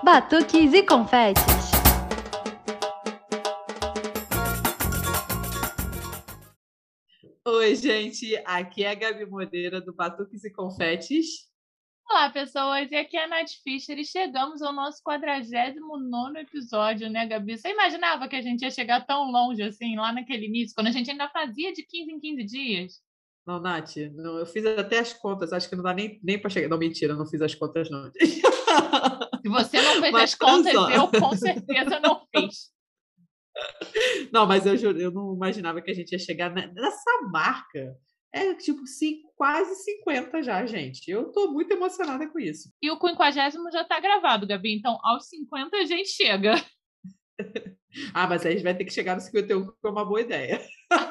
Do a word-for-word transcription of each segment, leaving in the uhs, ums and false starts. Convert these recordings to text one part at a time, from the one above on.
Batuques e confetes. Oi, gente, aqui é a Gabi Moreira do Batuques e Confetes. Olá, pessoas, e aqui é a Nath Fischer e chegamos ao nosso quadragésimo nono episódio, né, Gabi? Você imaginava que a gente ia chegar tão longe assim, lá naquele início, quando a gente ainda fazia de quinze em quinze dias? Não, Nath, não, eu fiz até as contas, acho que não dá nem, nem para chegar. Não, mentira, eu não fiz as contas, não. Se você não fez Mas as contas, só. eu com certeza não fiz. Não, mas eu, juro, eu não imaginava que a gente ia chegar nessa marca. É tipo cinco, quase cinquenta já, gente. Eu tô muito emocionada com isso. E o quinquagésimo já tá gravado, Gabi, então aos cinquenta a gente chega. Ah, mas aí a gente vai ter que chegar no cinquenta e um, que foi uma boa ideia.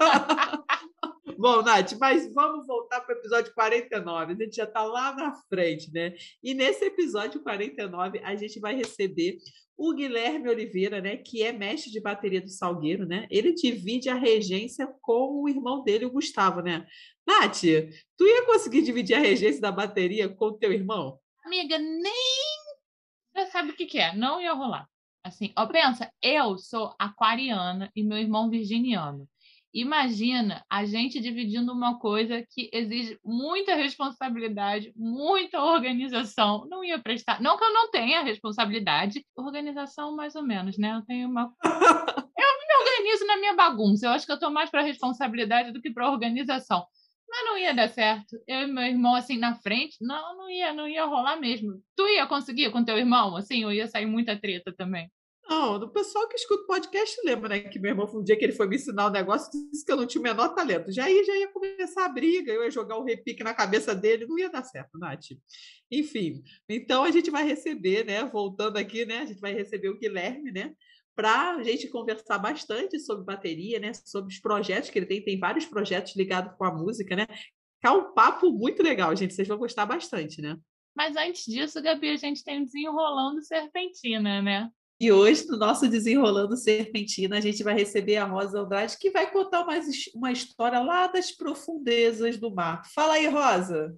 Bom, Nath, mas vamos voltar para o episódio quarenta e nove. A gente já está lá na frente, né? E nesse episódio quarenta e nove, a gente vai receber o Guilherme Oliveira, né? Que é mestre de bateria do Salgueiro, né? Ele divide a regência com o irmão dele, o Gustavo, né? Nath, tu ia conseguir dividir a regência da bateria com o teu irmão? Amiga, nem... Já sabe o que que é, não ia rolar. Assim, ó, pensa, eu sou aquariana e meu irmão virginiano. Imagina a gente dividindo uma coisa que exige muita responsabilidade, muita organização. Não ia prestar. Não que eu não tenha responsabilidade, organização mais ou menos, né? Eu tenho uma. Eu me organizo na minha bagunça. Eu acho que eu estou mais para responsabilidade do que para organização. Mas não ia dar certo. Eu e meu irmão assim na frente, não, não ia, não ia rolar mesmo. Tu ia conseguir com teu irmão, assim, ou ia sair muita treta também? Não, do pessoal que escuta o podcast lembra, né? Que meu irmão, um dia que ele foi me ensinar um negócio, disse que eu não tinha o menor talento. Já ia, já ia começar a briga, eu ia jogar o repique na cabeça dele, não ia dar certo, Nath. Enfim, então a gente vai receber, né? Voltando aqui, né? A gente vai receber o Guilherme, né? Para a gente conversar bastante sobre bateria, né? Sobre os projetos que ele tem. Tem vários projetos ligados com a música, né? É um papo muito legal, gente. Vocês vão gostar bastante, né? Mas antes disso, Gabi, a gente tem o Desenrolando Serpentina, né? E hoje, no nosso Desenrolando Serpentina, a gente vai receber a Rosa Andrade, que vai contar uma, uma história lá das profundezas do mar. Fala aí, Rosa!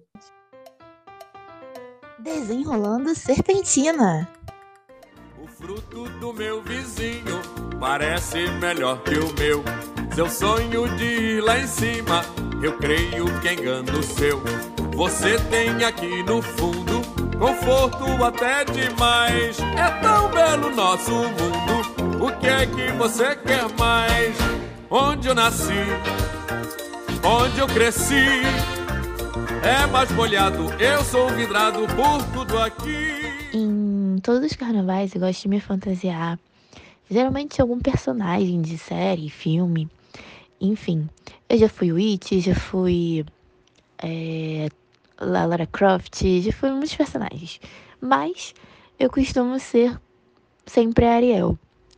Desenrolando Serpentina. O fruto do meu vizinho parece melhor que o meu. Seu sonho de ir lá em cima, eu creio que é engano o seu. Você tem aqui no fundo conforto até demais. É tão belo nosso mundo, o que é que você quer mais? Onde eu nasci, onde eu cresci, é mais molhado, eu sou vidrado por tudo aqui. Em todos os carnavais eu gosto de me fantasiar, geralmente algum personagem de série, filme, enfim. Eu já fui Witch, já fui é, Lara Croft, já fui muitos personagens. Mas eu costumo ser sempre a Ariel.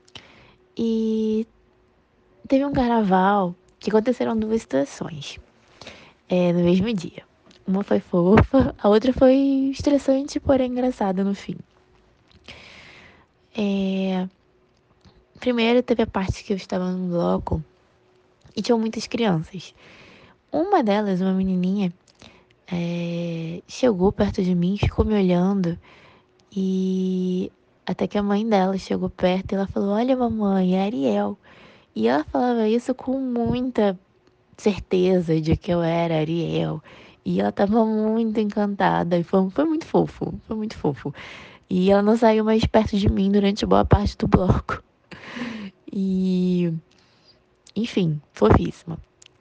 E teve um carnaval que aconteceram duas situações é, no mesmo dia. Uma foi fofa, a outra foi estressante, porém engraçada no fim. É... Primeiro teve a parte que eu estava num bloco e tinham muitas crianças. Uma delas, uma menininha, é... chegou perto de mim, ficou me olhando e até que a mãe dela chegou perto e ela falou: "Olha, mamãe, é a Ariel." E ela falava isso com muita certeza de que eu era Ariel. E ela tava muito encantada. E foi, foi muito fofo. Foi muito fofo. E ela não saiu mais perto de mim durante boa parte do bloco. E... Enfim, fofíssima.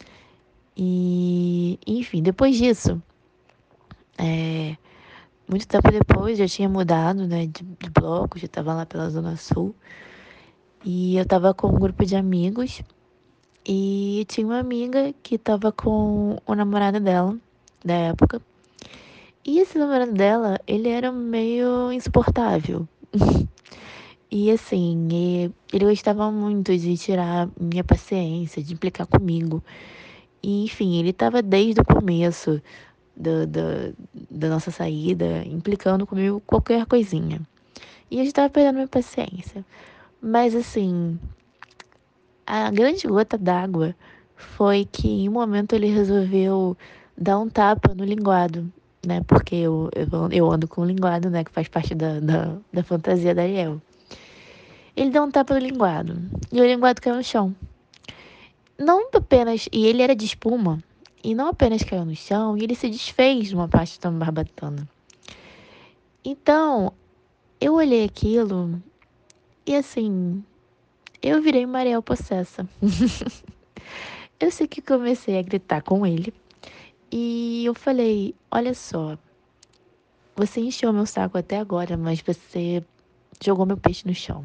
E... Enfim, depois disso... É, muito tempo depois, já tinha mudado, né, de, de bloco. Já tava lá pela Zona Sul. E eu tava com um grupo de amigos. E tinha uma amiga que tava com o namorado dela, da época. E esse namorado dela, ele era meio insuportável. E assim, ele gostava muito de tirar minha paciência, de implicar comigo. E enfim, ele tava desde o começo do, do, da nossa saída, implicando comigo qualquer coisinha. E eu já tava perdendo minha paciência. Mas assim, a grande gota d'água foi que em um momento ele resolveu dar um tapa no linguado né? Porque eu, eu, eu ando com o linguado, né? Que faz parte da, da, da fantasia da Ariel. Ele deu um tapa no linguado. E o linguado caiu no chão. Não apenas... E ele era de espuma. E não apenas caiu no chão, e ele se desfez numa parte da barbatana. Então, eu olhei aquilo e assim... Eu virei uma Ariel possessa. Eu sei que comecei a gritar com ele. E eu falei, olha só, você encheu meu saco até agora, mas você jogou meu peixe no chão.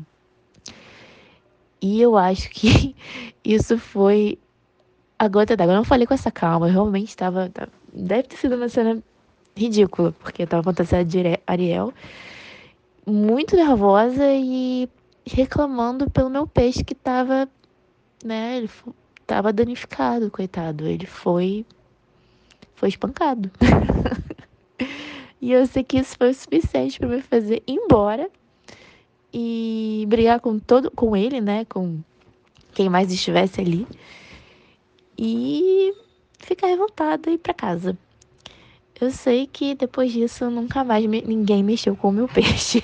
E eu acho que isso foi a gota d'água. Eu não falei com essa calma, eu realmente estava... Deve ter sido uma cena ridícula, porque eu estava fantasiada de Ariel, muito nervosa e reclamando pelo meu peixe que estava, né, ele estava danificado, coitado. Ele foi, foi espancado. E eu sei que isso foi o suficiente para me fazer ir embora e brigar com todo, com ele, né, com quem mais estivesse ali, e ficar revoltada e ir para casa. Eu sei que depois disso nunca mais me, ninguém mexeu com o meu peixe.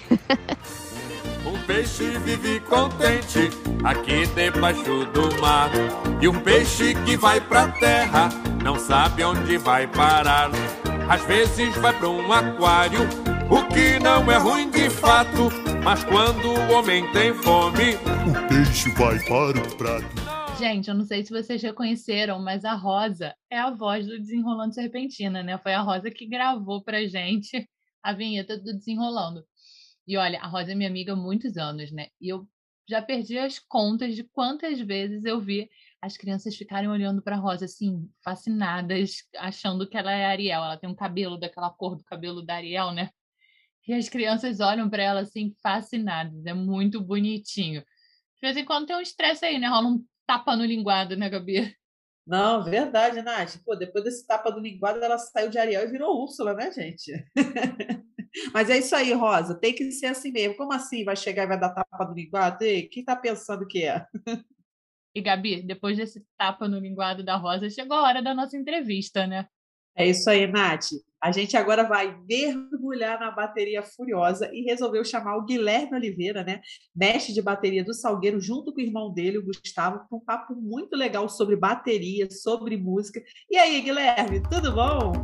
Um peixe vive contente aqui debaixo do mar. E um peixe que vai pra terra não sabe onde vai parar. Às vezes vai pra um aquário, o que não é ruim de fato. Mas quando o homem tem fome, o peixe vai para o prato. Gente, eu não sei se vocês reconheceram, mas a Rosa é a voz do Desenrolando Serpentina, né? Foi a Rosa que gravou pra gente a vinheta do Desenrolando. E olha, a Rosa é minha amiga há muitos anos, né? E eu já perdi as contas de quantas vezes eu vi as crianças ficarem olhando pra Rosa, assim, fascinadas, achando que ela é a Ariel. Ela tem um cabelo daquela cor do cabelo da Ariel, né? E as crianças olham pra ela, assim, fascinadas. É muito bonitinho. De vez em quando tem um estresse aí, né? Rola um tapa no linguado, né, Gabi? Não, verdade, Nath. Pô, depois desse tapa do linguado, ela saiu de Ariel e virou Úrsula, né, gente? Mas é isso aí, Rosa. Tem que ser assim mesmo. Como assim vai chegar e vai dar tapa do linguado? Ei, quem tá pensando que é? E, Gabi, depois desse tapa no linguado da Rosa, chegou a hora da nossa entrevista, né? É isso aí, Nath. A gente agora vai mergulhar na bateria furiosa e resolveu chamar o Guilherme Oliveira, né, mestre de bateria do Salgueiro, junto com o irmão dele, o Gustavo, com um papo muito legal sobre bateria, sobre música. E aí, Guilherme, tudo bom?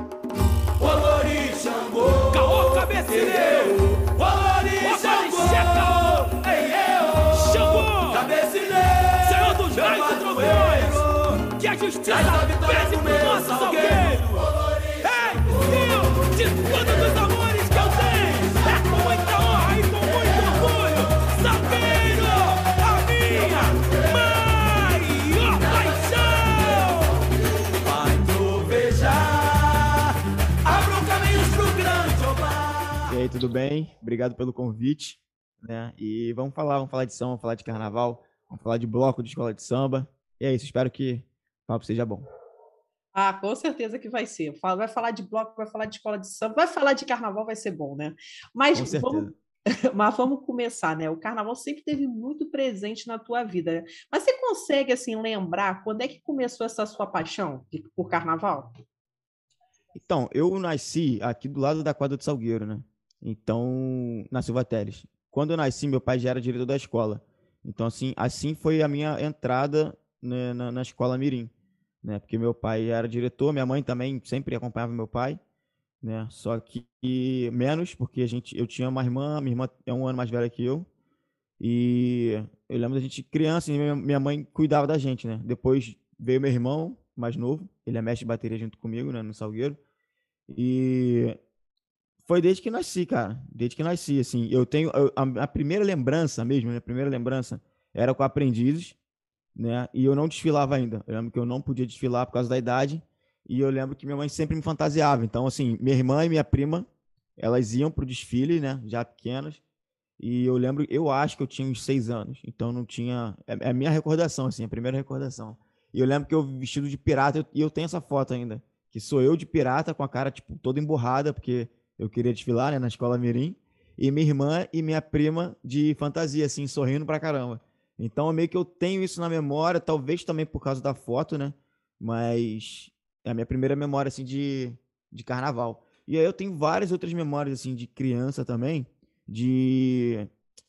Olori Xangô, caô cabecineiro, Olori Xangô, ei eu, Xangô, cabecineiro, Senhor dos raios e trovões, que a justiça pese pro nosso Salgueiro. Ei, eu, de todos os amores que eu tenho, é com muita honra e com muito orgulho, Salgueiro, a minha maior paixão. Vai trovejar, abram caminhos pro grande Obá. E aí, tudo bem? Obrigado pelo convite, né? E vamos falar, vamos falar de samba, vamos falar de carnaval, vamos falar de bloco de escola de samba. E é isso, espero que o papo seja bom. Ah, com certeza que vai ser. Vai falar de bloco, vai falar de escola de samba, vai falar de carnaval, vai ser bom, né? Mas Com certeza. vamos, mas vamos começar, né? O carnaval sempre esteve muito presente na tua vida, né? Mas você consegue, assim, lembrar quando é que começou essa sua paixão por carnaval? Então, eu nasci aqui do lado da quadra do Salgueiro, né? Então, na Silva Teles. Quando eu nasci, meu pai já era diretor da escola. Então, assim, assim foi a minha entrada, né, na, na escola Mirim, né? Porque meu pai era diretor, minha mãe também sempre acompanhava meu pai, né? Só que menos, porque a gente, eu tinha uma irmã, minha irmã é um ano mais velha que eu, e eu lembro da gente criança, e minha, minha mãe cuidava da gente, né? Depois veio meu irmão mais novo, ele é mestre de bateria junto comigo, né, no Salgueiro, e foi desde que nasci, cara, desde que nasci, assim, eu tenho, eu, a, a primeira lembrança mesmo, a minha primeira lembrança era com aprendizes, né, e eu não desfilava ainda, eu lembro que eu não podia desfilar por causa da idade, e eu lembro que minha mãe sempre me fantasiava, então, assim, minha irmã e minha prima, elas iam pro desfile, né, já pequenas, e eu lembro, eu acho que eu tinha uns seis anos, então não tinha, é a minha recordação, assim, a primeira recordação. E eu lembro que eu vestido de pirata, e eu tenho essa foto ainda, que sou eu de pirata com a cara, tipo, toda emburrada, porque eu queria desfilar, né, na escola Mirim, e minha irmã e minha prima de fantasia, assim, sorrindo pra caramba. Então, meio que eu tenho isso na memória, talvez também por causa da foto, né, mas é a minha primeira memória, assim, de, de carnaval. E aí eu tenho várias outras memórias, assim, de criança também, de,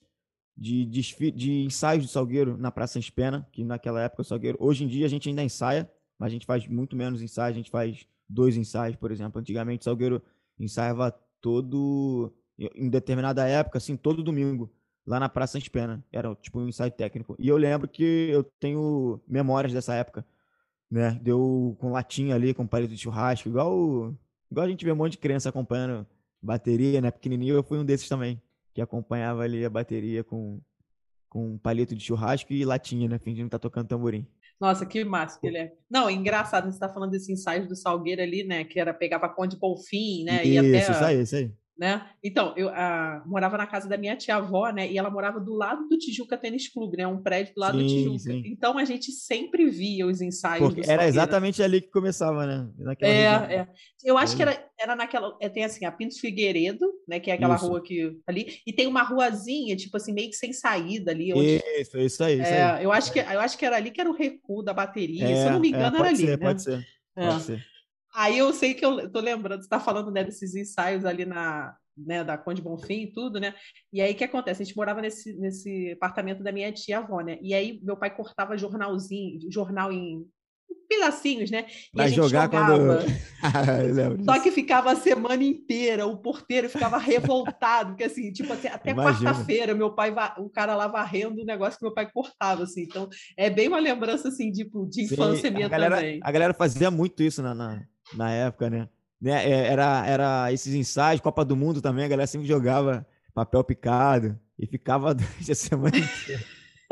de, de, de ensaios de Salgueiro na Praça Sans Pena, que naquela época o Salgueiro... Hoje em dia a gente ainda ensaia, mas a gente faz muito menos ensaios, a gente faz dois ensaios, por exemplo. Antigamente o Salgueiro ensaiava todo... Em determinada época, assim, todo domingo, lá na Praça Sans Pena. Era tipo um ensaio técnico. E eu lembro que eu tenho memórias dessa época, né? Deu com latinha ali, com palito de churrasco, igual, igual a gente vê um monte de criança acompanhando bateria, né? Pequenininho, eu fui um desses também, que acompanhava ali a bateria com, com palito de churrasco e latinha, né? Fingindo que tá tocando tamborim. Nossa, que massa, Guilherme. Não, engraçado, você está falando desse ensaio do Salgueiro ali, né? Que era pegar para Conde Bonfim, né? E Isso, até, isso aí, isso aí. Né? Então, eu a, morava na casa da minha tia-avó, né? E ela morava do lado do Tijuca Tênis Clube, né? Um prédio do lado sim, do Tijuca. Sim. Então, a gente sempre via os ensaios Porque do era Salgueiro. Exatamente ali que começava, né? Naquela é, região. é. Eu acho é. que era, era naquela... É, tem assim, a Pinto Figueiredo, né? Que é aquela isso. rua que... ali. E tem uma ruazinha, tipo assim, meio que sem saída ali. Onde, isso, isso aí, isso é, aí. Eu acho, que, eu acho que era ali que era o recuo da bateria. É, Se eu não me engano, é, era ali, ser, né? Pode ser, é. pode ser. Aí eu sei que eu, eu tô lembrando, você tá falando, né, desses ensaios ali na... Né, da Conde Bonfim e tudo, né? E aí o que acontece? A gente morava nesse, nesse apartamento da minha tia-avó, né? E aí meu pai cortava jornalzinho, jornal em pedacinhos, né? E pra a gente jogar jogava. Quando... Só que ficava a semana inteira, o porteiro ficava revoltado, porque assim, tipo assim, até quarta-feira, meu pai, o cara lá varrendo o negócio que meu pai cortava, assim. Então, é bem uma lembrança, assim, de, de infância Sim, minha a galera, também. A galera fazia muito isso na, na, na época, né? Né? Era, era esses ensaios, Copa do Mundo também, a galera sempre jogava papel picado e ficava durante a semana inteira.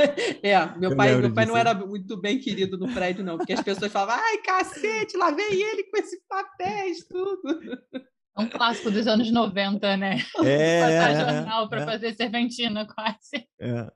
É, meu pai, meu pai não era muito bem querido no prédio, não, porque as pessoas falavam, ai, cacete, lá vem ele com esses papéis, tudo. É um clássico dos anos noventa, né? É, Passar é, jornal é, para é. fazer serventina, quase. É.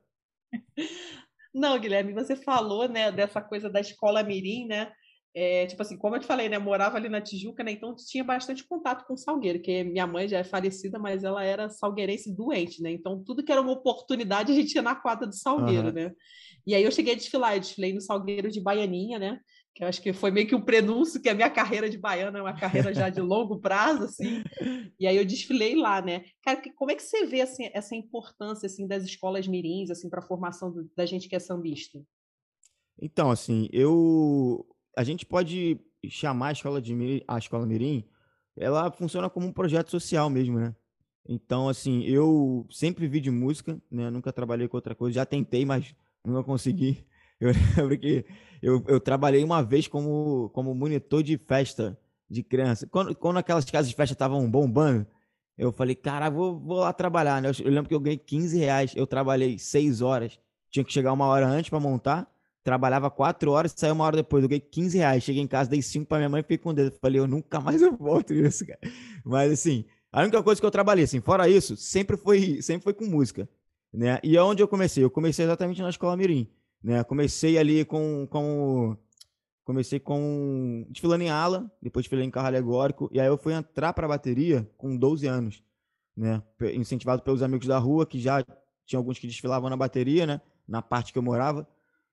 Não, Guilherme, você falou, né, dessa coisa da escola mirim, né? É, tipo assim, como eu te falei, né, morava ali na Tijuca, né, então tinha bastante contato com o Salgueiro, que minha mãe já é falecida, mas ela era salgueirense doente, né, então tudo que era uma oportunidade a gente ia na quadra do Salgueiro, uhum. né, e aí eu cheguei a desfilar, eu desfilei no Salgueiro de Baianinha, né, que eu acho que foi meio que um prenúncio que a minha carreira de baiana é uma carreira já de longo prazo, assim, e aí eu desfilei lá, né, cara, como é que você vê, assim, essa importância, assim, das escolas mirins, assim, para a formação do, da gente que é sambista? Então, assim, eu... A gente pode chamar a escola de mirim, a escola mirim, ela funciona como um projeto social mesmo, né? Então, assim, eu sempre vi de música, né? Nunca trabalhei com outra coisa, já tentei, mas nunca consegui. Eu lembro que eu, eu trabalhei uma vez como, como monitor de festa de criança. Quando, quando aquelas casas de festa estavam bombando, eu falei, cara, vou, vou lá trabalhar, né? Eu, eu lembro que eu ganhei quinze reais, eu trabalhei seis horas, tinha que chegar uma hora antes para montar, trabalhava quatro horas e saiu uma hora depois. Eu ganhei quinze reais. Cheguei em casa, dei cinco pra minha mãe e fiquei com o dedo. Falei, eu nunca mais eu volto nisso, cara. Mas, assim, a única coisa que eu trabalhei, assim, fora isso, sempre foi, sempre foi com música, né? E aonde eu comecei? Eu comecei exatamente na Escola Mirim, né? Comecei ali com... com comecei com... desfilando em ala, depois desfilei em carro alegórico, e aí eu fui entrar pra bateria com doze anos, né? Incentivado pelos amigos da rua, que já tinha alguns que desfilavam na bateria, né? Na parte que eu morava.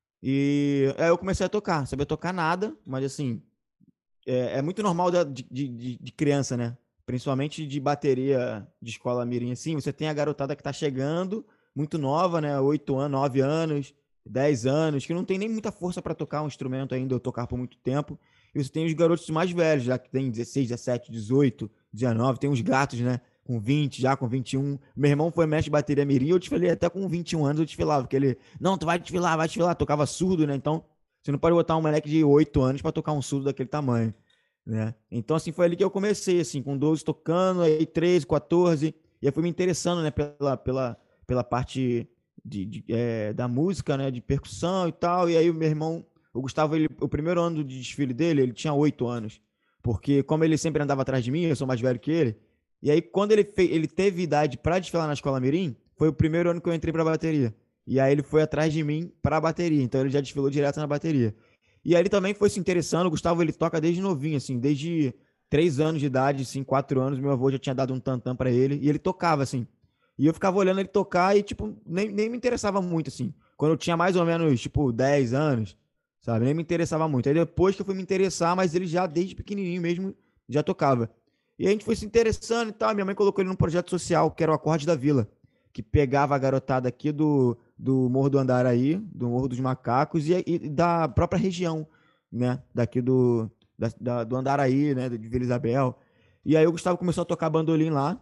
E aí eu comecei a tocar, sabia tocar nada, mas assim, é, é muito normal de, de, de criança, né? Principalmente de bateria de escola mirim, assim, você tem a garotada que tá chegando, muito nova, né? oito anos, nove anos, dez anos, que não tem nem muita força para tocar um instrumento ainda, ou tocar por muito tempo. E você tem os garotos mais velhos, já que tem dezesseis, dezessete, dezoito, dezenove, tem uns gatos, né? Com vinte, já com vinte e um. Meu irmão foi mestre de bateria mirim, eu desfilei até com vinte e um anos, eu desfilava, porque ele, não, tu vai desfilar, vai desfilar, tocava surdo, né? Então, você não pode botar um moleque de oito anos para tocar um surdo daquele tamanho, né? Então, assim, foi ali que eu comecei, assim, com doze tocando, aí treze, quatorze, e aí fui me interessando, né, pela, pela, pela parte de, de, é, da música, né, de percussão e tal, e aí o meu irmão, o Gustavo, ele, o primeiro ano de desfile dele, ele tinha oito anos, porque como ele sempre andava atrás de mim, eu sou mais velho que ele. E aí, quando ele, fez, ele teve idade para desfilar na Escola Mirim, foi o primeiro ano que eu entrei pra bateria. E aí ele foi atrás de mim pra bateria. Então ele já desfilou direto na bateria. E aí ele também foi se interessando. O Gustavo, ele toca desde novinho, assim, desde três anos de idade, assim, quatro anos. Meu avô já tinha dado um tantã pra ele. E ele tocava, assim. E eu ficava olhando ele tocar e, tipo, nem, nem me interessava muito, assim. Quando eu tinha mais ou menos, tipo, dez anos, sabe? Nem me interessava muito. Aí depois que eu fui me interessar, mas ele já desde pequenininho mesmo já tocava. E a gente foi se interessando e tal. Minha mãe colocou ele num projeto social, que era o Acorde da Vila, que pegava a garotada aqui do, do Morro do Andaraí, do Morro dos Macacos e, e da própria região, né? Daqui do, da, da, do Andaraí, né? De Vila Isabel. E aí o Gustavo começou a tocar bandolim lá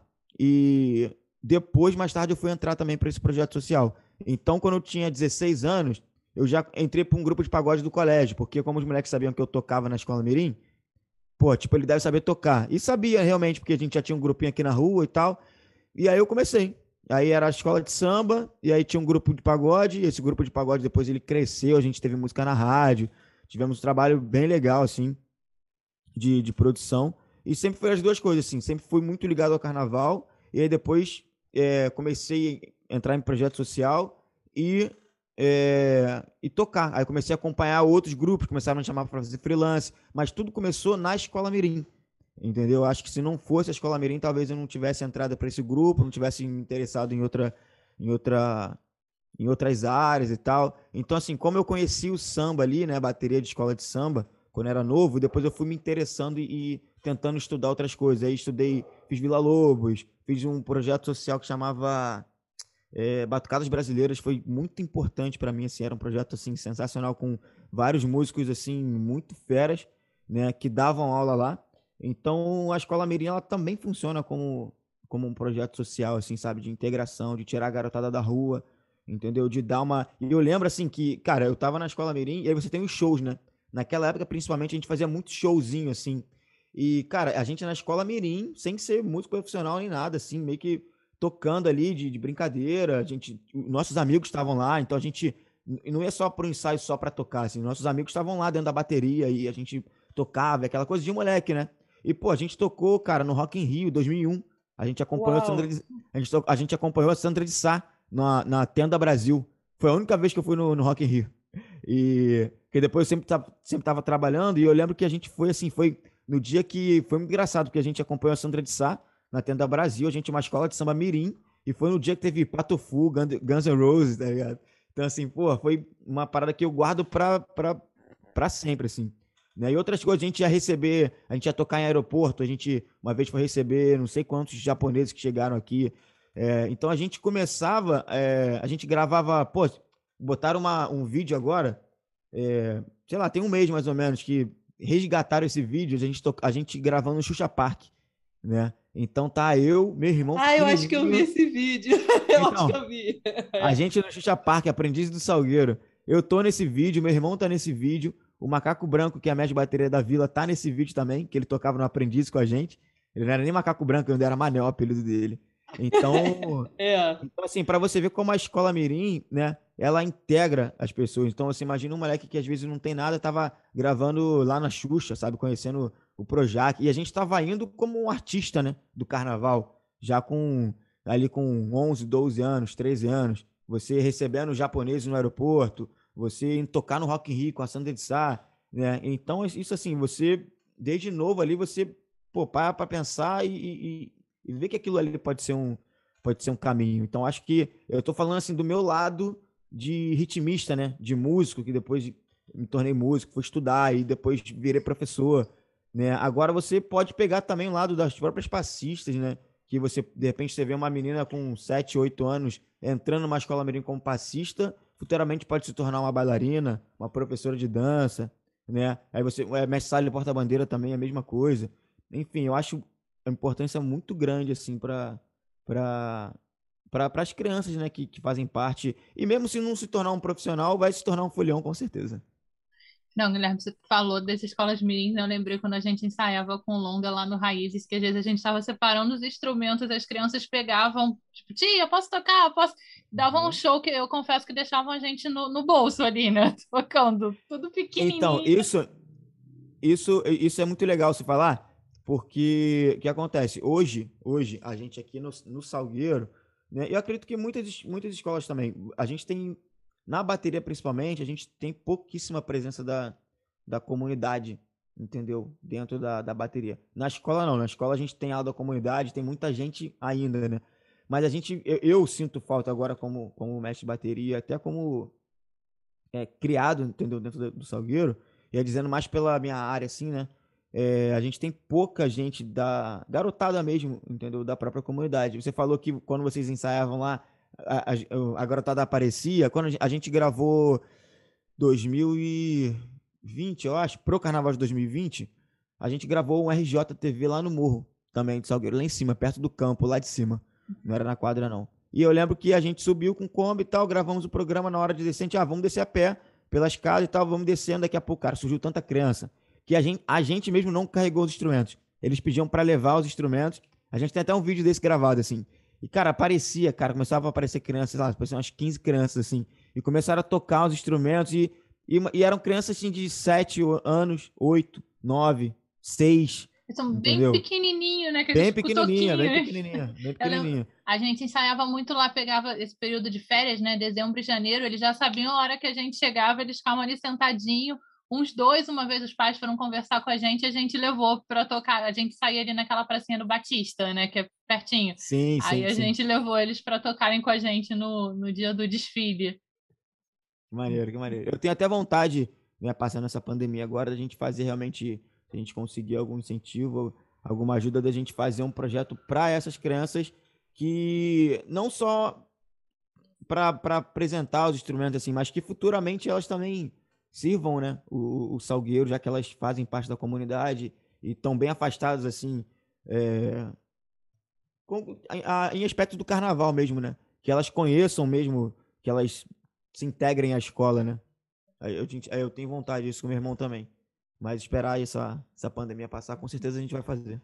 e depois, mais tarde, eu fui entrar também para esse projeto social. Então, quando eu tinha dezesseis anos, eu já entrei para um grupo de pagode do colégio, porque como os moleques sabiam que eu tocava na escola mirim, pô, tipo, ele deve saber tocar. E sabia realmente, porque a gente já tinha um grupinho aqui na rua e tal. E aí eu comecei. Aí era a escola de samba, e aí tinha um grupo de pagode, e esse grupo de pagode depois ele cresceu, a gente teve música na rádio, tivemos um trabalho bem legal, assim, de, de produção. E sempre foi as duas coisas, assim, sempre fui muito ligado ao carnaval, e aí depois é, comecei a entrar em projeto social e, é, e tocar. Aí comecei a acompanhar outros grupos, começaram a me chamar para fazer freelance, mas tudo começou na Escola Mirim, entendeu? Acho que se não fosse a Escola Mirim, talvez eu não tivesse entrado para esse grupo, não tivesse me interessado em outra, em outra, em outras áreas e tal. Então, assim, como eu conheci o samba ali, né, a bateria de escola de samba, quando era novo, depois eu fui me interessando e, e tentando estudar outras coisas. Aí estudei, fiz Vila Lobos, fiz um projeto social que chamava é, Batucadas Brasileiras, foi muito importante para mim, assim, era um projeto assim sensacional com vários músicos assim muito feras, né, que davam aula lá. Então a Escola Mirim ela também funciona como como um projeto social, assim, sabe, de integração, de tirar a garotada da rua, entendeu? De dar uma. E eu lembro assim que, cara, eu tava na Escola Mirim e aí você tem os shows, né? Naquela época, principalmente, a gente fazia muito showzinho, assim. E, cara, a gente na Escola Mirim, sem ser músico profissional nem nada, assim, meio que tocando ali de, de brincadeira. A gente, nossos amigos estavam lá, então a gente não ia só pro ensaio só pra tocar, assim. Nossos amigos estavam lá dentro da bateria e a gente tocava, aquela coisa de moleque, né? E, pô, a gente tocou, cara, no Rock in Rio, dois mil e um. A gente acompanhou a Uau. Sandra de, a gente, to- a gente acompanhou a Sandra de Sá na, na Tenda Brasil. Foi a única vez que eu fui no, no Rock in Rio. E que depois eu sempre tava, sempre tava trabalhando e eu lembro que a gente foi assim, foi no dia que foi muito engraçado, porque a gente acompanhou a Sandra de Sá na Tenda Brasil, a gente tinha uma escola de samba mirim e foi no dia que teve Patofu, Gun- Guns N' Roses, tá ligado? Então assim, pô, foi uma parada que eu guardo pra, pra, pra sempre, assim. Né? E outras coisas, a gente ia receber, a gente ia tocar em aeroporto, a gente uma vez foi receber não sei quantos japoneses que chegaram aqui. É, então a gente começava, é, a gente gravava, pô, botaram uma, um vídeo agora, é, sei lá, tem um mês mais ou menos, que resgataram esse vídeo, a gente, to- a gente gravando no Xuxa Park, né? Então tá eu, meu irmão Ah, eu acho que eu vi pequenininho. esse vídeo. Eu acho que Então, eu vi. a gente no Xuxa Park, Aprendiz do Salgueiro. Eu tô nesse vídeo, meu irmão tá nesse vídeo, o Macaco Branco, que é a mestre de bateria da Vila, tá nesse vídeo também, que ele tocava no Aprendiz com a gente. Ele não era nem Macaco Branco, ainda era Manel, o apelido dele. Então, É. então, assim, para você ver como a escola Mirim, né, ela integra as pessoas. Então, você imagina um moleque que às vezes não tem nada, tava gravando lá na Xuxa, sabe, conhecendo o Projac, e a gente tava indo como um artista, né, do carnaval, já com ali com onze, doze anos, treze anos, você recebendo japoneses no aeroporto, você indo tocar no Rock in Rio com a Sandra de Sá, né? Então, isso assim, você desde novo ali você pô, para para pensar e, e, e ver que aquilo ali pode ser um pode ser um caminho. Então, acho que eu tô falando assim do meu lado de ritmista, né? De músico, que depois me tornei músico, fui estudar e depois virei professor, né? Agora você pode pegar também o lado das próprias passistas, né? Que você, de repente, você vê uma menina com sete, oito anos entrando numa escola mirim como passista, futuramente pode se tornar uma bailarina, uma professora de dança, né? Aí você, é, mestre sala e porta-bandeira também é a mesma coisa. Enfim, eu acho a importância muito grande, assim, para para para as crianças, né, que, que fazem parte. E mesmo se não se tornar um profissional, vai se tornar um folião, com certeza. Não, Guilherme, você falou das escolas mirins, né? Eu lembrei quando a gente ensaiava com longa lá no Raízes, que às vezes a gente estava separando os instrumentos, as crianças pegavam, tipo, tia, eu posso tocar, eu posso. Davam um Uhum. show que eu confesso que deixavam a gente no, no bolso ali, né? Tocando, tudo Então, pequenininho. isso, isso, isso é muito legal se falar, porque o que acontece? Hoje, hoje, a gente aqui no, no Salgueiro, né? Eu acredito que muitas, es- muitas escolas também, a gente tem, na bateria principalmente, a gente tem pouquíssima presença da, da comunidade, entendeu? Dentro da, da bateria. Na escola não, na escola a gente tem aula da comunidade, tem muita gente ainda, né? Mas a gente, eu, eu sinto falta agora como, como mestre de bateria, até como é, criado, entendeu? Dentro do, do Salgueiro, e é dizendo mais pela minha área, assim, né? é, a gente tem pouca gente da garotada mesmo, entendeu? Da própria comunidade. Você falou que quando vocês ensaiavam lá, a, a, a garotada aparecia. Quando a gente, a gente gravou dois mil e vinte, eu acho, pro Carnaval de dois mil e vinte, a gente gravou um R J T V lá no morro, também de Salgueiro, lá em cima, perto do campo, lá de cima. Não era na quadra, não. E eu lembro que a gente subiu com Kombi e tal, gravamos o programa na hora de descer, a gente, ah, vamos descer a pé pelas casas e tal, vamos descendo, daqui a pouco, cara, surgiu tanta criança, que a gente, a gente mesmo não carregou os instrumentos. Eles pediam pra levar os instrumentos, a gente tem até um vídeo desse gravado, assim. E, cara, aparecia, cara, começava a aparecer crianças, sei lá, apareciam umas quinze crianças, assim, e começaram a tocar os instrumentos, e, e, e eram crianças, assim, de sete anos, oito, nove, seis, Eles são entendeu? bem pequenininho, né? Que Bem eles pequenininha, bem toquinhos. pequenininha, bem Eu lembro, pequenininha. a gente ensaiava muito lá, pegava esse período de férias, né? Dezembro e janeiro, eles já sabiam a hora que a gente chegava, eles ficavam ali sentadinho. Uns dois, uma vez os pais foram conversar com a gente, a gente levou para tocar. A gente saía ali naquela pracinha do Batista, né? Que é pertinho. Sim, Aí sim, a sim. gente levou eles para tocarem com a gente no, no dia do desfile. Que maneiro, que maneiro. Eu tenho até vontade, né, passando essa pandemia agora, da gente fazer realmente, se a gente conseguir algum incentivo, alguma ajuda da gente fazer um projeto para essas crianças que não só para apresentar os instrumentos assim, mas que futuramente elas também sirvam, né, o, o Salgueiro, já que elas fazem parte da comunidade e estão bem afastadas assim, é, com, a, a, em aspecto do carnaval mesmo, né, que elas conheçam mesmo, que elas se integrem à escola, né. Aí eu, aí eu tenho vontade disso com meu irmão também, mas esperar essa, essa pandemia passar, com certeza a gente vai fazer.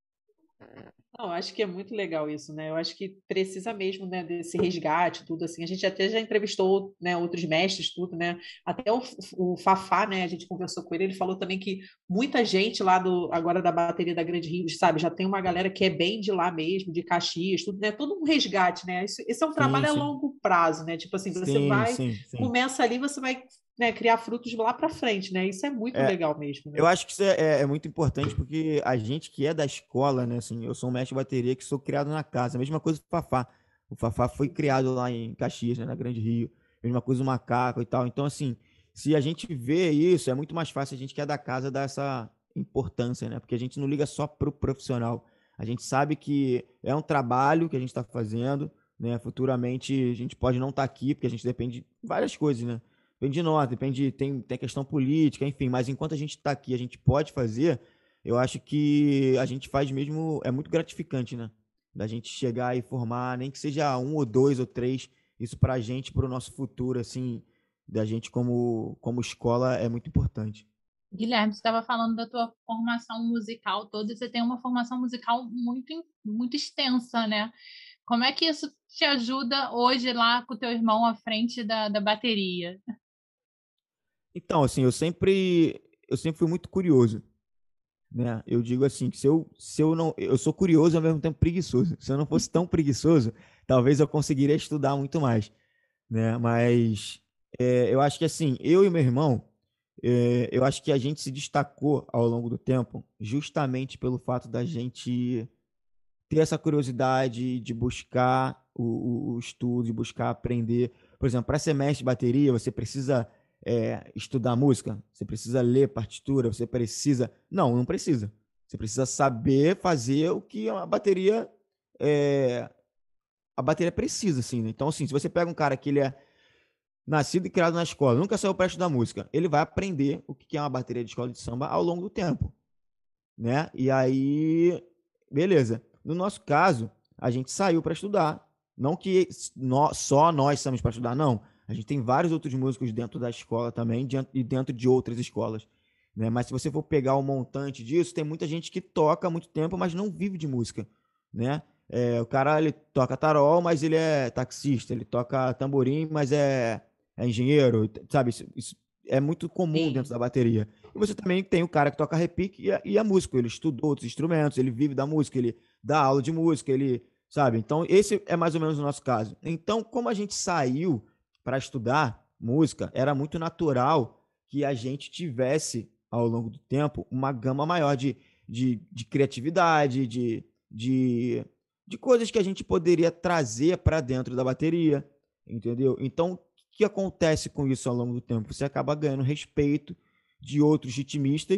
Não, acho que é muito legal isso, né? Eu acho que precisa mesmo, né, desse resgate, tudo assim. A gente até já entrevistou, né, outros mestres, tudo, né? Até o, o Fafá, né? A gente conversou com ele, ele falou também que muita gente lá do agora da bateria da Grande Rio, sabe? Já tem uma galera que é bem de lá mesmo, de Caxias, tudo, né? Todo um resgate, né? Isso, esse é um Sim, trabalho a sim. longo prazo, né? Tipo assim, você Sim, vai, sim, sim. começa ali, você vai, né, criar frutos lá para frente, né? Isso é muito É, legal mesmo, né? eu acho que isso é, é- é muito importante porque a gente que é da escola, né, assim, eu sou um mestre de bateria que sou criado na casa, a mesma coisa do Fafá. O Fafá foi criado lá em Caxias, né, na Grande Rio, mesma coisa o Macaco e tal. Então, assim, se a gente vê isso, é muito mais fácil a gente que é da casa dar essa importância, né, porque a gente não liga só pro profissional. A gente sabe que é um trabalho que a gente está fazendo, né, futuramente a gente pode não estar aqui, porque a gente depende de várias coisas, né. Depende de nós, depende, tem, tem questão política, enfim, mas enquanto a gente está aqui, a gente pode fazer, eu acho que a gente faz mesmo, é muito gratificante, né? Da gente chegar e formar, nem que seja um ou dois ou três, isso pra gente, pro nosso futuro, assim, da gente como, como escola é muito importante. Guilherme, você estava falando da tua formação musical toda, e você tem uma formação musical muito, in- muito extensa, né? Como é que isso te ajuda hoje lá com o teu irmão à frente da, da bateria? Então, assim, eu sempre, eu sempre fui muito curioso, né? Eu digo assim, que se eu, se eu não, eu sou curioso e ao mesmo tempo preguiçoso. Se eu não fosse tão preguiçoso, talvez eu conseguiria estudar muito mais, né? Mas é, eu acho que assim, eu e meu irmão, é, eu acho que a gente se destacou ao longo do tempo, justamente pelo fato da gente ter essa curiosidade de buscar o, o, o estudo, de buscar aprender. Por exemplo, para ser mestre de bateria, você precisa é, estudar música, você precisa ler partitura, você precisa. Não, não precisa. Você precisa saber fazer o que a bateria é, a bateria precisa, assim, né? Então, assim, se você pega um cara que ele é nascido e criado na escola, nunca saiu para estudar música, ele vai aprender o que é uma bateria de escola de samba ao longo do tempo, né? E aí, beleza. No nosso caso, a gente saiu para estudar. Não que nós, só nós saímos para estudar, não. A gente tem vários outros músicos dentro da escola também e dentro de outras escolas, né? Mas se você for pegar o montante disso, tem muita gente que toca há muito tempo, mas não vive de música, né? É, o cara, ele toca tarol, mas ele é taxista. Ele toca tamborim, mas é, é engenheiro, sabe? Isso, isso é muito comum Sim. dentro da bateria. E você também tem o cara que toca repique e é, e é músico. Ele estudou outros instrumentos, ele vive da música, ele dá aula de música, ele, sabe? Então, esse é mais ou menos o nosso caso. Então, como a gente saiu para estudar música, era muito natural que a gente tivesse, ao longo do tempo, uma gama maior de, de, de criatividade, de, de, de coisas que a gente poderia trazer para dentro da bateria, entendeu? Então, o que acontece com isso ao longo do tempo? Você acaba ganhando respeito de outros ritmistas,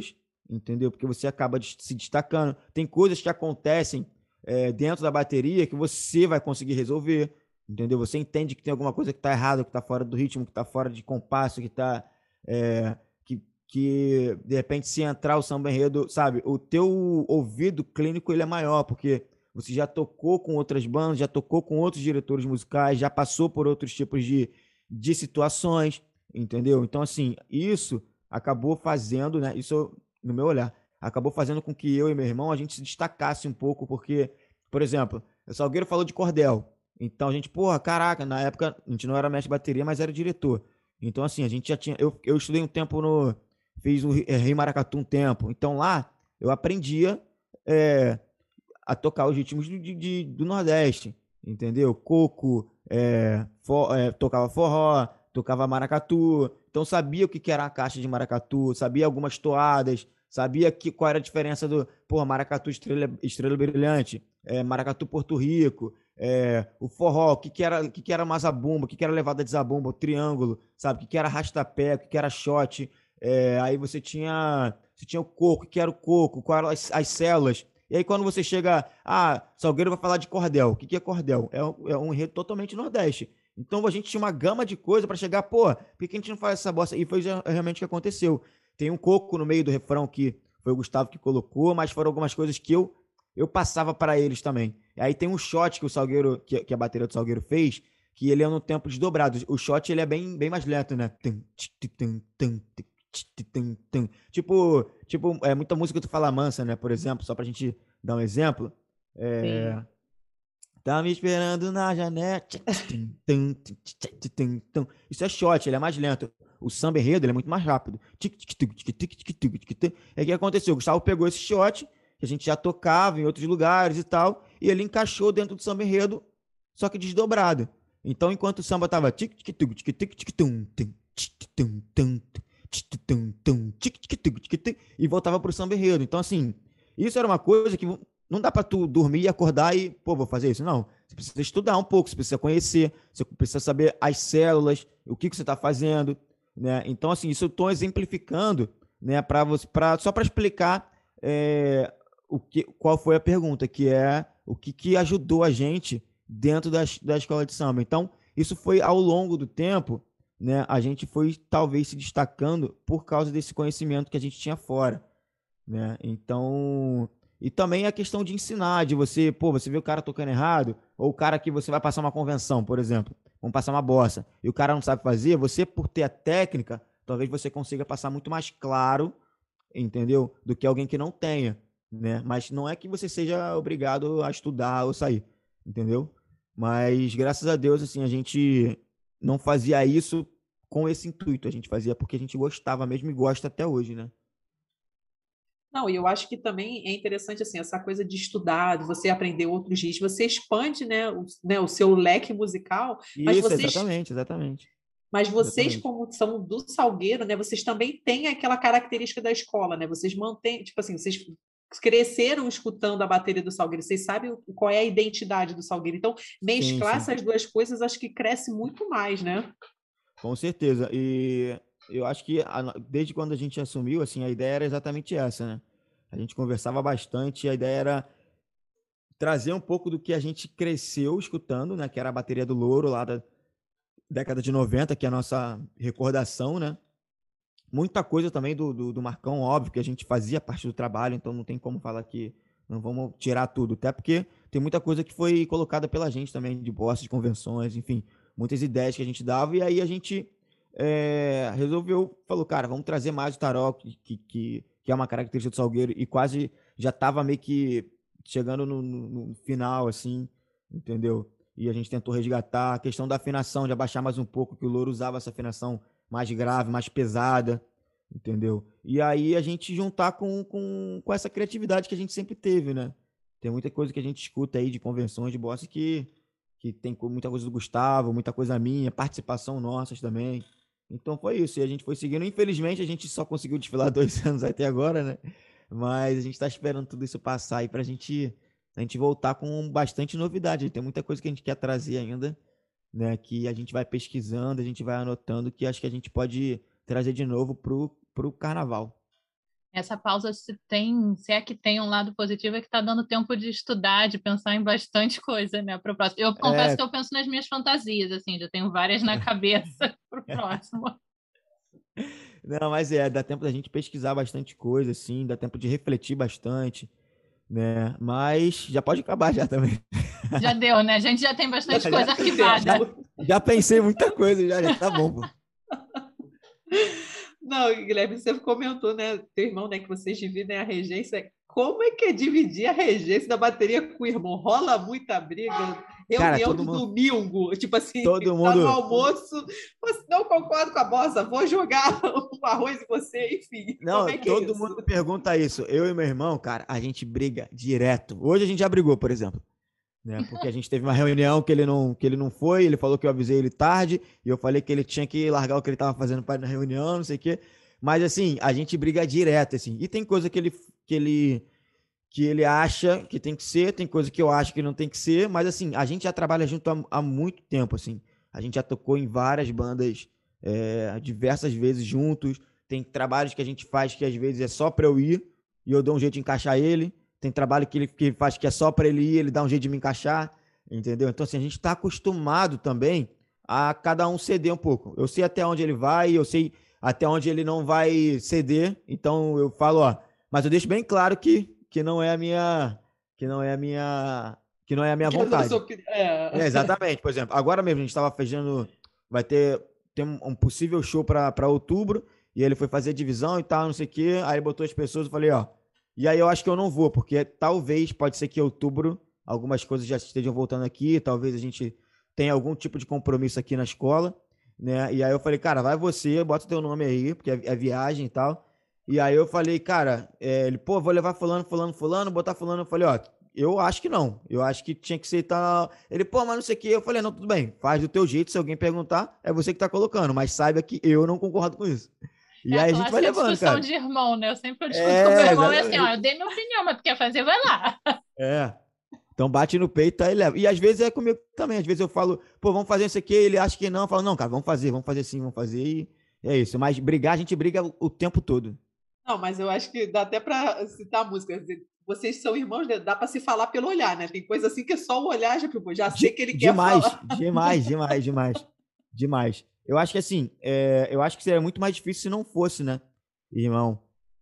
entendeu? Porque você acaba se destacando. Tem coisas que acontecem é, dentro da bateria que você vai conseguir resolver, entendeu? Você entende que tem alguma coisa que está errada, que está fora do ritmo, que está fora de compasso, que está... É, que, que, de repente, se entrar o samba enredo, sabe? O teu ouvido clínico, ele é maior, porque você já tocou com outras bandas, já tocou com outros diretores musicais, já passou por outros tipos de, de situações, entendeu? Então, assim, isso acabou fazendo, né? Isso, no meu olhar, acabou fazendo com que eu e meu irmão, a gente se destacasse um pouco, porque, por exemplo, o Salgueiro falou de cordel. Então, a gente, porra, caraca, na época, a gente não era mestre de bateria, mas era diretor. Então, assim, a gente já tinha... Eu, eu estudei um tempo no... Fiz o Rei Maracatu um tempo. Então, lá, eu aprendia... É, a tocar os ritmos de, de, do Nordeste, entendeu? Coco, é, for, é, tocava forró, tocava maracatu, então sabia o que, que era a caixa de maracatu, sabia algumas toadas, sabia que, qual era a diferença do, porra, maracatu estrela, estrela brilhante, é, maracatu Porto Rico, é, o forró, o que, que era, o que, que era mazabumba, o que, que era levada de zabumba, o triângulo, sabe? O que, que era rastapé, o que, que era shot, é, aí você tinha, você tinha o coco, o que era o coco, quais eram as, as células. E aí quando você chega, ah, Salgueiro vai falar de cordel. O que, que é cordel? É um, é um enredo totalmente Nordeste. Então a gente tinha uma gama de coisa para chegar, pô, por que a gente não faz essa bosta? E foi realmente o que aconteceu. Tem um coco no meio do refrão que foi o Gustavo que colocou, mas foram algumas coisas que eu, eu passava para eles também. E aí tem um shot que o Salgueiro, que, que a bateria do Salgueiro fez, que ele é no tempo desdobrado. O shot ele é bem, bem mais lento, né? Tipo, tipo, é muita música que tu fala mansa, né? Por exemplo, só pra gente dar um exemplo. É... Tá me esperando na janela. Isso é shot, ele é mais lento. O samba enredo, ele é muito mais rápido. É o que aconteceu? O Gustavo pegou esse shot, que a gente já tocava em outros lugares e tal, e ele encaixou dentro do samba enredo, só que desdobrado. Então, enquanto o samba tava e voltava pro samba enredo. Então, assim, isso era uma coisa que não dá pra tu dormir e acordar e, pô, vou fazer isso. Não, você precisa estudar um pouco, você precisa conhecer, você precisa saber as células, o que, que você tá fazendo, né? Então, assim, isso eu tô exemplificando, né, pra você, pra, só para explicar é, o que, qual foi a pergunta, que é o que, que ajudou a gente dentro da, da escola de samba. Então, isso foi ao longo do tempo, né, a gente foi talvez se destacando por causa desse conhecimento que a gente tinha fora, né? Então, e também a questão de ensinar, de você, pô, você vê o cara tocando errado, ou o cara que você vai passar uma convenção, por exemplo, vamos passar uma bossa, e o cara não sabe fazer, você por ter a técnica, talvez você consiga passar muito mais claro, entendeu? Do que alguém que não tenha, né? Mas não é que você seja obrigado a estudar ou sair, entendeu? Mas graças a Deus, assim, a gente não fazia isso com esse intuito, a gente fazia porque a gente gostava mesmo e gosta até hoje, né? Não, e eu acho que também é interessante, assim, essa coisa de estudar, de você aprender outros ritmos, você expande, né, o, né, o seu leque musical, mas Isso, vocês, exatamente, exatamente. mas vocês, Exatamente. como são do Salgueiro, né, vocês também têm aquela característica da escola, né? Vocês mantêm, tipo assim, vocês cresceram escutando a bateria do Salgueiro, vocês sabem o- qual é a identidade do Salgueiro. Então, Sim, mesclar sim, essas duas coisas, acho que cresce muito mais, né? com certeza. E eu acho que a- desde quando a gente assumiu, assim, a ideia era exatamente essa, né? A gente conversava bastante e a ideia era trazer um pouco do que a gente cresceu escutando, né? Que era a bateria do Louro lá da década de noventa, que é a nossa recordação, né? Muita coisa também do, do, do Marcão, óbvio, que a gente fazia parte do trabalho, então não tem como falar que não vamos tirar tudo, até porque tem muita coisa que foi colocada pela gente também, de bosses, de convenções, enfim, muitas ideias que a gente dava, e aí a gente é, resolveu, falou, cara, vamos trazer mais o tarol, que, que, que, que é uma característica do Salgueiro, e quase já estava meio que chegando no, no, no final, assim, entendeu? E a gente tentou resgatar a questão da afinação, de abaixar mais um pouco, que o Louro usava essa afinação mais grave, mais pesada, entendeu? E aí a gente juntar com, com, com essa criatividade que a gente sempre teve, né? Tem muita coisa que a gente escuta aí de convenções de bossa que, que tem co- muita coisa do Gustavo, muita coisa minha, participação nossas também. Então foi isso, e a gente foi seguindo. Infelizmente a gente só conseguiu desfilar dois anos até agora, né? Mas a gente tá esperando tudo isso passar aí pra gente, a gente voltar com bastante novidade. Tem muita coisa que a gente quer trazer ainda, né, que a gente vai pesquisando, a gente vai anotando, que acho que a gente pode trazer de novo pro, pro carnaval. Essa pausa, se tem, se é que tem um lado positivo, é que está dando tempo de estudar, de pensar em bastante coisa, né, para o próximo. Eu confesso É, que eu penso nas minhas fantasias, assim, já tenho várias na cabeça para o próximo. não, mas é, dá tempo da gente pesquisar bastante coisa, assim, dá tempo de refletir bastante, né? Mas já pode acabar já também. Já deu, né? A gente já tem bastante Já- coisa já- arquivada. Já pensei muita coisa, já, já tá bom, pô. Não, Guilherme, você comentou, né, teu irmão, né, que vocês dividem a regência. Como é que é dividir a regência da bateria com o irmão? Rola muita briga, Cara, reunião todo de mundo, domingo, tipo assim, todo tá no mundo, almoço, você não concordo com a bossa, vou jogar o arroz em você, enfim. Como não, é que é todo isso? mundo pergunta isso. Eu e meu irmão, cara, a gente briga direto. Hoje a gente já brigou, por exemplo, né? Porque a gente teve uma reunião que ele não, que ele não foi, ele falou que eu avisei ele tarde, e eu falei que ele tinha que largar o que ele tava fazendo para ir na reunião, não sei o quê. Mas assim, a gente briga direto, assim. E tem coisa que ele, que ele, que ele acha que tem que ser, tem coisa que eu acho que não tem que ser, mas assim, a gente já trabalha junto há, há muito tempo, assim. A gente já tocou em várias bandas, é, diversas vezes juntos. Tem trabalhos que a gente faz que às vezes é só para eu ir e eu dou um jeito de encaixar ele. Tem trabalho que ele, que ele faz que é só para ele ir, ele dá um jeito de me encaixar, entendeu? Então assim, a gente está acostumado também a cada um ceder um pouco. Eu sei até onde ele vai, eu sei até onde ele não vai ceder, então eu falo, ó, mas eu deixo bem claro que, que não é a minha, que não é a minha, que não é a minha Que eu não vontade. sou- é. É, exatamente, por exemplo, agora mesmo a gente estava fazendo, vai ter, tem um um possível show para outubro, e ele foi fazer divisão e tal, não sei o quê, aí ele botou as pessoas, eu falei, ó, e aí eu acho que eu não vou, porque talvez, pode ser que em outubro, algumas coisas já estejam voltando aqui, talvez a gente tenha algum tipo de compromisso aqui na escola, né? E aí eu falei, cara, vai você, bota o teu nome aí, porque é, é viagem e tal. E aí eu falei, cara, é, ele, pô, vou levar fulano, fulano, fulano, botar fulano. Eu falei, ó, eu acho que não. Eu acho que tinha que ser tal. Ele, pô, mas não sei o que. Eu falei, não, tudo bem, faz do teu jeito. Se alguém perguntar, é você que tá colocando, mas saiba que eu não concordo com isso. E É a aí a gente vai clássica levando, discussão cara. de irmão, né? Eu sempre discuto É, com meu irmão e assim, ó, exatamente. eu dei minha opinião, mas tu quer fazer, vai lá. É. Então bate no peito, aí leva. E às vezes é comigo também. Às vezes eu falo, pô, vamos fazer isso aqui. Ele acha que não. Eu falo, não, cara, vamos fazer, vamos fazer sim, vamos fazer. E é isso. Mas brigar, a gente briga o, o tempo todo. Não, mas eu acho que dá até para citar a música. Quer dizer, vocês são irmãos, né? Dá para se falar pelo olhar, né? Tem coisa assim que é só o olhar, já, tipo, já sei De- que ele quer demais, falar. demais, demais, demais. Demais. Eu acho que assim, é, eu acho que seria muito mais difícil se não fosse, né, irmão?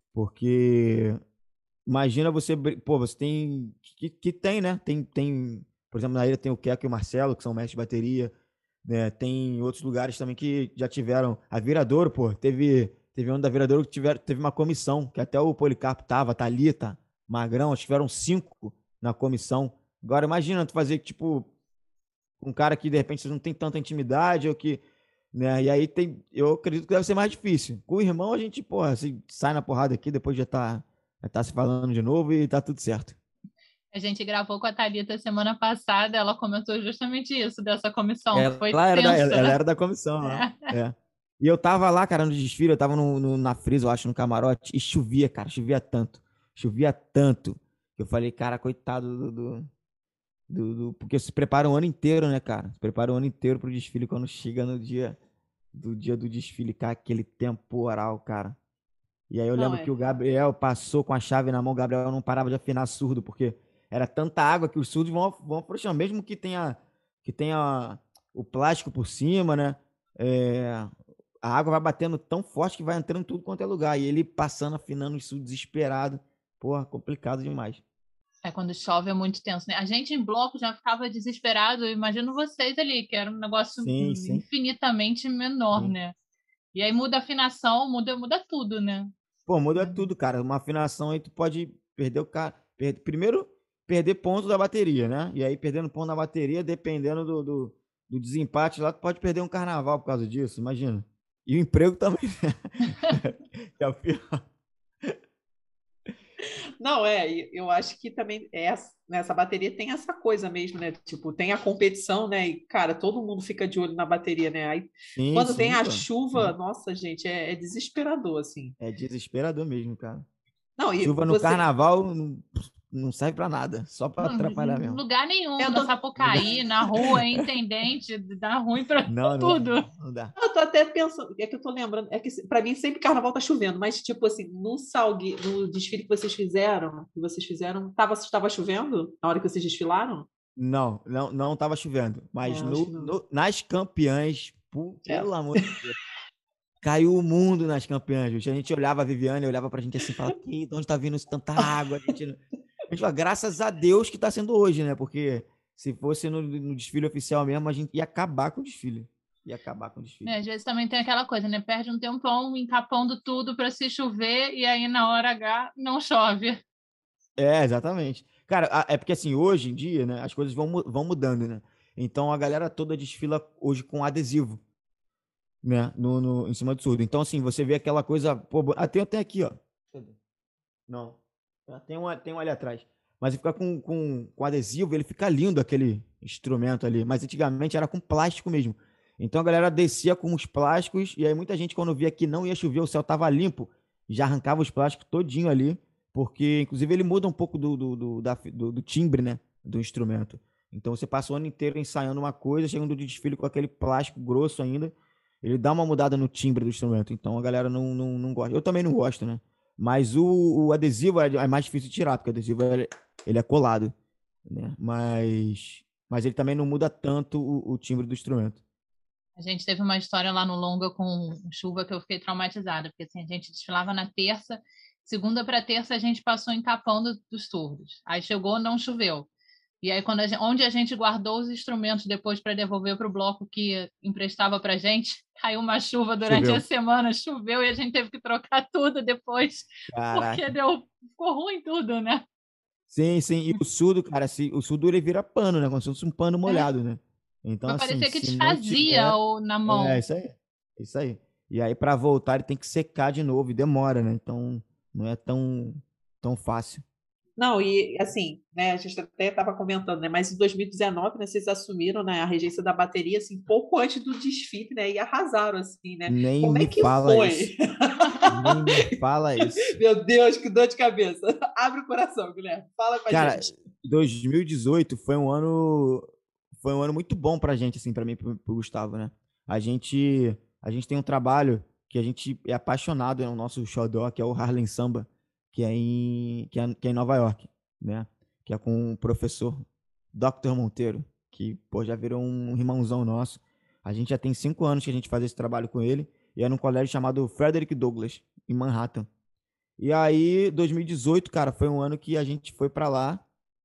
Porque imagina você, bri- pô, você tem, que, que tem, né? Tem, tem, por exemplo, na ilha tem o Keco e o Marcelo, que são mestres de bateria, né? Tem outros lugares também que já tiveram. A Viradouro, pô, teve, teve um da Viradouro que tiver, teve uma comissão, que até o Policarpo tava, Thalita, Magrão, tiveram cinco na comissão. Agora imagina tu fazer, tipo, um cara que de repente você não tem tanta intimidade, ou que, né? E aí tem, eu acredito que deve ser mais difícil. Com o irmão, a gente, porra, se sai na porrada aqui, depois já tá, já tá se falando de novo e tá tudo certo. A gente gravou com a Thalita semana passada, ela comentou justamente isso, dessa comissão, que Ela, foi ela era da, tensa. ela, ela era da comissão lá. É. E eu tava lá, cara, no desfile, eu tava no, no- na frisa, eu acho, no camarote, e chovia, cara, chovia tanto. Chovia tanto. Que eu falei, cara, coitado do, do, do- do- Porque se prepara o ano inteiro, né, cara? Se prepara o ano inteiro pro desfile quando chega no dia do dia do desfile, cara, aquele temporal, cara. E aí eu Não, lembro é. que o Gabriel passou com a chave na mão, o Gabriel não parava de afinar surdo, porque era tanta água que os surdos vão, vão afrouxando, mesmo que tenha, que tenha o plástico por cima, né? É, a água vai batendo tão forte que vai entrando em tudo quanto é lugar. E ele passando, afinando isso desesperado. Porra, complicado demais. É, quando chove é muito tenso, né? A gente em bloco já ficava desesperado, eu imagino vocês ali, que era um negócio Sim, sim. infinitamente menor, Sim. né? E aí muda a afinação, muda, muda tudo, né? Pô, muda tudo, cara. Uma afinação aí tu pode perder o cara. per- Primeiro, perder pontos da bateria, né? E aí, perdendo ponto na bateria, dependendo do, do, do desempate lá, tu pode perder um carnaval por causa disso, imagina. E o emprego também, né? Que é o pior. Não, é, e eu acho que também é, essa- nessa bateria tem essa coisa mesmo, né? Tipo, tem a competição, né? E, cara, todo mundo fica de olho na bateria, né? Aí, Sim, quando tem sim, a pô. chuva, Sim. nossa, gente, é, é desesperador, assim. É desesperador mesmo, cara. Não, e Chuva no você, carnaval, não- não serve pra nada, só pra atrapalhar mesmo. Lugar nenhum, Eu na tô- Sapucaí, na rua, em Intendente, dá ruim pra Não, não, tudo. não dá. Eu tô até pensando, é que eu tô lembrando, é que pra mim sempre carnaval tá chovendo, mas tipo assim, no Salgue, no desfile que vocês fizeram, que vocês fizeram, tava, tava chovendo na hora que vocês desfilaram? Não, não, não tava chovendo. Mas É, no, acho que não. no- nas campeãs, pu- É. pelo amor de Deus, caiu o mundo nas campeãs. Gente. A gente olhava a Viviane, olhava pra gente assim e falava, "Que, de onde tá vindo isso, tanta água? A gente, não-" a gente fala, graças a Deus que tá sendo hoje, né? Porque se fosse no, no desfile oficial mesmo, a gente ia acabar com o desfile. Ia acabar com o desfile. É, às vezes também tem aquela coisa, né? Perde um tempão encapando tudo para se chover e aí na hora H não chove. É, exatamente. Cara, a- é porque assim, hoje em dia, né, as coisas vão, mu- vão mudando, né? Então a galera toda desfila hoje com adesivo, né? No, no- em cima do surdo. Então, assim, você vê aquela coisa. Pô, bo- ah, tem até aqui, ó. Cadê? Não. Ah, Tem um, tem um ali atrás. Mas fica com, com, com adesivo, ele fica lindo aquele instrumento ali. Mas antigamente era com plástico mesmo. Então a galera descia com os plásticos, e aí muita gente, quando via que não ia chover, o céu tava limpo, já arrancava os plásticos todinho ali, porque inclusive ele muda um pouco do, do, do, da fi- do- do timbre, né? Do instrumento. Então você passa o ano inteiro ensaiando uma coisa, chega no desfile com aquele plástico grosso ainda, ele dá uma mudada no timbre do instrumento. Então a galera não, não, não gosta. Eu também não gosto, né? Mas o, o adesivo é, é mais difícil de tirar, porque o adesivo ele, ele é colado, né? Mas, mas ele também não muda tanto o, o timbre do instrumento. A gente teve uma história lá no Longa com chuva que eu fiquei traumatizada, porque assim, a gente desfilava na terça, segunda para terça a gente passou encapando dos surdos. Aí chegou, não choveu. E aí, quando a gente, onde a gente guardou os instrumentos depois para devolver para o bloco que emprestava para a gente, caiu uma chuva durante Choveu. a semana, choveu e a gente teve que trocar tudo depois, Caraca. porque deu, ficou ruim tudo, né? Sim, sim. E o surdo, cara, se, o surdo ele vira pano, né? Como se fosse um pano molhado, né? Então, Vai assim, parecer que se não desfazia tiver... o, na mão. É, isso aí. Isso aí. E aí, pra voltar, ele tem que secar de novo e demora, né? Então, não é tão, tão fácil. Não, e assim, né, a gente até estava comentando, né, mas em dois mil e dezenove, né, vocês assumiram, né, a regência da bateria, assim, pouco antes do desfile, né, e arrasaram, assim, né? Nem Como me é que fala foi? isso. Nem me fala isso. Meu Deus, que dor de cabeça. Abre o coração, Guilherme. Fala com a Cara, gente. dois mil e dezoito foi um ano foi um ano muito bom pra gente, assim, pra mim e pro, pro Gustavo, né? A gente a gente tem um trabalho que a gente é apaixonado, é o nosso xodó, que é o Harlem Samba, que é em que é, que é em Nova York, né? Que é com o professor doutor Monteiro, que pô, já virou um irmãozão nosso. A gente já tem cinco anos que a gente faz esse trabalho com ele, e é num colégio chamado Frederick Douglass, em Manhattan. E aí, dois mil e dezoito, cara, foi um ano que a gente foi pra lá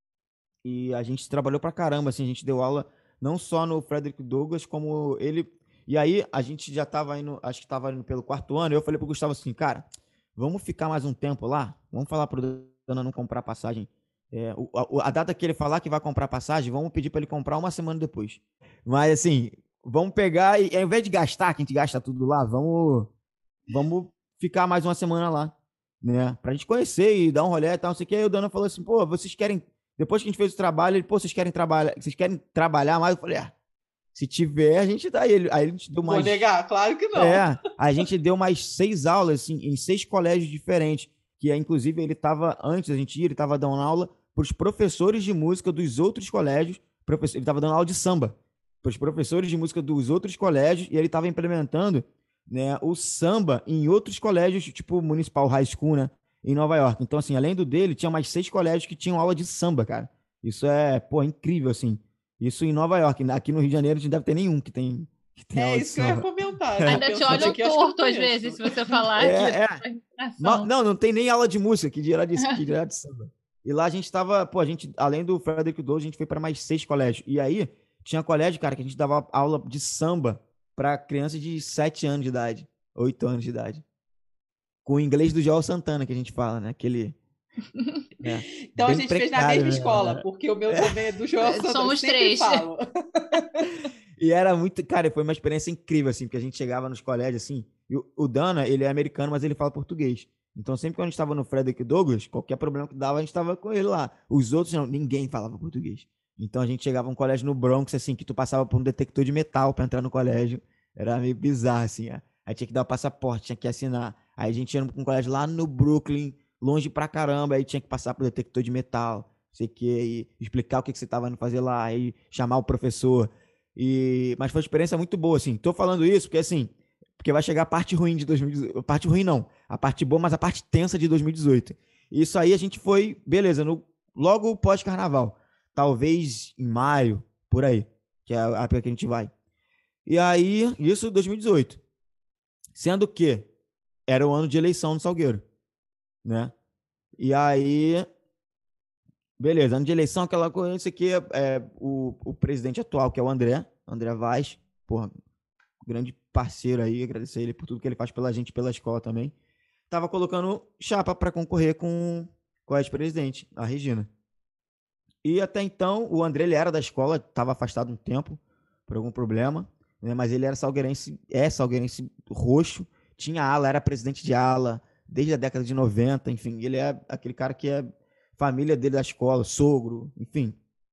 e a gente trabalhou pra caramba, assim, a gente deu aula não só no Frederick Douglass, como ele... E aí, a gente já tava indo, acho que tava indo pelo quarto ano, e eu falei pro Gustavo assim, cara, vamos ficar mais um tempo lá? Vamos falar pro Dana não comprar passagem. É, o- a, a data que ele falar que vai comprar passagem, vamos pedir pra ele comprar uma semana depois. Mas, assim, vamos pegar e ao invés de gastar, que a gente gasta tudo lá, vamos, vamos ficar mais uma semana lá, né? Pra gente conhecer e dar um rolê e tal, não sei o que. Aí o Dana falou assim, pô, vocês querem... Depois que a gente fez o trabalho, ele, pô, vocês querem trabalhar, vocês querem trabalhar mais? Eu falei, ah, se tiver, a gente tá aí. Ele- Aí a gente deu Vou mais... negar? Claro que não. É, a gente deu mais seis aulas, assim, em seis colégios diferentes, que é, inclusive, ele tava, antes da gente ir, ele tava dando aula pros professores de música dos outros colégios, professor, ele tava dando aula de samba pros professores de música dos outros colégios, e ele tava implementando, né, o samba em outros colégios, tipo Municipal High School, né, em Nova York. Então, assim, além do dele, tinha mais seis colégios que tinham aula de samba, cara. Isso é, pô, incrível, assim. Isso em Nova York. Aqui no Rio de Janeiro, a gente deve ter nenhum que tem, que tem É aula de isso que eu ia samba. comentar. né? Ainda te Pensando olham aqui, acho que eu torto às conheço. vezes, se você falar É, que é. é Ma- Não, não tem nem aula de música, que dirá de, que dirá de samba. E lá a gente tava, pô, a gente, além do Frederick Douglass, a gente foi para mais seis colégios. E aí, tinha colégio, cara, que a gente dava aula de samba para crianças de sete anos de idade, oito anos de idade. Com o inglês do Joel Santana, que a gente fala, né? Aquele... né, Então a bem gente fez na precário, mesma né? escola, porque o meu também é do João Santana. Somos sempre três. falo. E era muito, cara, foi uma experiência incrível, assim, porque a gente chegava nos colégios, assim, e o, o Dana, ele é americano, mas ele fala português. Então, sempre que a gente estava no Frederick Douglass, qualquer problema que dava, a gente estava com ele lá. Os outros, não, ninguém falava português. Então, a gente chegava a um colégio no Bronx, assim, que tu passava por um detector de metal pra entrar no colégio. Era meio bizarro, assim, ó. Aí tinha que dar o passaporte, tinha que assinar. Aí a gente ia pra um colégio lá no Brooklyn, longe pra caramba, aí tinha que passar pro detector de metal, não sei o que, e explicar o que, que você tava indo fazer lá, aí chamar o professor. E... Mas foi uma experiência muito boa, assim. Tô falando isso porque, assim, porque vai chegar a parte ruim de dois mil e dezoito. A parte ruim não, a parte boa, mas a parte tensa de dois mil e dezoito. Isso aí a gente foi, beleza, no... logo pós-carnaval. Talvez em maio, por aí, que é a época que a gente vai. E aí, isso em dois mil e dezoito. Sendo que era o ano de eleição no Salgueiro, né? E aí, beleza, ano de eleição, aquela coisa, isso aqui, é, o, o presidente atual, que é o André, André Vaz, porra, grande parceiro aí, agradecer ele por tudo que ele faz pela gente, pela escola também, tava colocando chapa para concorrer com, com a ex-presidente, a Regina. E até então, o André, ele era da escola, estava afastado um tempo, por algum problema, né? Mas ele era salgueirense, é salgueirense roxo, tinha ala, era presidente de ala, desde a década de noventa, enfim, ele é aquele cara que é família dele da escola, sogro, enfim,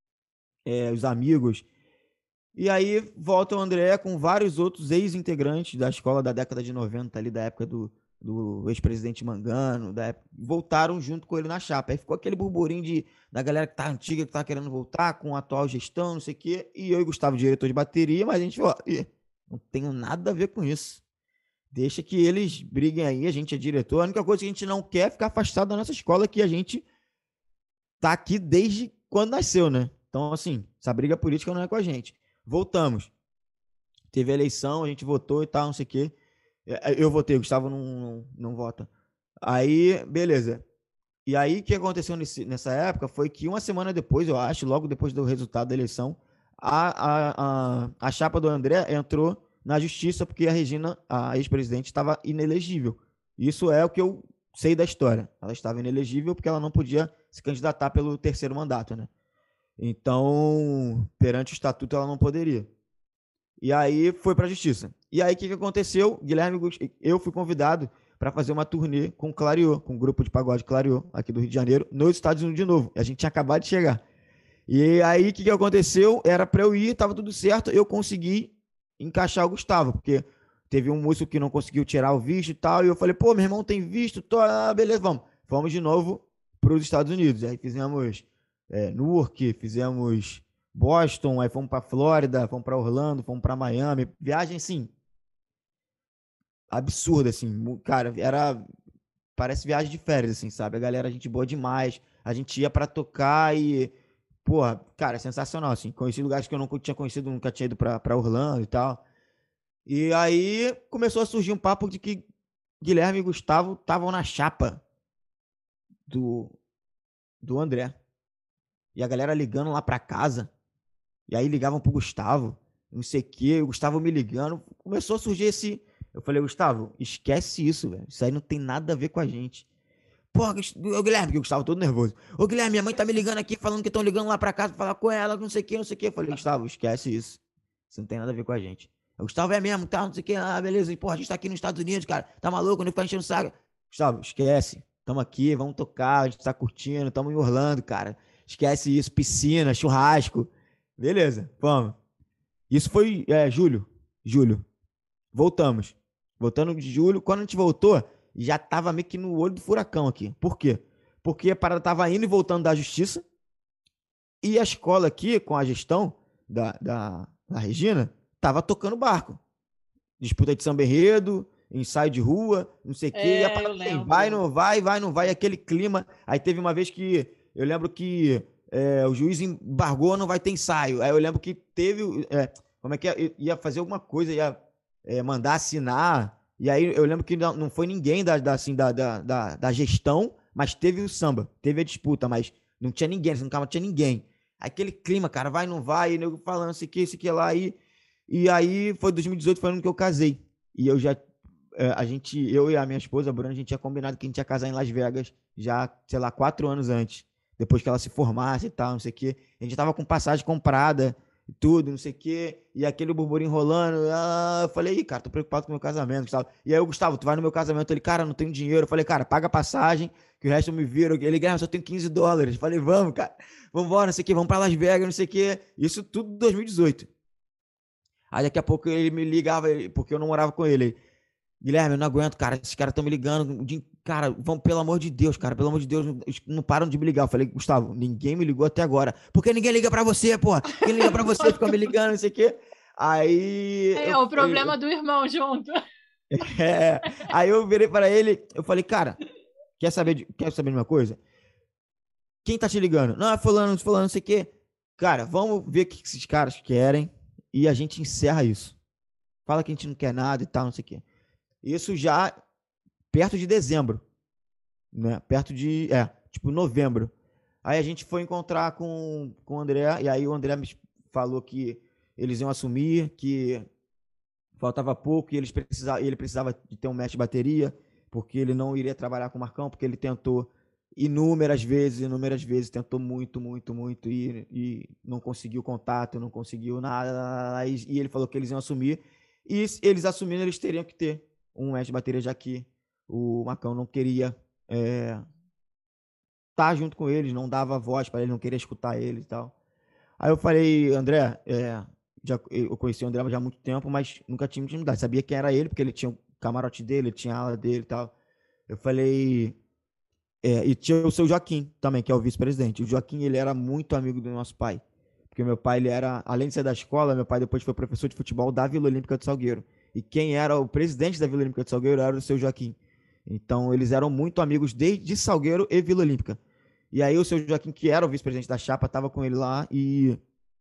é, os amigos. E aí volta o André com vários outros ex-integrantes da escola da década de noventa, ali da época do, do ex-presidente Mangano, da época, voltaram junto com ele na chapa. Aí ficou aquele burburinho de, da galera que tá antiga, que tá querendo voltar com a atual gestão, não sei o quê, e eu e Gustavo, diretor de bateria, mas a gente falou, não tenho nada a ver com isso. Deixa que eles briguem aí, a gente é diretor. A única coisa que a gente não quer é ficar afastado da nossa escola, que a gente tá aqui desde quando nasceu, né? Então, assim, essa briga política não é com a gente. Voltamos. Teve a eleição, a gente votou e tal, não sei o quê. Eu votei, o Gustavo não, não, não vota. Aí, beleza. E aí, o que aconteceu nesse, nessa época foi que uma semana depois, eu acho, logo depois do resultado da eleição, a, a, a, a chapa do André entrou na justiça porque a Regina, a ex-presidente, estava inelegível. Isso é o que eu sei da história. Ela estava inelegível porque ela não podia se candidatar pelo terceiro mandato, né? Então, perante o estatuto, ela não poderia. E aí foi para a justiça. E aí o que, que aconteceu? Guilherme, eu fui convidado para fazer uma turnê com o Clariô, com o grupo de pagode Clariô, aqui do Rio de Janeiro, nos Estados Unidos de novo. A gente tinha acabado de chegar. E aí o que, que aconteceu? Era para eu ir, estava tudo certo, eu consegui encaixar o Gustavo, porque teve um músico que não conseguiu tirar o visto e tal, e eu falei, pô, meu irmão tem visto, tô... ah, beleza, vamos. Fomos de novo para os Estados Unidos, aí fizemos é, Newark, fizemos Boston, aí fomos para Flórida, fomos para Orlando, fomos para Miami, viagem, assim, absurda, assim, cara, era, parece viagem de férias, assim, sabe, a galera, a gente boa demais, a gente ia para tocar e... Porra, cara, sensacional, assim. Conheci lugares que eu não tinha conhecido, nunca tinha ido pra, pra Orlando e tal. E aí começou a surgir um papo de que Guilherme e Gustavo estavam na chapa do, do André. E a galera ligando lá pra casa. E aí ligavam pro Gustavo, não sei o quê, o Gustavo me ligando. Começou a surgir esse... Eu falei, Gustavo, esquece isso, velho. Isso aí não tem nada a ver com a gente. Porra, o Guilherme, que eu estava todo nervoso. Ô, Guilherme, minha mãe tá me ligando aqui, falando que estão ligando lá pra casa pra falar com ela, não sei o que, não sei o que. Eu falei, Gustavo, esquece isso. Isso não tem nada a ver com a gente. O Gustavo é mesmo, tá, não sei o que. Ah, beleza. E, porra, a gente tá aqui nos Estados Unidos, cara. Tá maluco, não fica enchendo o saco. Gustavo, esquece. Tamo aqui, vamos tocar, a gente tá curtindo, tamo em Orlando, cara. Esquece isso, piscina, churrasco. Beleza, vamos. Isso foi, é, julho. Julho. Voltamos. Voltando de julho. Quando a gente voltou... já tava meio que no olho do furacão aqui. Por quê? Porque a parada tava indo e voltando da justiça, e a escola aqui, com a gestão da, da, da Regina, tava tocando barco. Disputa de samba enredo, ensaio de rua, não sei o quê, É, e a parada eu assim, lembro. vai, não vai, vai, não vai, aquele clima. Aí teve uma vez que, eu lembro que é, o juiz embargou, não vai ter ensaio. Aí eu lembro que teve, é, como é que é? Ia fazer alguma coisa, ia é, mandar assinar. E aí eu lembro que não foi ninguém da, da, assim, da, da, da gestão, mas teve o samba, teve a disputa, mas não tinha ninguém, não tinha ninguém. Aquele clima, cara, vai, não vai, nego falando isso aqui, isso aqui lá, aí. E aí foi dois mil e dezoito, foi o ano que eu casei. E eu já, a gente, eu e a minha esposa, a Bruna, a gente tinha combinado que a gente ia casar em Las Vegas já, sei lá, quatro anos antes, depois que ela se formasse e tal, não sei o quê. A gente tava com passagem comprada, e tudo, não sei o quê, e aquele burburinho rolando, ah, eu falei, ih, cara, tô preocupado com o meu casamento, Gustavo. E aí o Gustavo, tu vai no meu casamento, ele, cara, não tenho dinheiro. Eu falei, cara, paga a passagem, que o resto eu me viro. Ele, Guilherme, só tenho quinze dólares. Eu falei, vamos, cara, vamos embora, não sei o quê, vamos pra Las Vegas, não sei o quê. Isso tudo em dois mil e dezoito. Aí daqui a pouco ele me ligava, porque eu não morava com ele. Guilherme, eu não aguento, cara, esses caras estão me ligando, de- cara, vão, pelo amor de Deus, cara, pelo amor de Deus, eles não param de me ligar. Eu falei, Gustavo, ninguém me ligou até agora. Por que ninguém liga pra você, porra? Quem liga pra você fica me ligando, não sei o quê. Aí, É eu, o problema do irmão junto. é, aí eu virei pra ele, eu falei, cara, quer saber de, quer saber de uma coisa? Quem tá te ligando? Não, é fulano, fulano, não sei o quê. Cara, vamos ver o que esses caras querem e a gente encerra isso. Fala que a gente não quer nada e tal, não sei o quê. Isso já perto de dezembro, né? Perto de, é, tipo novembro. Aí a gente foi encontrar com, com o André, e aí o André me falou que eles iam assumir, que faltava pouco e eles precisava, ele precisava de ter um mestre de bateria, porque ele não iria trabalhar com o Marcão, porque ele tentou inúmeras vezes, inúmeras vezes, tentou muito, muito, muito, e, e não conseguiu contato, não conseguiu nada, e, e ele falou que eles iam assumir, e se eles assumindo, eles teriam que ter um mestre de bateria, já que o Marcão não queria é, estar junto com eles, não dava voz para ele, não queria escutar ele e tal. Aí eu falei, André, é, já, eu conheci o André já há muito tempo, mas nunca tinha intimidade. Sabia quem era ele, porque ele tinha o camarote dele, ele tinha a ala dele e tal. Eu falei, é, e tinha o seu Joaquim também, que é o vice-presidente. O Joaquim, ele era muito amigo do nosso pai. Porque meu pai, ele era, além de ser da escola, meu pai depois foi professor de futebol da Vila Olímpica de Salgueiro. E quem era o presidente da Vila Olímpica de Salgueiro era o seu Joaquim. Então, eles eram muito amigos desde Salgueiro e Vila Olímpica. E aí o seu Joaquim, que era o vice-presidente da chapa, estava com ele lá e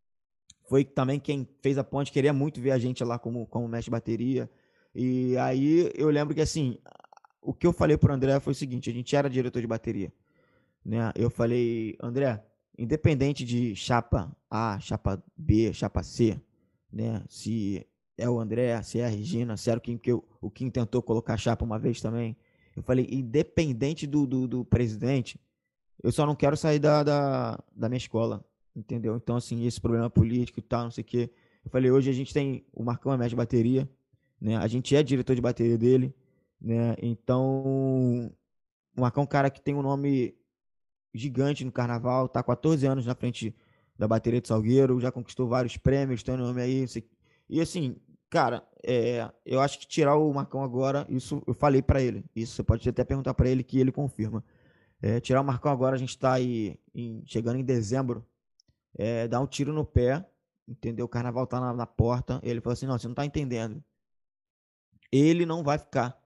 foi também quem fez a ponte, queria muito ver a gente lá como, como mestre de bateria. E aí eu lembro que, assim, o que eu falei pro André foi o seguinte, a gente era diretor de bateria, né? Eu falei, André, independente de chapa A, chapa B, chapa C, né? Se é o André, se é a Regina, se era o Kim, que eu, o Kim tentou colocar chapa uma vez também. Eu falei, independente do, do, do presidente, eu só não quero sair da, da, da minha escola, entendeu? Então, assim, esse problema político e tal, não sei o quê. Eu falei, hoje a gente tem o Marcão é mestre de bateria, né? A gente é diretor de bateria dele, né? Então, o Marcão é um cara que tem um nome gigante no carnaval, tá há quatorze anos na frente da bateria de Salgueiro, já conquistou vários prêmios, tem um nome aí, não sei. E assim, cara, é, eu acho que tirar o Marcão agora, isso eu falei pra ele, isso você pode até perguntar pra ele que ele confirma. É, tirar o Marcão agora, a gente tá aí em- chegando em dezembro, é, dá um tiro no pé, entendeu? O carnaval tá na, na porta. Ele falou assim: não, você não tá entendendo. Ele não vai ficar.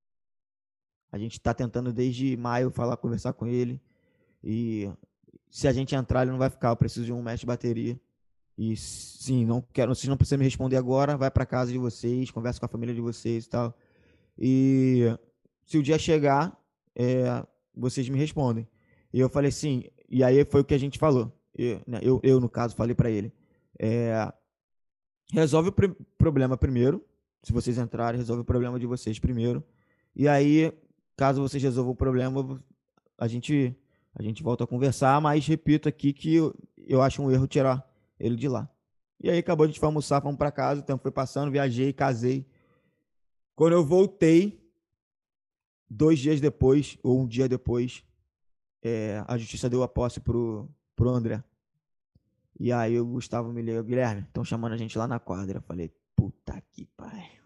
A gente tá tentando desde maio falar, conversar com ele. E se a gente entrar, ele não vai ficar. Eu preciso de um mestre de bateria. E sim, não quero, vocês não precisam me responder agora. Vai pra casa de vocês, conversa com a família de vocês e tal. E se o dia chegar, é, vocês me respondem. E eu falei assim, e aí foi o que a gente falou. Eu, né, eu, eu no caso, falei pra ele. É, resolve o pr- problema primeiro. Se vocês entrarem, resolve o problema de vocês primeiro. E aí, caso vocês resolvam o problema, a gente, a gente volta a conversar. Mas repito aqui que eu, eu acho um erro tirar ele de lá. E aí acabou, a gente foi almoçar, fomos pra casa, o tempo foi passando, viajei, casei. Quando eu voltei, dois dias depois, ou um dia depois, é, a justiça deu a posse pro, pro André. E aí o Gustavo me ligou, Guilherme, estão chamando a gente lá na quadra. Eu falei, puta que pariu.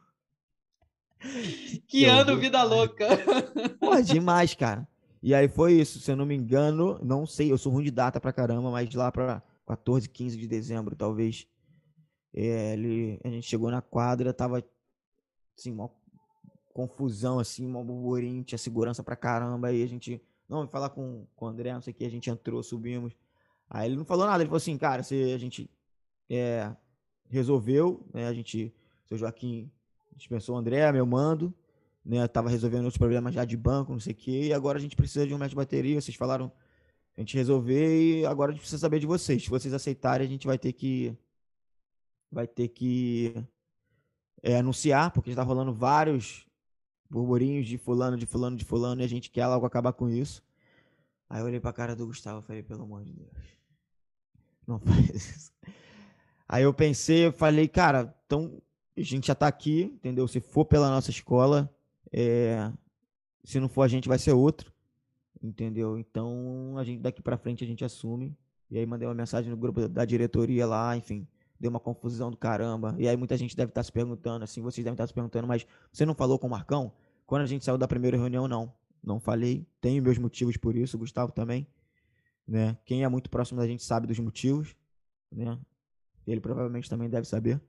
Que Eu ano, vou- vida louca. Pô, demais, cara. E aí foi isso, se eu não me engano, não sei, eu sou ruim de data pra caramba, mas lá pra quatorze, quinze de dezembro, talvez, é, ele, a gente chegou na quadra, tava, assim, uma confusão, assim, uma burburinho, tinha segurança pra caramba, aí a gente, não, vai falar com, com o André, não sei o que, a gente entrou, subimos, aí ele não falou nada, ele falou assim, cara, se a gente é, resolveu, né, a gente, seu Joaquim dispensou o André, meu mando, né, tava resolvendo outros problemas já de banco, não sei o que, e agora a gente precisa de um mestre de bateria, vocês falaram a gente resolver e agora a gente precisa saber de vocês, se vocês aceitarem a gente vai ter que vai ter que é, anunciar, porque já tá rolando vários burburinhos de fulano, de fulano, de fulano, e a gente quer logo acabar com isso. Aí eu olhei pra cara do Gustavo e falei, pelo amor de Deus, não faz isso. Aí eu pensei, eu falei, cara, então a gente já tá aqui, entendeu? Se for pela nossa escola, é, se não for a gente, vai ser outro, entendeu? Então a gente daqui pra frente a gente assume. E aí mandei uma mensagem no grupo da diretoria lá, enfim, deu uma confusão do caramba. E aí muita gente deve estar se perguntando, assim, vocês devem estar se perguntando, mas você não falou com o Marcão? Quando a gente saiu da primeira reunião, não. Não falei. Tenho meus motivos por isso, o Gustavo também. Né? Quem é muito próximo da gente sabe dos motivos. Né? Ele provavelmente também deve saber.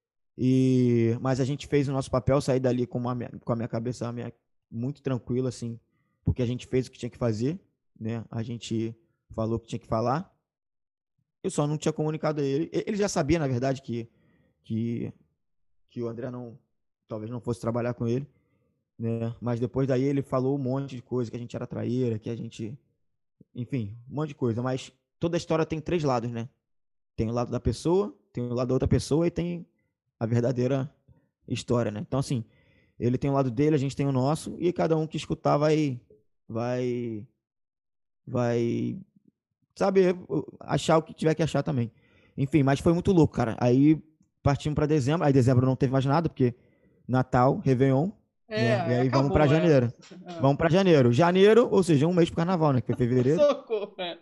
E... Mas a gente fez o nosso papel, sair dali com, uma, com a minha cabeça minha, muito tranquila, assim, porque a gente fez o que tinha que fazer. Né? A gente falou o que tinha que falar. Eu só não tinha comunicado a ele. Ele já sabia, na verdade, que, que, que o André não, talvez não fosse trabalhar com ele, né? Mas depois daí ele falou um monte de coisa, que a gente era traíra, que a gente... Enfim, um monte de coisa. Mas toda a história tem três lados, né? Tem o lado da pessoa, tem o lado da outra pessoa e tem a verdadeira história, né? Então, assim, ele tem o lado dele, a gente tem o nosso, e cada um que escutar vai... Vai... Vai... saber, achar o que tiver que achar também. Enfim, mas foi muito louco, cara. Aí partimos para dezembro. Aí dezembro não teve mais nada, porque Natal, Réveillon. É, né? E aí acabou, vamos para janeiro. É. Vamos para janeiro. Janeiro, ou seja, um mês pro carnaval, né? Que foi fevereiro. Socorro, é.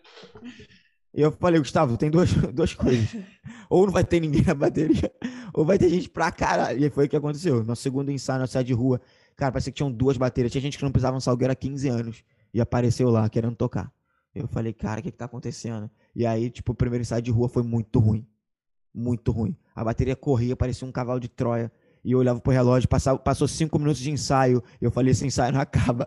E eu falei, Gustavo, tem duas, duas coisas. Ou não vai ter ninguém na bateria, ou vai ter gente pra caralho. E aí foi o que aconteceu. Nosso segundo ensaio, nosso ensaio de rua. Cara, parecia que tinham duas baterias. Tinha gente que não pisava no Salgueiro há quinze anos. E apareceu lá, querendo tocar. Eu falei, cara, o que que tá acontecendo? E aí, tipo, o primeiro ensaio de rua foi muito ruim. Muito ruim. A bateria corria, parecia um cavalo de Troia. E eu olhava pro relógio, passava, passou cinco minutos de ensaio. Eu falei, esse ensaio não acaba.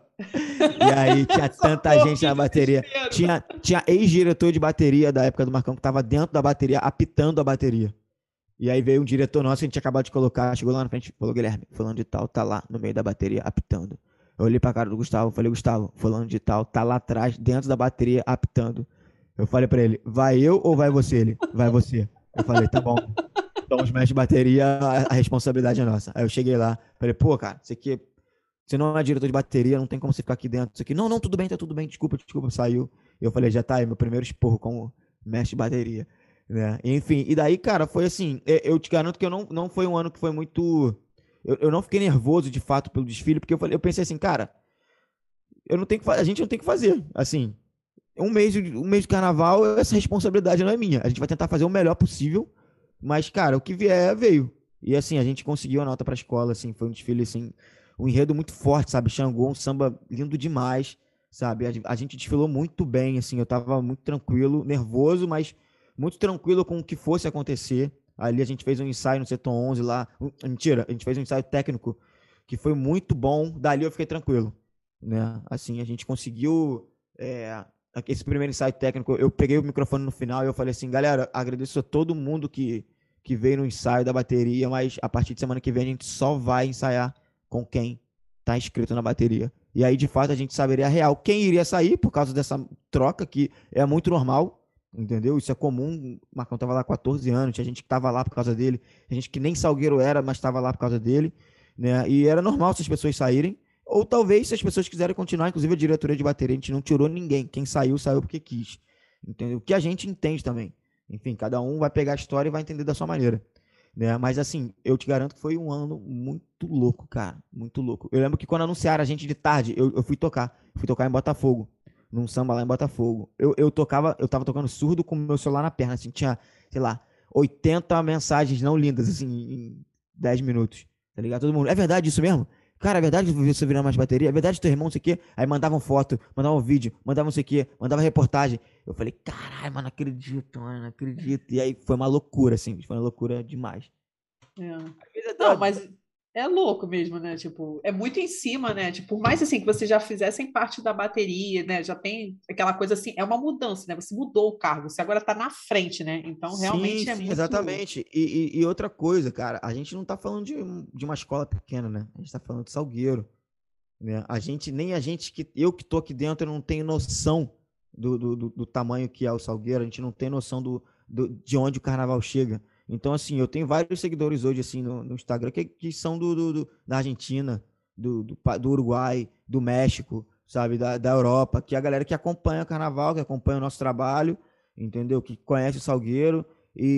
E aí, tinha tanta gente na bateria. Tinha, tinha ex-diretor de bateria da época do Marcão que tava dentro da bateria, apitando a bateria. E aí veio um diretor nosso que a gente acabou de colocar, chegou lá na frente e falou, Guilherme, fulano de tal, tá lá no meio da bateria, apitando. Eu olhei pra cara do Gustavo, falei, Gustavo, fulano de tal, tá lá atrás, dentro da bateria, apitando. Eu falei pra ele, vai eu ou vai você? Ele, vai você. Eu falei, tá bom. Então, os mestres de bateria, a, a responsabilidade é nossa. Aí eu cheguei lá, falei, pô, cara, você aqui, você não é diretor de bateria, não tem como você ficar aqui dentro. Isso aqui, não, não, tudo bem, tá tudo bem, desculpa, desculpa, saiu. Eu falei, já tá aí, meu primeiro esporro como mestre de bateria. Né? Enfim, e daí, cara, foi assim, eu te garanto que eu não, não foi um ano que foi muito... Eu, eu não fiquei nervoso, de fato, pelo desfile, porque eu, falei, eu pensei assim, cara, eu não tenho que, a gente não tem que fazer, assim, um mês, um mês de carnaval, essa responsabilidade não é minha, a gente vai tentar fazer o melhor possível, mas, cara, o que vier, veio. E, assim, a gente conseguiu a nota pra escola, assim, foi um desfile, assim, um enredo muito forte, sabe, Xangô, um samba lindo demais, sabe, a, a gente desfilou muito bem, assim, eu tava muito tranquilo, nervoso, mas muito tranquilo com o que fosse acontecer. Ali a gente fez um ensaio no setor onze lá. Mentira, a gente fez um ensaio técnico que foi muito bom. Dali eu fiquei tranquilo. Né? Assim, a gente conseguiu... É, esse primeiro ensaio técnico, eu peguei o microfone no final e eu falei assim, galera, agradeço a todo mundo que, que veio no ensaio da bateria, mas a partir de semana que vem a gente só vai ensaiar com quem tá inscrito na bateria. E aí, de fato, a gente saberia a real quem iria sair por causa dessa troca, que é muito normal. Entendeu? Isso é comum. O Marcão tava lá há quatorze anos, tinha gente que tava lá por causa dele, tinha gente que nem Salgueiro era, mas tava lá por causa dele, né? E era normal se as pessoas saírem, ou talvez se as pessoas quiserem continuar, inclusive a diretoria de bateria, a gente não tirou ninguém, quem saiu, saiu porque quis, entendeu? O que a gente entende também. Enfim, cada um vai pegar a história e vai entender da sua maneira, né? Mas assim, eu te garanto que foi um ano muito louco, cara, muito louco. Eu lembro que quando anunciaram a gente de tarde, eu, eu fui tocar, fui tocar em Botafogo, num samba lá em Botafogo. Eu, eu tocava, eu tava tocando surdo com o meu celular na perna, assim, tinha, sei lá, oitenta mensagens não lindas, assim, em dez minutos, tá ligado? Todo mundo, é verdade isso mesmo? Cara, é verdade você virar mais bateria? É verdade teu irmão, não sei o quê? Aí mandavam foto, mandavam vídeo, mandavam não sei o quê, mandavam reportagem. Eu falei, caralho, mano, não acredito, mano, não acredito. E aí foi uma loucura, assim, foi uma loucura demais. É. Não, mas é louco mesmo, né? Tipo, é muito em cima, né? Tipo, por mais assim que você já fizessem parte da bateria, né? Já tem aquela coisa assim, é uma mudança, né? Você mudou o cargo, você agora tá na frente, né? Então, realmente sim, é sim, muito... exatamente. E, e, e outra coisa, cara, a gente não tá falando de, de uma escola pequena, né? A gente tá falando de Salgueiro, né? A gente, nem a gente, que eu que tô aqui dentro, não tenho noção do, do, do, do tamanho que é o Salgueiro, a gente não tem noção do, do, de onde o carnaval chega. Então, assim, eu tenho vários seguidores hoje, assim, no, no Instagram, que, que são do, do, do, da Argentina, do, do, do Uruguai, do México, sabe, da, da Europa, que é a galera que acompanha o carnaval, que acompanha o nosso trabalho, entendeu? Que conhece o Salgueiro.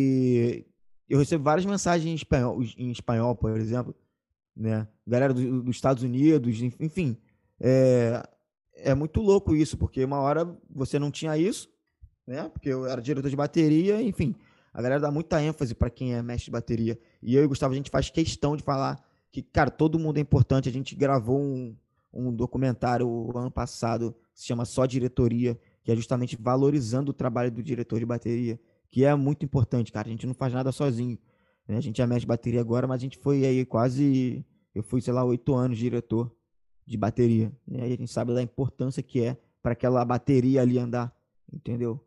E eu recebo várias mensagens em espanhol, em espanhol por exemplo, né? Galera do, dos Estados Unidos, enfim. É, é muito louco isso, porque uma hora você não tinha isso, né? Porque eu era diretor de bateria, enfim. A galera dá muita ênfase para quem é mestre de bateria. E eu e o Gustavo, a gente faz questão de falar que, cara, todo mundo é importante. A gente gravou um, um documentário ano passado, que se chama Só Diretoria, que é justamente valorizando o trabalho do diretor de bateria, que é muito importante, cara. A gente não faz nada sozinho, né? A gente é mestre de bateria agora, mas a gente foi aí quase... Eu fui, sei lá, oito anos diretor de bateria, né? E a gente sabe da importância que é para aquela bateria ali andar, entendeu?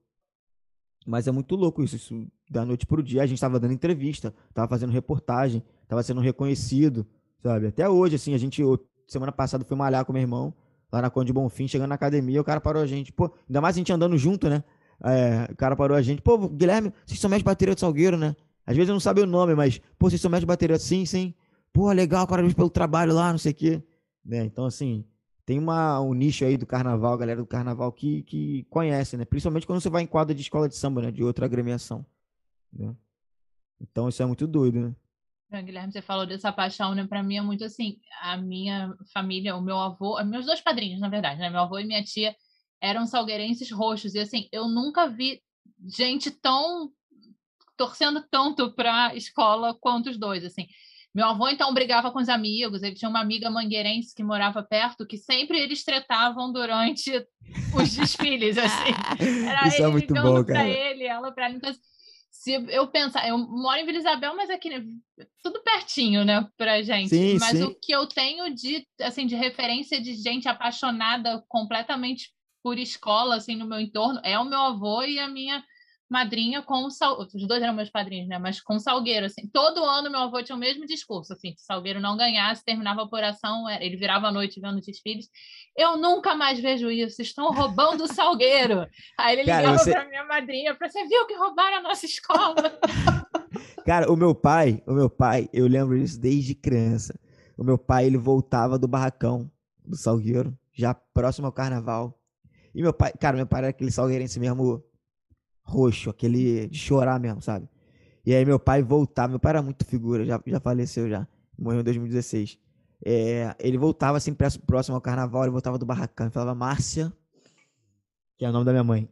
Mas é muito louco isso, isso da noite pro dia. A gente tava dando entrevista, tava fazendo reportagem, tava sendo reconhecido, sabe? Até hoje, assim, a gente, semana passada, foi malhar com meu irmão, lá na Conde Bonfim, chegando na academia, o cara parou a gente, pô, ainda mais a gente andando junto, né? É, o cara parou a gente, pô, Guilherme, vocês são mestre de bateria de Salgueiro, né? Às vezes eu não sabia o nome, mas, pô, vocês são mestre de bateria, sim, sim. Pô, legal, parabéns pelo trabalho lá, não sei o quê. Né? Então, assim, tem uma, um nicho aí do carnaval, galera do carnaval, que, que conhece, né? Principalmente quando você vai em quadra de escola de samba, né? De outra agremiação. Né? Então, isso é muito doido, né? Guilherme, você falou dessa paixão, né? Para mim é muito assim, a minha família, o meu avô, meus dois padrinhos, na verdade, né? Meu avô e minha tia eram salgueirenses roxos. E assim, eu nunca vi gente tão torcendo tanto para a escola quanto os dois, assim. Meu avô, então, brigava com os amigos. Ele tinha uma amiga mangueirense que morava perto, que sempre eles tretavam durante os desfiles, assim. Era Isso ele é muito ligando bom, para cara. ele, ela para ela. Então, se eu pensar, eu moro em Vila Isabel, mas aqui, né, tudo pertinho, né, pra gente. Sim, mas sim. o que eu tenho de, assim, de referência de gente apaixonada completamente por escola, assim, no meu entorno, é o meu avô e a minha madrinha com o Salgueiro. Os dois eram meus padrinhos, né? Mas com o Salgueiro, assim. Todo ano meu avô tinha o mesmo discurso, assim. Se o Salgueiro não ganhasse, terminava a apuração, ele virava a noite vendo os desfiles. Eu nunca mais vejo isso. Estão roubando o Salgueiro. Aí ele Cara, ligava você- pra minha madrinha, pra você viu que roubaram a nossa escola? Cara, o meu pai, o meu pai, eu lembro disso desde criança. O meu pai, ele voltava do barracão do Salgueiro, já próximo ao carnaval. E meu pai, cara, meu pai era aquele salgueirense mesmo roxo, aquele de chorar mesmo, sabe? E aí meu pai voltava, meu pai era muito figura, já, já faleceu já, morreu em dois mil e dezesseis. É, ele voltava assim próximo ao carnaval, ele voltava do barracão e falava, Márcia, que é o nome da minha mãe.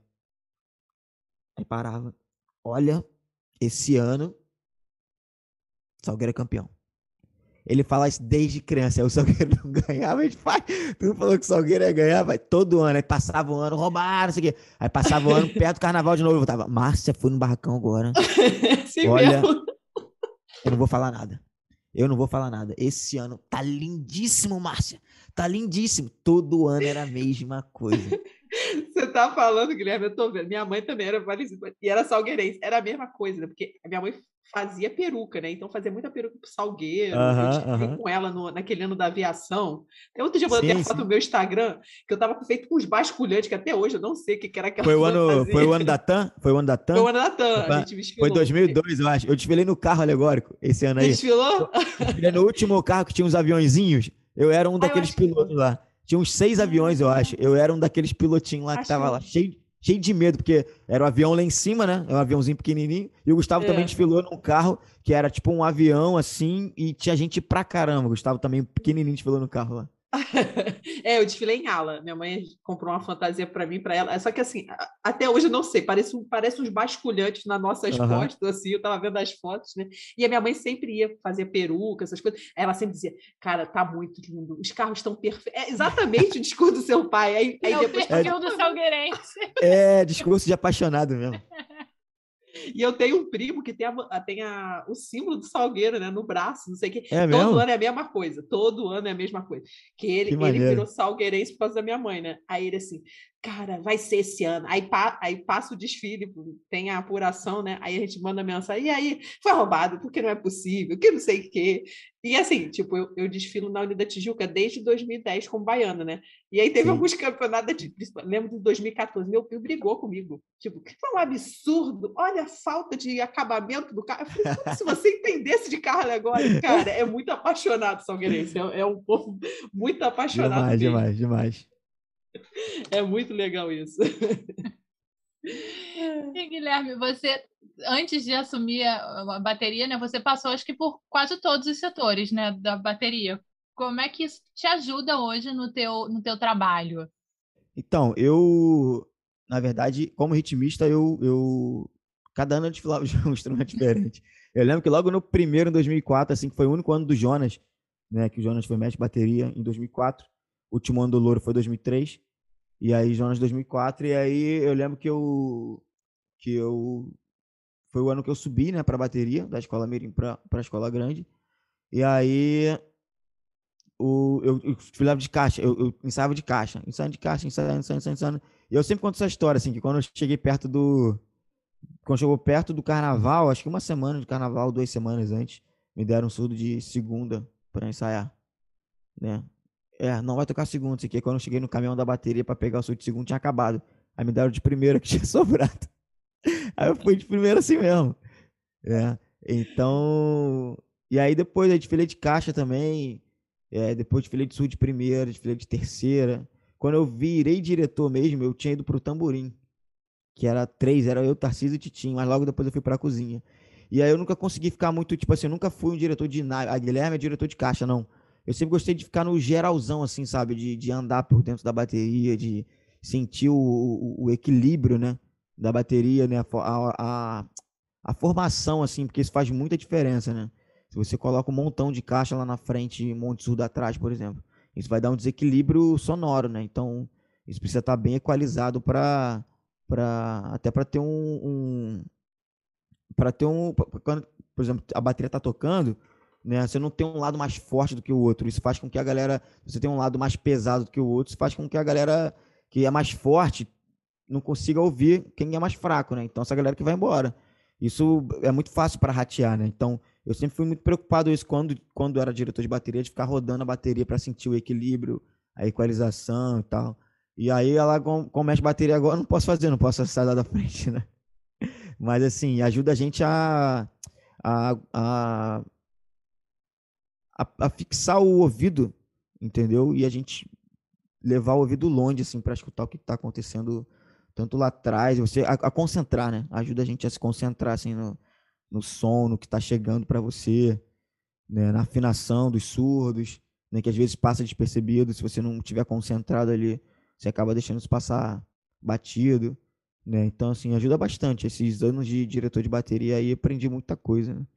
Aí parava, olha, esse ano Salgueiro é campeão. Ele fala isso desde criança. Aí o Salgueiro não ganhava, a gente faz. Tu não falou que o Salgueiro ia ganhar, vai todo ano. Aí passava o ano, roubaram, não sei o quê. Aí passava o ano perto do carnaval de novo. Eu voltava, Márcia foi no barracão agora. Sim Olha, mesmo. eu não vou falar nada. Eu não vou falar nada. Esse ano tá lindíssimo, Márcia. Tá lindíssimo. Todo ano era a mesma coisa. Você tá falando, Guilherme, eu tô vendo. Minha mãe também era parecida. E era salgueirense. Era a mesma coisa, né? Porque a minha mãe fazia peruca, né? Então fazia muita peruca pro Salgueiro. Eu Aham, desfilei aham. com ela no, naquele ano da aviação. Até outro dia eu botei Sim, a foto sim. no meu Instagram, que eu tava feito com os basculhantes, que até hoje eu não sei o que que era aquela Foi o ano, fantasia. foi o ano da TAM? Foi o ano da TAM? Foi o ano da TAM, a Foi- gente desfilou. Foi dois mil e dois, eu acho. Eu desfilei no carro alegórico esse ano Você aí. desfilou? Eu desfilei no último carro que tinha uns aviãozinhos. Eu era um Ah, eu daqueles acho que pilotos lá. Tinha uns seis aviões, eu acho. Eu era um daqueles pilotinhos lá que Acho tava que- lá, cheio, cheio de medo, porque era um avião lá em cima, né? É um aviãozinho pequenininho. E o Gustavo É. também desfilou num carro que era tipo um avião assim, e tinha gente pra caramba. O Gustavo também pequenininho desfilou no carro lá. É, eu desfilei em ala. Minha mãe comprou uma fantasia para mim, para ela. Só que assim, a- até hoje eu não sei, parece, um- parece uns basculhantes nas nossas Aham. costas, assim, eu tava vendo as fotos, né? E a minha mãe sempre ia fazer peruca, essas coisas. Aí ela sempre dizia, cara, tá muito lindo, os carros estão perfeitos. É exatamente o discurso do seu pai. Aí, aí É o depois perfil do salgueirense. É, discurso de apaixonado mesmo. E eu tenho um primo que tem, a, a- tem a- o símbolo do Salgueiro, né, no braço, não sei o quê. É Todo mesmo? ano é a mesma coisa, todo ano é a mesma coisa. Que ele, Que ele maneiro. virou salgueirense por causa da minha mãe, né? Aí ele assim, cara, vai ser esse ano. Aí, pa, aí passa o desfile, tem a apuração, né? Aí a gente manda mensagem, e aí, foi roubado, porque não é possível, que não sei o quê. E assim, tipo, eu, eu desfilo na Unida Tijuca desde dois mil e dez como baiana, né? E aí teve Sim. alguns campeonatos, de, lembro de dois mil e quatorze, meu filho brigou comigo. Tipo, foi um absurdo, olha a falta de acabamento do carro. Eu falei, "Como se você entendesse de carro alegórico, cara, é muito apaixonado, salgueirense, é, é um povo muito apaixonado Demais, mesmo. demais, demais. É muito legal isso. E, Guilherme, você, antes de assumir a, a bateria, né, você passou, acho que, por quase todos os setores, né, da bateria. Como é que isso te ajuda hoje no teu, no teu trabalho? Então, eu, na verdade, como ritmista, eu, eu cada ano eu desfilava de um instrumento diferente. Eu lembro que logo no primeiro, em dois mil e quatro, assim, que foi o único ano do Jonas, né, que o Jonas foi mestre de bateria em dois mil e quatro, o último ano do Louro foi dois mil e três, e aí Jonas dois mil e quatro, e aí eu lembro que eu, que eu foi o ano que eu subi, né, para bateria, da Escola Mirim para a Escola Grande, e aí o, eu, eu desfilava de caixa, eu, eu ensaiava de caixa, ensaiando de caixa, ensaiando, ensaiando, ensaiando, ensaiando. E eu sempre conto essa história, assim, que quando eu cheguei perto do... Quando chegou perto do carnaval, acho que uma semana de carnaval, duas semanas antes, me deram um surdo de segunda para ensaiar, né? É, não vai tocar segunda, isso aqui. Quando eu cheguei no caminhão da bateria para pegar o surdo de segunda, tinha acabado. Aí me deram de primeira que tinha sobrado. Aí eu fui de primeira assim mesmo. É, então... E aí depois eu desfilei de caixa também, é, depois desfilei de surdo de primeira, desfilei de terceira. Quando eu virei diretor mesmo, eu tinha ido pro tamborim, que era três, era eu, Tarcísio e Titinho, mas logo depois eu fui pra cozinha. E aí eu nunca consegui ficar muito, tipo assim, eu nunca fui um diretor de naipe, a Guilherme é diretor de caixa, não. Eu sempre gostei de ficar no geralzão, assim, sabe, de, de andar por dentro da bateria, de sentir o, o, o equilíbrio, né, da bateria, né, a, a, a formação, assim, porque isso faz muita diferença, né. Se você coloca um montão de caixa lá na frente e um monte de surdo atrás, por exemplo, isso vai dar um desequilíbrio sonoro, né, então isso precisa estar bem equalizado para... Pra, até para ter um, um para ter um quando, por exemplo, a bateria está tocando, né, você não tem um lado mais forte do que o outro, isso faz com que a galera, você tem um lado mais pesado do que o outro, isso faz com que a galera que é mais forte não consiga ouvir quem é mais fraco, né, então essa galera que vai embora, isso é muito fácil para ratear, né, então eu sempre fui muito preocupado com isso quando, quando era diretor de bateria, de ficar rodando a bateria para sentir o equilíbrio, a equalização e tal. E aí ela começa a bateria agora, não posso fazer, não posso sair lá da frente, né? Mas assim, ajuda a gente a, a, a, a, a fixar o ouvido, entendeu? E a gente levar o ouvido longe, assim, para escutar o que está acontecendo tanto lá atrás, você a, a concentrar, né? Ajuda a gente a se concentrar, assim, no, no som, no que está chegando para você, né? Na afinação dos surdos, né? Que às vezes passa despercebido, se você não estiver concentrado ali, você acaba deixando isso passar batido, né? Então, assim, ajuda bastante. Esses anos de diretor de bateria aí, aprendi muita coisa, né?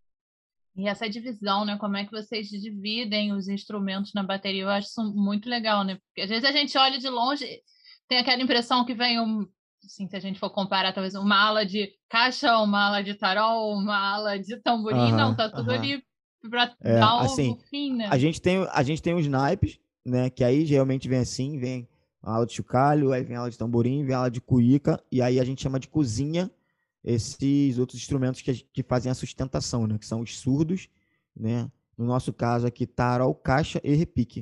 E essa divisão, né? Como é que vocês dividem os instrumentos na bateria? Eu acho isso muito legal, né? Porque às vezes a gente olha de longe, tem aquela impressão que vem, um, assim, se a gente for comparar, talvez uma ala de caixa, uma ala de tarol, uma ala de tamborim, Aham, não, tá tudo aham. ali para É, dar o assim, fim, né? a gente tem, a gente tem os naipes, né? Que aí geralmente vem assim, vem a aula de chocalho, aí vem a aula de tamborim, vem a aula de cuíca, e aí a gente chama de cozinha esses outros instrumentos que, a gente- que fazem a sustentação, né? Que são os surdos, né? No nosso caso aqui, tarol, caixa e repique,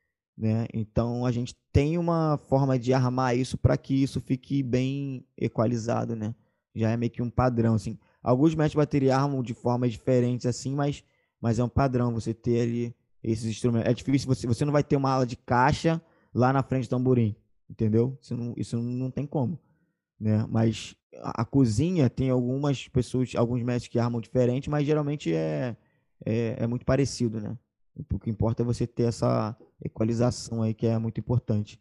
né? Então a gente tem uma forma de armar isso para que isso fique bem equalizado, né? Já é meio que um padrão, assim. Alguns mestres de bateria armam de formas diferentes, assim, mas, mas é um padrão você ter ali esses instrumentos. É difícil, você, você não vai ter uma aula de caixa lá na frente do tamborim, entendeu? Isso não, isso não tem como, né? Mas a, a cozinha tem algumas pessoas, alguns mestres que armam diferente, mas geralmente é, é, é muito parecido, né? O que importa é você ter essa equalização aí, que é muito importante.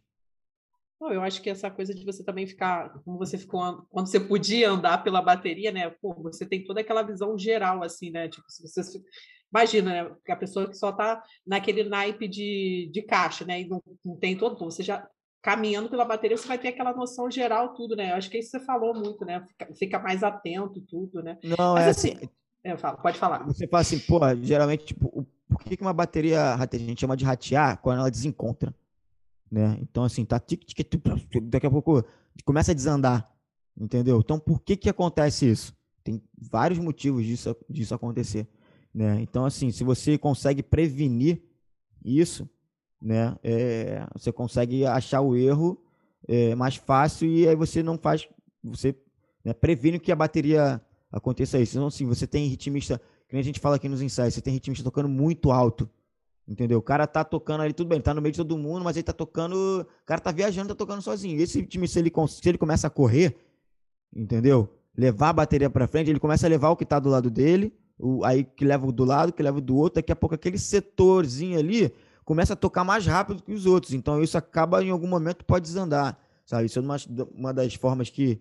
Pô, eu acho que essa coisa de você também ficar, como você ficou, an- quando você podia andar pela bateria, né? Pô, você tem toda aquela visão geral, assim, né? Tipo, se você se- imagina, né? Que a pessoa que só tá naquele naipe de, de caixa, né? E não, não tem todo, você já caminhando pela bateria, você vai ter aquela noção geral, tudo, né? Eu acho que é isso que você falou muito, né? Fica, fica mais atento, tudo, né? Não, Mas é assim, assim, eu falo, pode falar. você fala assim, pô, geralmente, tipo, o- por que que uma bateria rateia? A gente chama de ratear quando ela desencontra, né? Então, assim, tá tic, tic, tic, tic, daqui a pouco começa a desandar, entendeu? Então, por que que acontece isso? Tem vários motivos disso, disso acontecer, né? Então, assim, se você consegue prevenir isso, né, é, você consegue achar o erro é, mais fácil e aí você não faz, você, né, previne que a bateria aconteça isso. Então, assim, você tem ritmista, que nem a gente fala aqui nos ensaios, você tem ritmista tocando muito alto, entendeu? O cara tá tocando ali, tudo bem, tá no meio de todo mundo, mas ele tá tocando, o cara tá viajando, tá tocando sozinho. Esse ritmista, se ele, se ele começa a correr, entendeu? Levar a bateria para frente, ele começa a levar o que tá do lado dele, o, aí que leva o do lado, que leva o do outro, daqui a pouco aquele setorzinho ali começa a tocar mais rápido que os outros, então isso acaba em algum momento pode desandar, sabe? Isso é uma, uma das formas que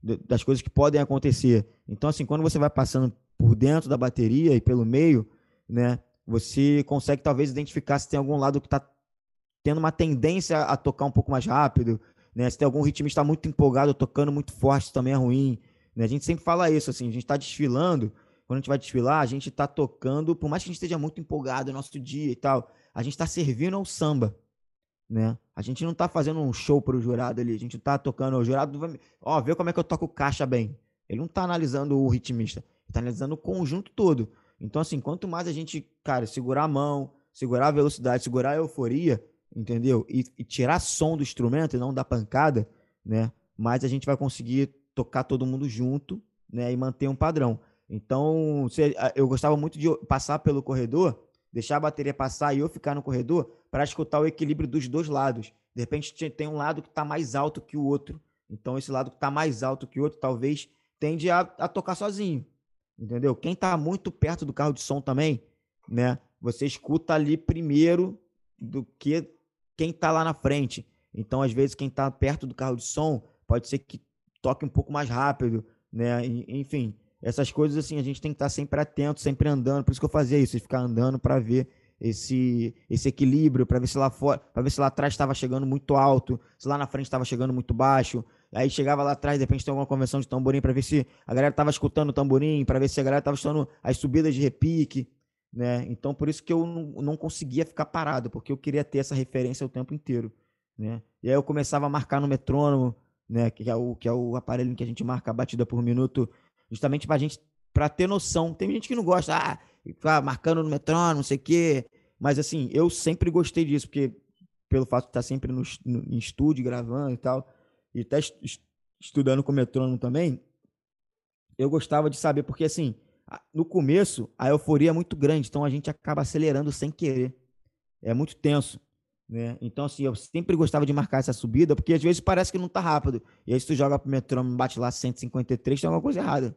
das coisas que podem acontecer. Então, assim, quando você vai passando por dentro da bateria e pelo meio, né, você consegue talvez identificar se tem algum lado que está tendo uma tendência a tocar um pouco mais rápido, né? Se tem algum ritmista muito empolgado, tocando muito forte, também é ruim, né? A gente sempre fala isso, assim, a gente está desfilando, quando a gente vai desfilar, a gente está tocando, por mais que a gente esteja muito empolgado no nosso dia e tal, a gente está servindo ao samba, né? A gente não está fazendo um show para o jurado ali, a gente está tocando, o jurado vai, ó, vê como é que eu toco caixa bem. Ele não está analisando o ritmista, ele está analisando o conjunto todo. Então, assim, quanto mais a gente, cara, segurar a mão, segurar a velocidade, segurar a euforia, entendeu? E, e tirar som do instrumento e não dar pancada, né? Mais a gente vai conseguir tocar todo mundo junto, né? E manter um padrão. Então, eu gostava muito de passar pelo corredor, deixar a bateria passar e eu ficar no corredor para escutar o equilíbrio dos dois lados. De repente, tem um lado que está mais alto que o outro. Então, esse lado que está mais alto que o outro, talvez, tende a, a tocar sozinho. Entendeu? Quem está muito perto do carro de som também, né? Você escuta ali primeiro do que quem está lá na frente. Então, às vezes, quem está perto do carro de som pode ser que toque um pouco mais rápido, né? Enfim, essas coisas, assim, a gente tem que estar sempre atento, sempre andando. Por isso que eu fazia isso, ficar andando para ver esse, esse equilíbrio, para ver se lá fora, para ver se lá atrás estava chegando muito alto, se lá na frente estava chegando muito baixo. Aí chegava lá atrás, de repente tem alguma convenção de tamborim para ver se a galera estava escutando o tamborim, para ver se a galera estava escutando as subidas de repique, né? Então, por isso que eu não, não conseguia ficar parado, porque eu queria ter essa referência o tempo inteiro, né? E aí eu começava a marcar no metrônomo, né? Que é o, que é o aparelho em que a gente marca a batida por minuto, justamente pra gente, pra ter noção. Tem gente que não gosta, ah, ficar marcando no metrônomo, não sei o quê. Mas, assim, eu sempre gostei disso, porque pelo fato de estar sempre no, no, em estúdio, gravando e tal, e até estudando com metrônomo também, eu gostava de saber, porque, assim, no começo, a euforia é muito grande, então a gente acaba acelerando sem querer. É muito tenso, né? Então, assim, eu sempre gostava de marcar essa subida, porque às vezes parece que não tá rápido. E aí, se tu joga pro metrônomo e bate lá cento e cinquenta e três, tem alguma coisa errada.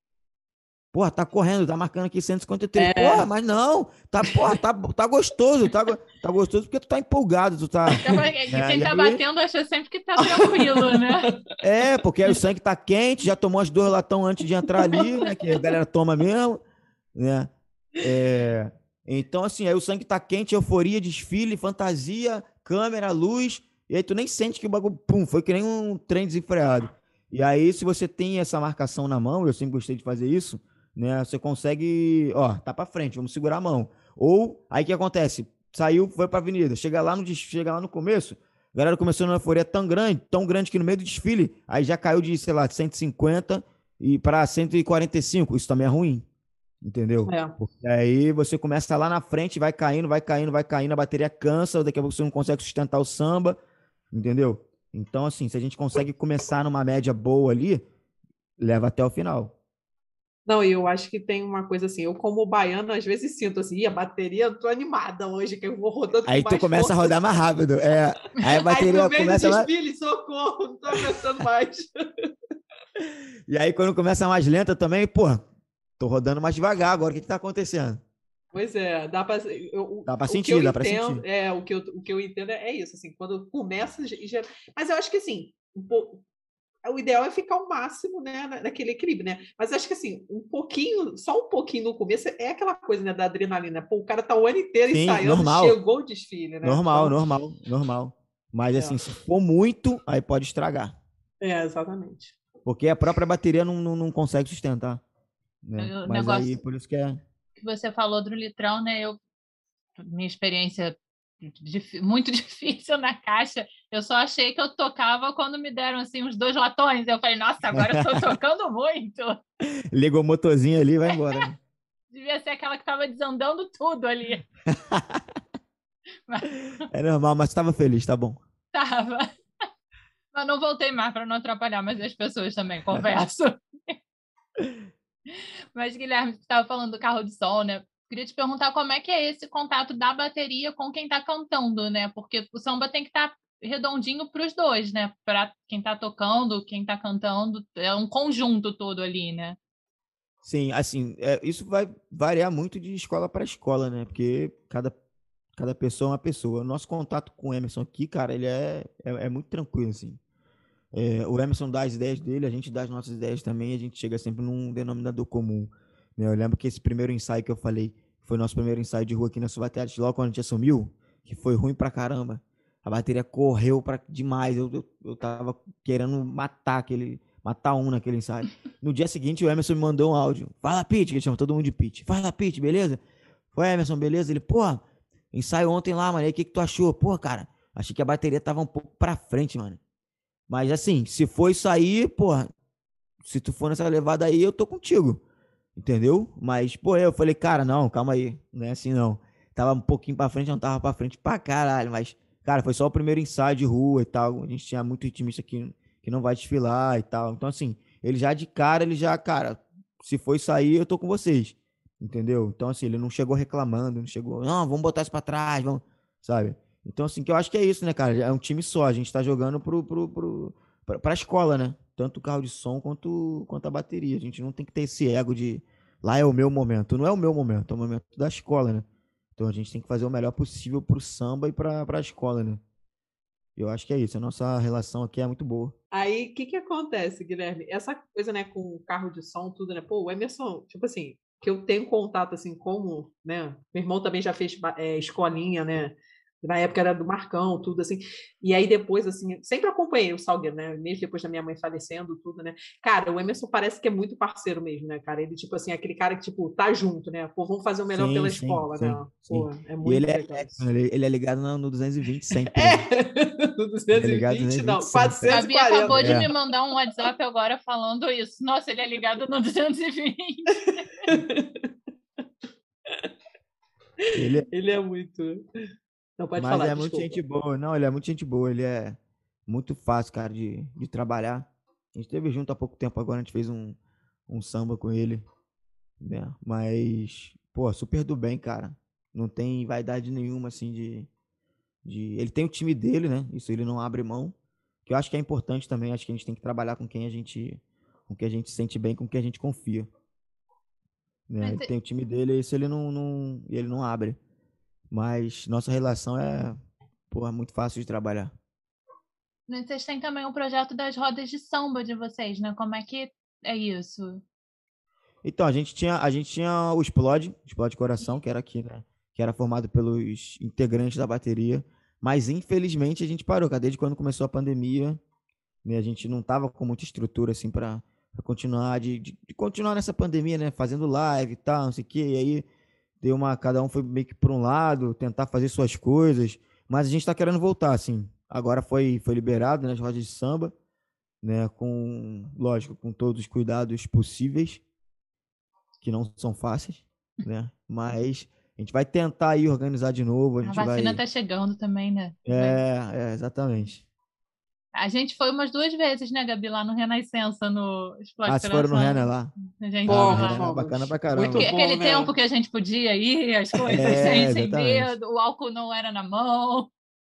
Porra, tá correndo, tá marcando aqui cento e cinquenta e três. É. Porra, mas não, tá, porra, tá, tá gostoso, tá, tá gostoso porque tu tá empolgado, tu tá... É, quem tá aí... batendo acha sempre que tá tranquilo, né? É, porque aí o sangue tá quente, já tomou as duas latão antes de entrar ali, né, que a galera toma mesmo, né? É... Então, assim, aí o sangue tá quente, euforia, desfile, fantasia, câmera, luz, e aí tu nem sente que o bagulho, pum, foi que nem um trem desenfreado. E aí, se você tem essa marcação na mão, eu sempre gostei de fazer isso, né? Você consegue, ó, tá pra frente, vamos segurar a mão. Ou, aí o que acontece? Saiu, foi pra avenida, chega lá no, chega lá no começo, a galera começou numa euforia tão grande, tão grande que no meio do desfile, aí já caiu de, sei lá, de cento e cinquenta e para cento e quarenta e cinco, isso também é ruim, entendeu? É. Porque aí você começa lá na frente, vai caindo, vai caindo, vai caindo, a bateria cansa, daqui a pouco você não consegue sustentar o samba, entendeu? Então, assim, se a gente consegue começar numa média boa ali, leva até o final. Não, e eu acho que tem uma coisa assim, eu como baiano às vezes sinto assim, a bateria, eu tô animada hoje, que eu vou rodando aí com mais tu começa força. a rodar mais rápido, é, aí a bateria aí, começa mais... desfile, socorro, não tô aguentando mais. E aí quando começa mais lenta também, pô, tô rodando mais devagar agora, o que que tá acontecendo? Pois é, dá pra, eu, dá pra sentir, dá pra entendo, sentir. É, o que, eu, o que eu entendo é isso, assim, quando começa, já... mas eu acho que assim, um pouco, o ideal é ficar o máximo, né, naquele equilíbrio, né? Mas acho que assim, um pouquinho, só um pouquinho no começo é aquela coisa, né, da adrenalina. Pô, o cara tá o ano inteiro Sim, ensaiando, normal. chegou o desfile, né? Normal, então... normal, normal. Mas é. assim, se for muito, aí pode estragar. É, exatamente. Porque a própria bateria não, não, não consegue sustentar. Né? O Mas negócio aí, por isso que é... que você falou do litrão, né? Eu, minha experiência dif... muito difícil na caixa, eu só achei que eu tocava quando me deram assim uns dois latões. Eu falei, nossa, agora eu tô tocando muito. Ligou o motorzinho ali e vai embora. Né? Devia ser aquela que tava desandando tudo ali. mas... É normal, mas estava feliz, tá bom. Tava. Mas não voltei mais para não atrapalhar mais as pessoas também, converso. Mas, Guilherme, você estava falando do carro de som, né? Queria te perguntar como é que é esse contato da bateria com quem está cantando, né? Porque o samba tem que estar tá redondinho para os dois, né? Para quem está tocando, quem está cantando, é um conjunto todo ali, né? Sim, assim, é, isso vai variar muito de escola para escola, né? Porque cada, cada pessoa é uma pessoa. O nosso contato com o Emerson aqui, cara, ele é, é, é muito tranquilo, assim. É, o Emerson dá as ideias dele, a gente dá as nossas ideias também, e a gente chega sempre num denominador comum. Né? Eu lembro que esse primeiro ensaio que eu falei, foi nosso primeiro ensaio de rua aqui na Suvatetes, logo quando a gente assumiu, que foi ruim pra caramba. A bateria correu pra, demais, eu, eu, eu tava querendo matar aquele, matar um naquele ensaio. No dia seguinte, o Emerson me mandou um áudio. Fala, Pete, que ele chama todo mundo de Pete. Fala, Pete, beleza? Foi, Emerson, beleza? Ele, pô, ensaio ontem lá, mano, aí o que que tu achou? Pô, cara, achei que a bateria tava um pouco pra frente, mano. Mas assim, se for isso aí, porra, se tu for nessa levada aí, eu tô contigo. Entendeu? Mas, pô, eu falei, cara, não, calma aí. Não é assim, não. Tava um pouquinho pra frente, não tava pra frente pra caralho. Mas, cara, foi só o primeiro ensaio de rua e tal. A gente tinha muito ritmista que, que não vai desfilar e tal. Então, assim, ele já de cara, ele já, cara, se for isso aí, eu tô com vocês. Entendeu? Então, assim, ele não chegou reclamando, não chegou, não, vamos botar isso pra trás, vamos, sabe? Então, assim, que eu acho que é isso, né, cara? É um time só, a gente tá jogando pro, pro, pro, pra, pra escola, né? Tanto o carro de som quanto, quanto a bateria. A gente não tem que ter esse ego de lá é o meu momento. Não é o meu momento, é o momento da escola, né? Então a gente tem que fazer o melhor possível pro samba e pra, pra escola, né? Eu acho que é isso. A nossa relação aqui é muito boa. Aí, o que que acontece, Guilherme? Essa coisa, né, com o carro de som, tudo, né? Pô, o Emerson, tipo assim, que eu tenho contato, assim, como, né? Meu irmão também já fez é, escolinha, né? Na época era do Marcão, tudo assim. E aí depois, assim, sempre acompanhei o Salgueiro, né? Mesmo depois da minha mãe falecendo, tudo, né? Cara, o Emerson parece que é muito parceiro mesmo, né, cara? Ele, tipo assim, é aquele cara que, tipo, tá junto, né? Pô, vamos fazer o melhor Sim, pela sim, escola, né? sim, Pô, sim. é E muito ele é, legal é, isso. ele, ele é ligado no, no duzentos e vinte sempre, né? É, no Ele é ligado no duzentos e vinte, duzentos e vinte não, sempre. A Bia acabou quatrocentos e quarenta. de É. me mandar um WhatsApp agora falando isso. Nossa, ele é ligado no duzentos e vinte. Ele é, Ele é muito. Não, pode mas falar, é muito desculpa. gente boa. Não, ele é muito gente boa. Ele é muito fácil, cara, de, de trabalhar. A gente esteve junto há pouco tempo agora, a gente fez um, um samba com ele, né? Mas, pô, super do bem, cara. Não tem vaidade nenhuma, assim, de, de... Ele tem o time dele, né? Isso ele não abre mão. Que eu acho que é importante também. Acho que a gente tem que trabalhar com quem a gente, com quem a gente se sente bem, com quem a gente confia. Né? Mas Ele tem o time dele, isso ele não, não, ele não abre. Mas nossa relação é, pô, é muito fácil de trabalhar. vocês têm também o projeto das rodas de samba de vocês, né? Como é que é isso? Então, a gente tinha, a gente tinha o Explode, Explode Coração, que era aqui, né? Que era formado pelos integrantes da bateria. Mas, infelizmente, a gente parou, cara. Desde quando começou a pandemia, né? A gente não tava com muita estrutura, assim, pra, pra continuar, de, de, de continuar nessa pandemia, né? Fazendo live e tal, não sei o quê. E aí, deu uma, cada um foi meio que para um lado, tentar fazer suas coisas. Mas a gente tá querendo voltar, assim. Agora foi, foi liberado nas rodas de samba, né? Com, lógico, com todos os cuidados possíveis, que não são fáceis, né? Mas a gente vai tentar aí organizar de novo, a A gente vacina vai... tá chegando também, né? É, é, exatamente. A gente foi umas duas vezes, né, Gabi, lá no Renascença, no Explode Ah, vocês foram no Coração. Renner lá? A gente Ah, no Fomos, foi lá. Renner é fomos. bacana pra Muito caramba. Porque bom, aquele né? tempo que a gente podia ir, as coisas É, sem, sem exatamente. medo, o álcool não era na mão,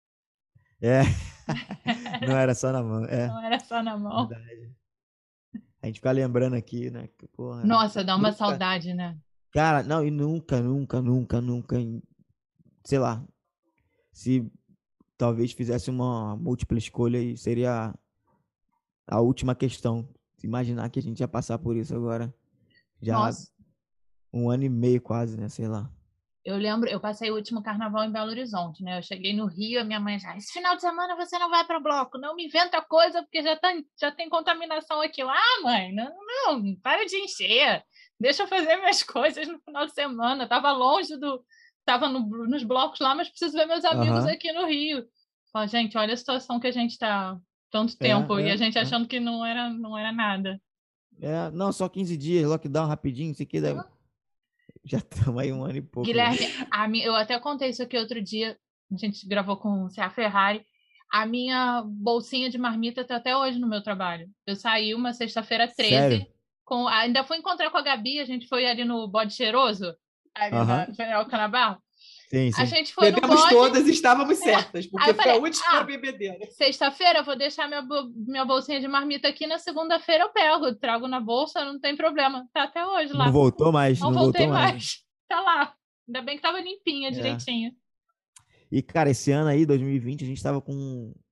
É, não era só na mão, é, não era só na mão. verdade. A gente fica lembrando aqui, né? Que, porra, Nossa, dá uma nunca, saudade, né? cara, não, e nunca, nunca, nunca, nunca, em- sei lá, se talvez fizesse uma múltipla escolha e seria a última questão. Imaginar que a gente ia passar por isso agora, já Nossa, um ano e meio quase, né? Sei lá. eu lembro, eu passei o último carnaval em Belo Horizonte, né? Eu cheguei no Rio, a minha mãe já, esse final de semana você não vai para bloco, não me inventa coisa, porque já, tá, já tem contaminação aqui. Eu, ah, mãe, não, não, para de encher. Deixa eu fazer minhas coisas no final de semana. Eu tava longe do. Tava no, nos blocos lá, mas preciso ver meus amigos Aham. aqui no Rio. Fala, gente, olha a situação que a gente tá tanto É, tempo, e a é, gente é. achando que não era, não era nada. É, não, só quinze dias, lockdown rapidinho, isso aqui deve... Já estamos aí um ano e pouco. já. Guilherme, a mi- eu até contei isso aqui outro dia, a gente gravou com o C A Ferrari. A minha bolsinha de marmita tá até hoje no meu trabalho. Eu saí uma sexta-feira treze, Sério? com, ainda fui encontrar com a Gabi, a gente foi ali no Bode Cheiroso, ali Aham. na General Canabarro. Sim, A sim. gente foi no Bebemos bode, todas e estávamos certas, aí porque eu foi falei, a última ah, bebedeira. sexta-feira eu vou deixar minha, bo- minha bolsinha de marmita aqui, na segunda-feira eu pego, trago na bolsa, não tem problema. Tá até hoje lá. Não voltou mais, Não não voltei voltou mais. mais. Tá lá. Ainda bem que tava limpinha, É. direitinho. E, cara, esse ano aí, dois mil e vinte, a gente tava com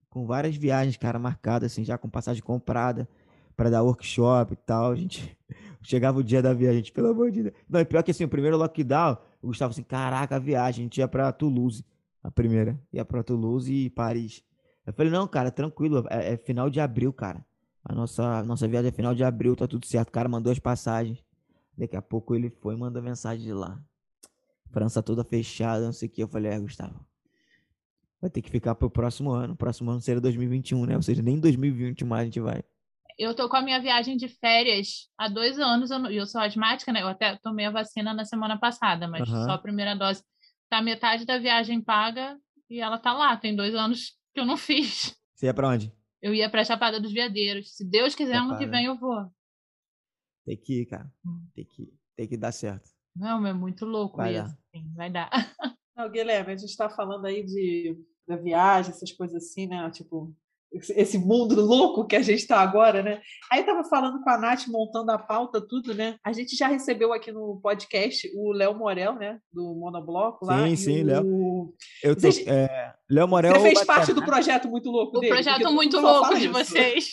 com várias viagens, cara, marcadas, assim, já com passagem comprada para dar workshop e tal. A gente chegava o dia da viagem, gente, pelo amor de Deus. Não, e pior que assim, o primeiro lockdown, o Gustavo assim, caraca, a viagem, a gente ia pra Toulouse, a primeira. Ia pra Toulouse e Paris. Eu falei, não, cara, tranquilo, é, é final de abril, cara. A nossa, nossa viagem é final de abril, tá tudo certo. O cara mandou as passagens. Daqui a pouco ele foi e mandou mensagem de lá. França toda fechada, não sei o que. Eu falei, é, Gustavo, vai ter que ficar pro próximo ano. O próximo ano seria dois mil e vinte e um, né? Ou seja, nem em dois mil e vinte e um mais a gente vai. Eu tô com a minha viagem de férias há dois anos, eu, não- eu sou asmática, né? Eu até tomei a vacina na semana passada, mas Aham. só a primeira dose. Tá metade da viagem paga e ela tá lá. Tem dois anos que eu não fiz. Você ia pra onde? Eu ia pra Chapada dos Veadeiros. Se Deus quiser, ano que Chapada. vem eu vou. Tem que ir, cara. Hum. Tem que ir. Tem que dar certo. Não, é muito louco Vai isso. dar. Sim, vai dar. Não, Guilherme, a gente está falando aí de, da viagem, essas coisas assim, né? Tipo, esse, esse mundo louco que a gente está agora, né? Aí estava falando com a Nath, montando a pauta, tudo, né? A gente já recebeu aqui no podcast o Léo Morel, né? Do Monobloco lá. Sim, e sim, o... Léo. Eu tô, Vocês- é, Léo Morel. Você fez batera, parte do né? projeto muito louco O dele? porque projeto todo muito mundo só louco fala de isso. vocês.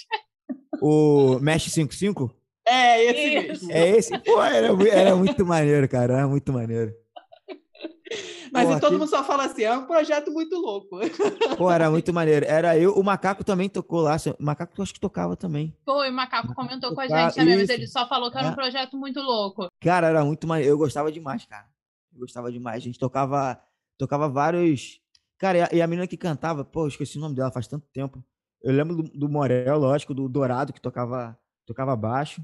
O Mesh cinquenta e cinco? É, esse Isso. mesmo. É esse? Pô, era, mu- era muito maneiro, cara. Era muito maneiro. Mas Pô, e todo aquele- mundo só fala assim, é um projeto muito louco. Pô, era muito maneiro. Era eu, o Macaco também tocou lá. O Macaco eu acho que tocava também. Pô, e o Macaco comentou com a Tocar- gente também, mas isso. ele só falou que era um É. projeto muito louco. Cara, era muito maneiro. Eu gostava demais, cara. Eu gostava demais. A gente tocava, tocava vários. Cara, e a, e a menina que cantava, pô, eu esqueci o nome dela faz tanto tempo. Eu lembro do, do Morel, lógico, do Dourado, que tocava, tocava baixo.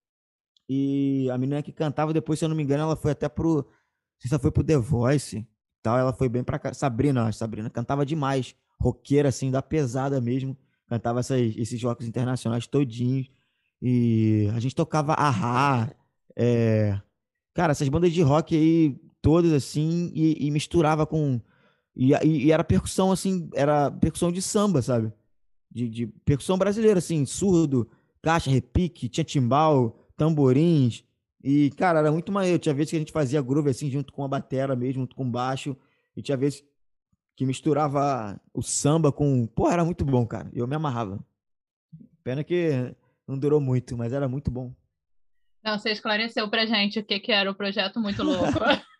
E a menina que cantava, depois, se eu não me engano, ela foi até pro. Não sei se ela foi pro The Voice e tal. Ela foi bem pra cá. Sabrina, acho, Sabrina cantava demais. Roqueira, assim, da pesada mesmo. Cantava essas, esses jogos internacionais todinhos. E a gente tocava Ahá. É... Cara, essas bandas de rock aí, todas assim, e, e misturava com. E, e- e era percussão, assim, era percussão de samba, sabe? De, de percussão brasileira, assim, surdo, caixa, repique, tinha timbal, tamborins. E, cara, era muito maneiro. Tinha vezes que a gente fazia groove, assim, junto com a batera mesmo, junto com o baixo. E tinha vezes que misturava o samba com. Pô, era muito bom, cara. Eu me amarrava. Pena que não durou muito, mas era muito bom. Não, você esclareceu pra gente o que, que era o projeto muito louco.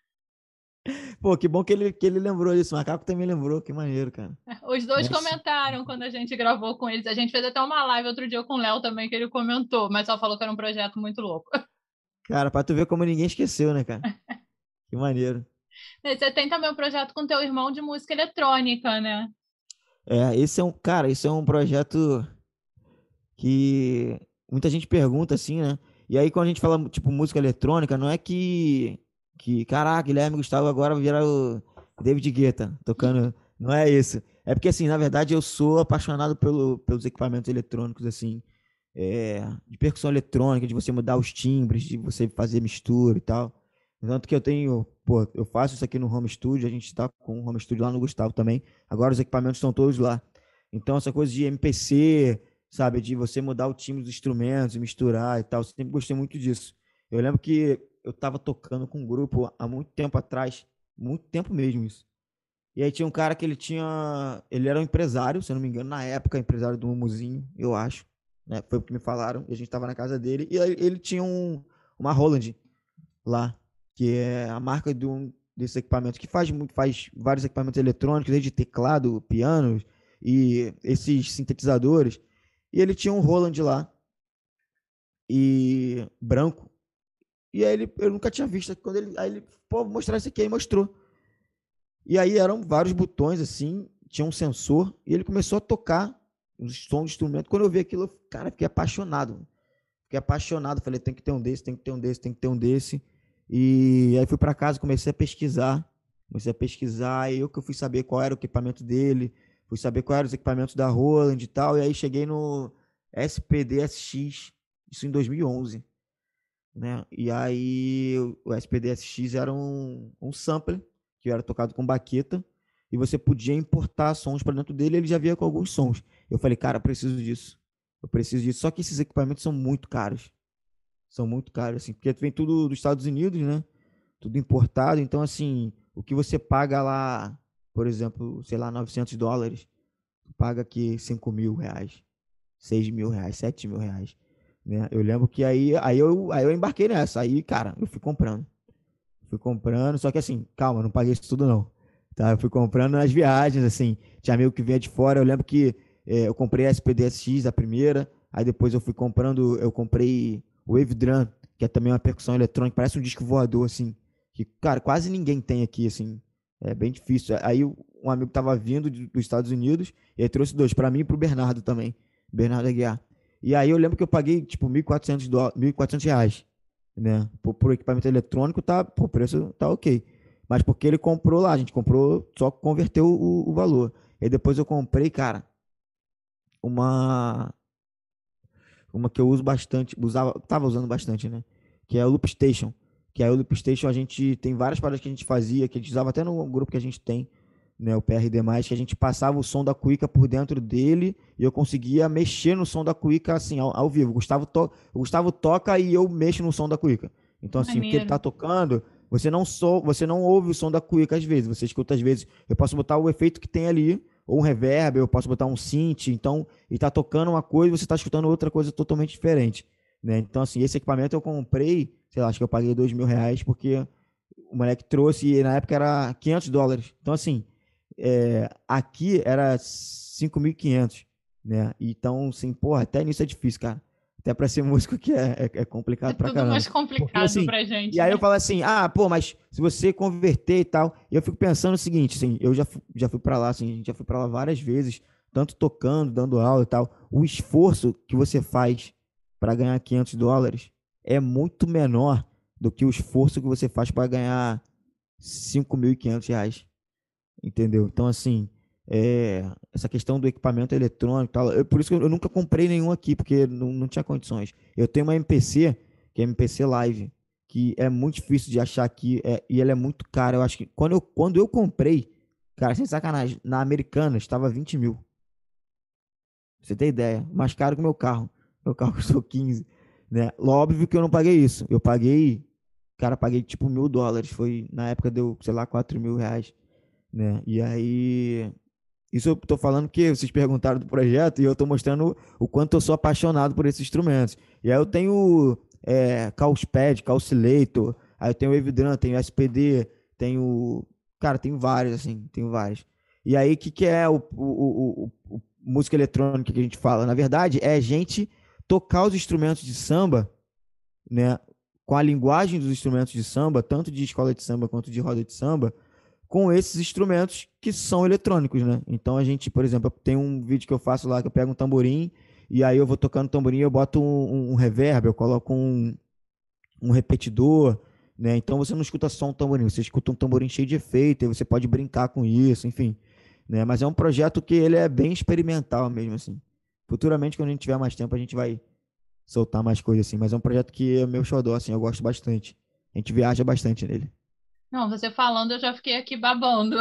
Pô, que bom que ele, que ele lembrou disso. O Macaco também lembrou, que maneiro, cara. Os dois Nossa. comentaram quando a gente gravou com eles. A gente fez até uma live outro dia com o Léo também, que ele comentou, mas só falou que era um projeto muito louco. Cara, pra tu ver como ninguém esqueceu, né, cara? Que maneiro. Você tem também um projeto com teu irmão de música eletrônica, né? É, esse é um, cara, esse é um projeto que muita gente pergunta assim, né? E aí quando a gente fala, tipo, música eletrônica, não é que, que caraca, Guilherme Gustavo agora vira o David Guetta tocando, não é isso. É porque, assim, na verdade eu sou apaixonado pelo, pelos equipamentos eletrônicos, assim, é, de percussão eletrônica, de você mudar os timbres, de você fazer mistura e tal. Tanto que eu tenho, pô, eu faço isso aqui no home studio, a gente tá com um home studio lá no Gustavo também. Agora os equipamentos estão todos lá. Então essa coisa de M P C, sabe, de você mudar o timbre dos instrumentos e misturar e tal, eu sempre gostei muito disso. Eu lembro que eu tava tocando com um grupo há muito tempo atrás, muito tempo mesmo isso. E aí tinha um cara que ele tinha, ele era um empresário, se eu não me engano, na época, empresário do Mumuzinho, eu acho, né? Foi o que me falaram, e a gente tava na casa dele, e aí ele tinha um, uma Roland lá, que é a marca de um desses equipamentos, que faz, muito, faz vários equipamentos eletrônicos, desde teclado, pianos e esses sintetizadores. E ele tinha um Roland lá, e branco. E aí ele, eu nunca tinha visto. Quando ele, aí ele, pô, vou mostrar isso aqui, aí mostrou. E aí eram vários botões, assim, tinha um sensor, e ele começou a tocar os sons de instrumento. Quando eu vi aquilo, eu, cara, fiquei apaixonado. Fiquei apaixonado, falei, tem que ter um desse, tem que ter um desse, tem que ter um desse. E aí fui para casa, comecei a pesquisar, comecei a pesquisar, e eu que eu fui saber qual era o equipamento dele, fui saber qual eram os equipamentos da Roland e tal, e aí cheguei no S P D S X, isso em dois mil e onze, né? E aí o S P D S X era um, um sampler, que era tocado com baqueta, e você podia importar sons para dentro dele, e ele já vinha com alguns sons. Eu falei, cara, eu preciso disso, eu preciso disso, só que esses equipamentos são muito caros. São muito caros, assim, porque vem tudo dos Estados Unidos, né? Tudo importado. Então, assim, o que você paga lá, por exemplo, sei lá, novecentos dólares, tu paga aqui cinco mil reais, seis mil reais, sete mil reais, né? Eu lembro que aí, aí, eu, aí eu embarquei nessa, aí, cara, eu fui comprando. Fui comprando, só que assim, calma, não paguei isso tudo não, tá? Eu fui comprando nas viagens, assim, tinha amigo que vinha de fora, eu lembro que eh, eu comprei a S P D S X, a primeira, aí depois eu fui comprando, eu comprei o Wave Drum, que é também uma percussão eletrônica, parece um disco voador, assim, que, cara, quase ninguém tem aqui, assim, é bem difícil. Aí um amigo tava vindo de- dos Estados Unidos, e aí trouxe dois, pra mim e pro Bernardo também, Bernardo Aguiar. E aí eu lembro que eu paguei, tipo, mil e quatrocentos dó- mil e quatrocentos reais, né? Por, por equipamento eletrônico, tá, o preço tá ok. Mas porque ele comprou lá, a gente comprou, só converteu o, o valor. E depois eu comprei, cara, uma, uma que eu uso bastante, usava, tava usando bastante, né? Que é o Loop Station. Que aí o Loop Station a gente tem várias paradas que a gente fazia, que a gente usava até no grupo que a gente tem, né? O P R D mais, que a gente passava o som da cuíca por dentro dele e eu conseguia mexer no som da cuíca assim, ao, ao vivo. O Gustavo, to, o Gustavo toca e eu mexo no som da cuíca. Então, assim, o que ele tá Maneiro. tocando, você não, só, você não ouve o som da cuíca às vezes. Você escuta às vezes, eu posso botar o efeito que tem ali, ou um reverb, eu posso botar um synth. Então, ele tá tocando uma coisa e você tá escutando outra coisa totalmente diferente, né? Então, assim, esse equipamento eu comprei, sei lá, acho que eu paguei dois mil reais porque o moleque trouxe e na época era quinhentos dólares. Então, assim, é, aqui era cinco mil e quinhentos, né? Então, assim, porra, até nisso é difícil, cara. Até pra ser músico que é, é, é É complicado pra tudo mais caramba. Porque, complicado assim, pra e gente, aí eu né? falo assim, ah, pô, mas se você converter e tal, e eu fico pensando o seguinte, assim, eu já, fu- já fui pra lá, assim, a gente já foi pra lá várias vezes, tanto tocando, dando aula e tal. O esforço que você faz pra ganhar quinhentos dólares é muito menor do que o esforço que você faz pra ganhar cinco mil e quinhentos reais. Entendeu? Então, assim, é, essa questão do equipamento eletrônico e tal, eu- por isso que eu, eu nunca comprei nenhum aqui, porque não, não tinha condições. Eu tenho uma M P C, que é M P C Live, que é muito difícil de achar aqui, é, e ela é muito cara. Eu acho que quando eu, quando eu comprei, cara, sem sacanagem, na Americana estava vinte mil. Pra você tem ideia? Mais caro que o meu carro. Meu carro custou quinze, né? Óbvio que eu não paguei isso. Eu paguei, cara, paguei tipo mil dólares. Foi, na época deu, sei lá, quatro mil reais, né? E aí, isso eu tô falando porque vocês perguntaram do projeto e eu tô mostrando o quanto eu sou apaixonado por esses instrumentos. E aí eu tenho é, Causpad, Calculator, aí eu tenho Wave Drum, tenho S P D, tenho... Cara, tenho vários, assim, tenho vários. E aí, o que, que é o, o, o, o- o- música eletrônica que a gente fala? Na verdade, é a gente tocar os instrumentos de samba, né? Com a linguagem dos instrumentos de samba, tanto de escola de samba quanto de roda de samba, com esses instrumentos que são eletrônicos, né? Então a gente, por exemplo, tem um vídeo que eu faço lá que eu pego um tamborim e aí eu vou tocando tamborim, eu boto um, um- um reverb, eu coloco um, um repetidor, né? Então você não escuta só um tamborim, você escuta um tamborim cheio de efeito, aí você pode brincar com isso, enfim, né? Mas é um projeto que ele é bem experimental mesmo, assim. Futuramente, quando a gente tiver mais tempo, a gente vai soltar mais coisas assim, mas é um projeto que é meu xodó, assim, eu gosto bastante. A gente viaja bastante nele. Não, você falando, eu já fiquei aqui babando.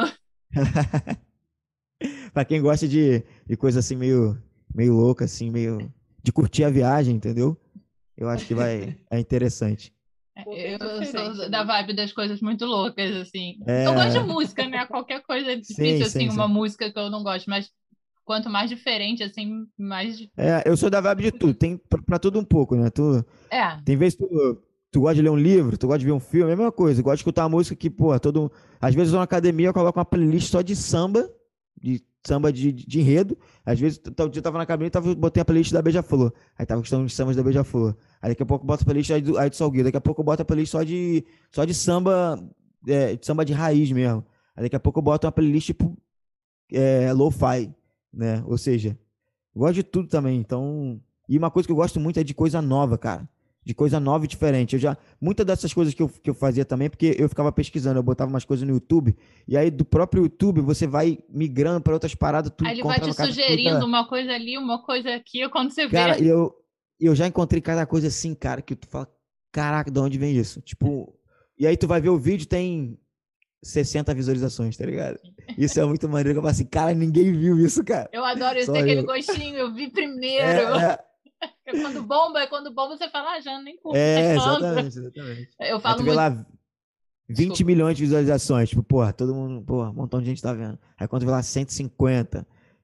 Pra quem gosta de, de coisa assim meio, meio louca, assim, meio de curtir a viagem, entendeu? Eu acho que vai, é interessante. Pô, bem Eu sou diferente, da né? vibe das coisas muito loucas, assim. Eu gosto de É, música, né? Qualquer coisa é sim, difícil, assim, sim, uma sim. música que eu não gosto, mas quanto mais diferente, assim, mais. É, eu sou da vibe de tudo, tem pra, pra tudo um pouco, né? Tu, É, tem vezes que tu, tu gosta de ler um livro, tu gosta de ver um filme, é a mesma coisa. Eu gosto de escutar uma música que, pô, todo. Às vezes eu tô na academia, eu coloco uma playlist só de samba, de samba de, de, de enredo. Às vezes, tal dia eu tava na academia, tava, botei a playlist da Beija-Flor. Aí tava gostando de sambas da Beija-Flor. Aí daqui a pouco eu boto a playlist aí do, aí do Salgueiro. Daqui a pouco eu boto a playlist só de, só de samba, é, de samba de raiz mesmo. Aí daqui a pouco eu boto uma playlist tipo é, lo-fi, né? Ou seja, eu gosto de tudo também. Então, e uma coisa que eu gosto muito é de coisa nova, cara. De coisa nova e diferente. Eu já, muitas dessas coisas que eu, que eu fazia também, porque eu ficava pesquisando, eu botava umas coisas no YouTube, e aí do próprio YouTube você vai migrando para outras paradas, tu aí ele vai te encontrava cada sugerindo coisa. uma coisa ali, uma coisa aqui, quando você Cara, vê. eu, eu já encontrei cada coisa assim, cara, que tu fala, caraca, de onde vem isso? Tipo, e aí tu vai ver o vídeo, tem sessenta visualizações, tá ligado? Isso é muito maneiro, que eu falo assim, cara, ninguém viu isso, cara. Eu adoro isso, Só tem aquele eu. gostinho, eu vi primeiro. É, Quando bomba, quando bomba, você fala, ah, já nem curto mais é, é, tanto. exatamente, exatamente. Eu Aí falo tu vê muito. lá vinte Desculpa. milhões de visualizações, tipo, porra, todo mundo, porra, um montão de gente tá vendo. Aí quando vê lá cento e cinquenta,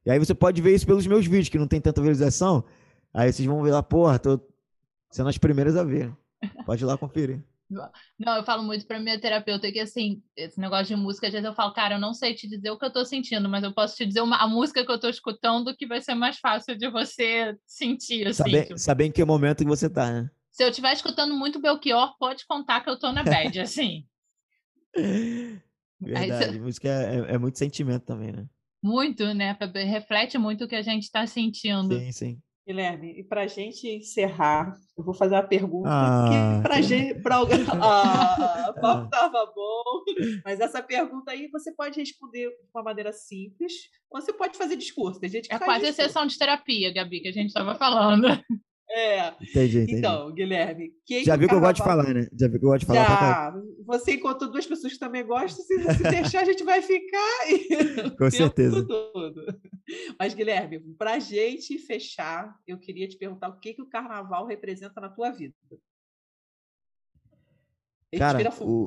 E aí você pode ver isso pelos meus vídeos, que não tem tanta visualização. Aí vocês vão ver lá, porra, tô sendo as primeiras a ver. Pode ir lá conferir. Não, eu falo muito pra minha terapeuta que, assim, esse negócio de música, às vezes eu falo, cara, eu não sei te dizer o que eu tô sentindo, mas eu posso te dizer uma, a música que eu tô escutando que vai ser mais fácil de você sentir, assim. Saber, tipo. saber em que momento que você tá, né? Se eu estiver escutando muito Belchior, pode contar que eu tô na bad, assim. Verdade, Aí, música é, é, é muito sentimento também, né? muito, né? Reflete muito o que a gente tá sentindo. Sim, sim. Guilherme, e para a gente encerrar, eu vou fazer uma pergunta Ah, que para gente, para alguém, ah, o papo estava bom, mas essa pergunta aí você pode responder de uma maneira simples, ou você pode fazer discurso. Tem gente que É faz quase a discurso. sessão de terapia, Gabi, que a gente estava falando. É. Entendi, entendi. Então, Guilherme, quem Já que viu o que eu gosto de carnaval- falar, né? Já viu que eu gosto de falar pra caralho. Já, você encontrou duas pessoas que também gostam, se, se deixar a gente vai ficar e- o Com tempo certeza. todo. Mas, Guilherme, para a gente fechar, eu queria te perguntar o que, que o carnaval representa na tua vida. Cara, Respira fundo. o...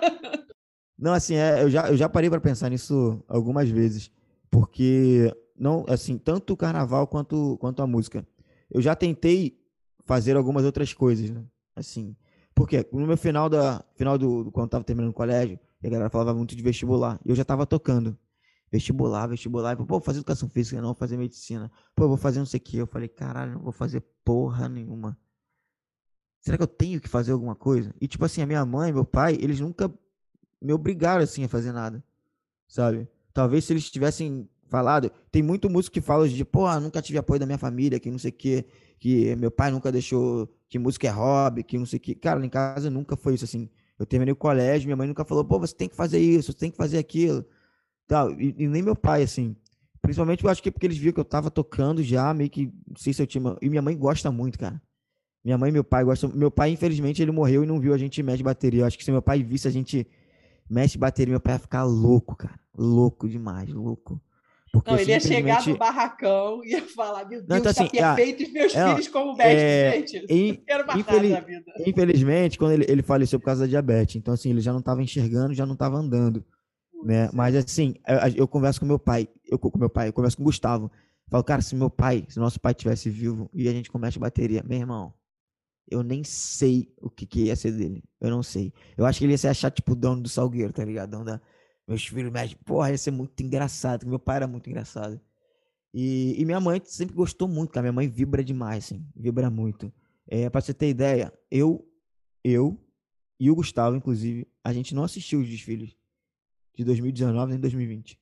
Não, assim, é, eu, já, eu já parei pra pensar nisso algumas vezes. Porque, não, assim, tanto o carnaval quanto, quanto a música. Eu já tentei fazer algumas outras coisas, né? Assim, porque no meu final, da, final do, do- quando eu tava terminando o colégio, a galera falava muito de vestibular. E eu já tava tocando. Vestibular, vestibular. E, pô, vou fazer educação física, não, vou fazer medicina. Pô, eu vou fazer não sei o quê. Eu falei, caralho, não vou fazer porra nenhuma. Será que eu tenho que fazer alguma coisa? E, tipo assim, a minha mãe, meu pai, eles nunca me obrigaram, assim, a fazer nada, sabe? Talvez se eles tivessem falado... Tem muito músico que fala de, pô, nunca tive apoio da minha família, que não sei o quê, que meu pai nunca deixou, que música é hobby, que não sei o quê. Cara, lá em casa nunca foi isso, assim. Eu terminei o colégio, minha mãe nunca falou, pô, você tem que fazer isso, você tem que fazer aquilo, tal. E, e nem meu pai, assim. Principalmente, eu acho que é porque eles viram que eu tava tocando já, meio que, não sei se eu tinha... E minha mãe gosta muito, cara. Minha mãe e meu pai gostam... Meu pai, infelizmente, ele morreu e não viu a gente mexe bateria. Eu acho que se meu pai visse a gente mexe bateria, meu pai ia ficar louco, cara. Louco demais, louco. Porque Não, ele ia chegar simplesmente... no barracão e ia falar, meu Deus, Não, então, está assim, é, perfeito os meus é, filhos como mestre, é, gente. in- Não quero mais infeliz- nada da vida. Infelizmente, quando ele, ele faleceu por causa da diabetes, então assim, ele já não estava enxergando, já não estava andando, né? Putz, Mas assim, eu, eu converso com meu pai, eu com meu pai, eu converso com o Gustavo, falo, cara, se meu pai, se nosso pai tivesse vivo e a gente começa bateria, meu irmão, eu nem sei o que, que ia ser dele, eu não sei. Eu acho que ele ia se achar tipo o dono do Salgueiro, tá ligado? Dono da, meus filhos mexem, porra, ia ser muito engraçado, porque meu pai era muito engraçado. E, e minha mãe sempre gostou muito, cara. Minha mãe vibra demais, assim. Vibra muito. É, pra você ter ideia, eu, eu e o Gustavo, inclusive, a gente não assistiu os desfiles de dois mil e dezenove nem dois mil e vinte.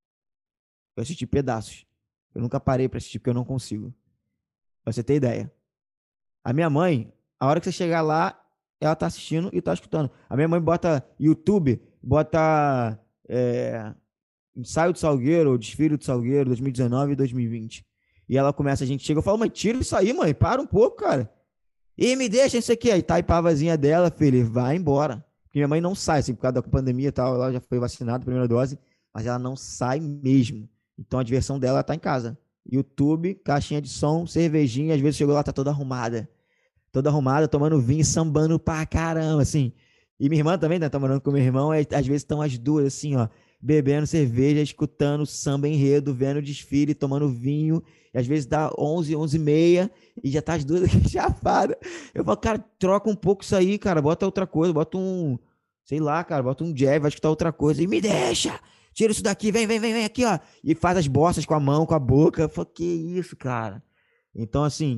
Eu assisti pedaços. Eu nunca parei pra assistir porque eu não consigo. Pra você ter ideia. A minha mãe, a hora que você chegar lá, ela tá assistindo e tá escutando. A minha mãe bota YouTube, bota é, ensaio do Salgueiro, ou desfile do Salgueiro, dois mil e dezenove e dois mil e vinte. E ela começa, a gente chega, eu falo, mãe, tira isso aí, mãe, para um pouco, cara. E me deixa isso aqui. Aí tá a pavazinha dela, filho, vai embora. Porque minha mãe não sai, assim, por causa da pandemia e tal, ela já foi vacinada, primeira dose, mas ela não sai mesmo. Então a diversão dela tá em casa. YouTube, caixinha de som, cervejinha, às vezes chegou lá, tá toda arrumada. Toda arrumada, tomando vinho, sambando pra caramba, assim. E minha irmã também, né, tá morando com meu irmão, aí, às vezes estão as duas, assim, ó, bebendo cerveja, escutando samba enredo, vendo desfile, tomando vinho, e às vezes dá onze, onze e meia, e já tá as duas aqui chapadas. Eu falo, cara, troca um pouco isso aí, cara, bota outra coisa, bota um, sei lá, cara, bota um jazz, vai escutar outra coisa, e me deixa, tira isso daqui, vem, vem, vem, vem aqui, ó, e faz as bossas com a mão, com a boca. Eu falo, que isso, cara? Então, assim,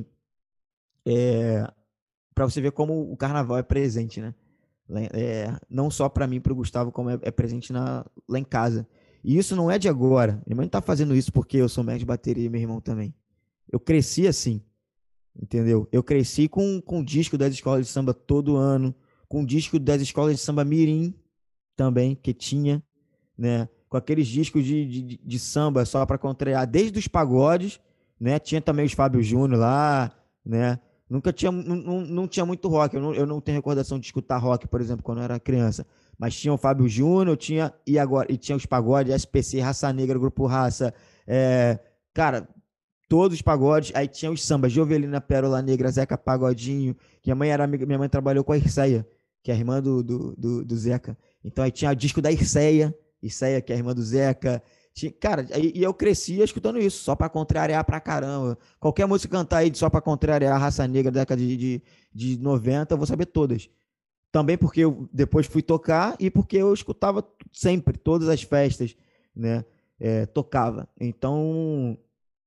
é... pra você ver como o carnaval é presente, né? É, não só pra mim e pro Gustavo, como é, é presente na, lá em casa. E isso não é de agora. Minha mãe não tá fazendo isso porque eu sou mestre de bateria e meu irmão também. Eu cresci assim, entendeu? Eu cresci com, com disco das escolas de samba todo ano, com disco das escolas de samba mirim também, que tinha, né? Com aqueles discos de, de, de samba só pra contrariar, desde os pagodes, né? Tinha também os Fábio Júnior lá, né? Nunca tinha, não, não tinha muito rock. Eu não, eu não tenho recordação de escutar rock, por exemplo, quando eu era criança. Mas tinha o Fábio Júnior, tinha, e agora, e tinha os pagodes, S P C, Raça Negra, Grupo Raça. É, cara, todos os pagodes. Aí tinha os sambas, Jovelina, Pérola Negra, Zeca Pagodinho. Que minha mãe era amiga, minha mãe trabalhou com a Irceia, que é a irmã do, do, do, do Zeca. Então aí tinha o disco da Irceia, Irceia, que é a irmã do Zeca. Ti- Cara, e, e eu crescia escutando isso, só pra contrariar pra caramba. Qualquer música cantar aí de só pra contrariar a raça negra da década de, de, de noventa, eu vou saber todas. Também porque eu depois fui tocar e porque eu escutava sempre, todas as festas, né? É, tocava. Então,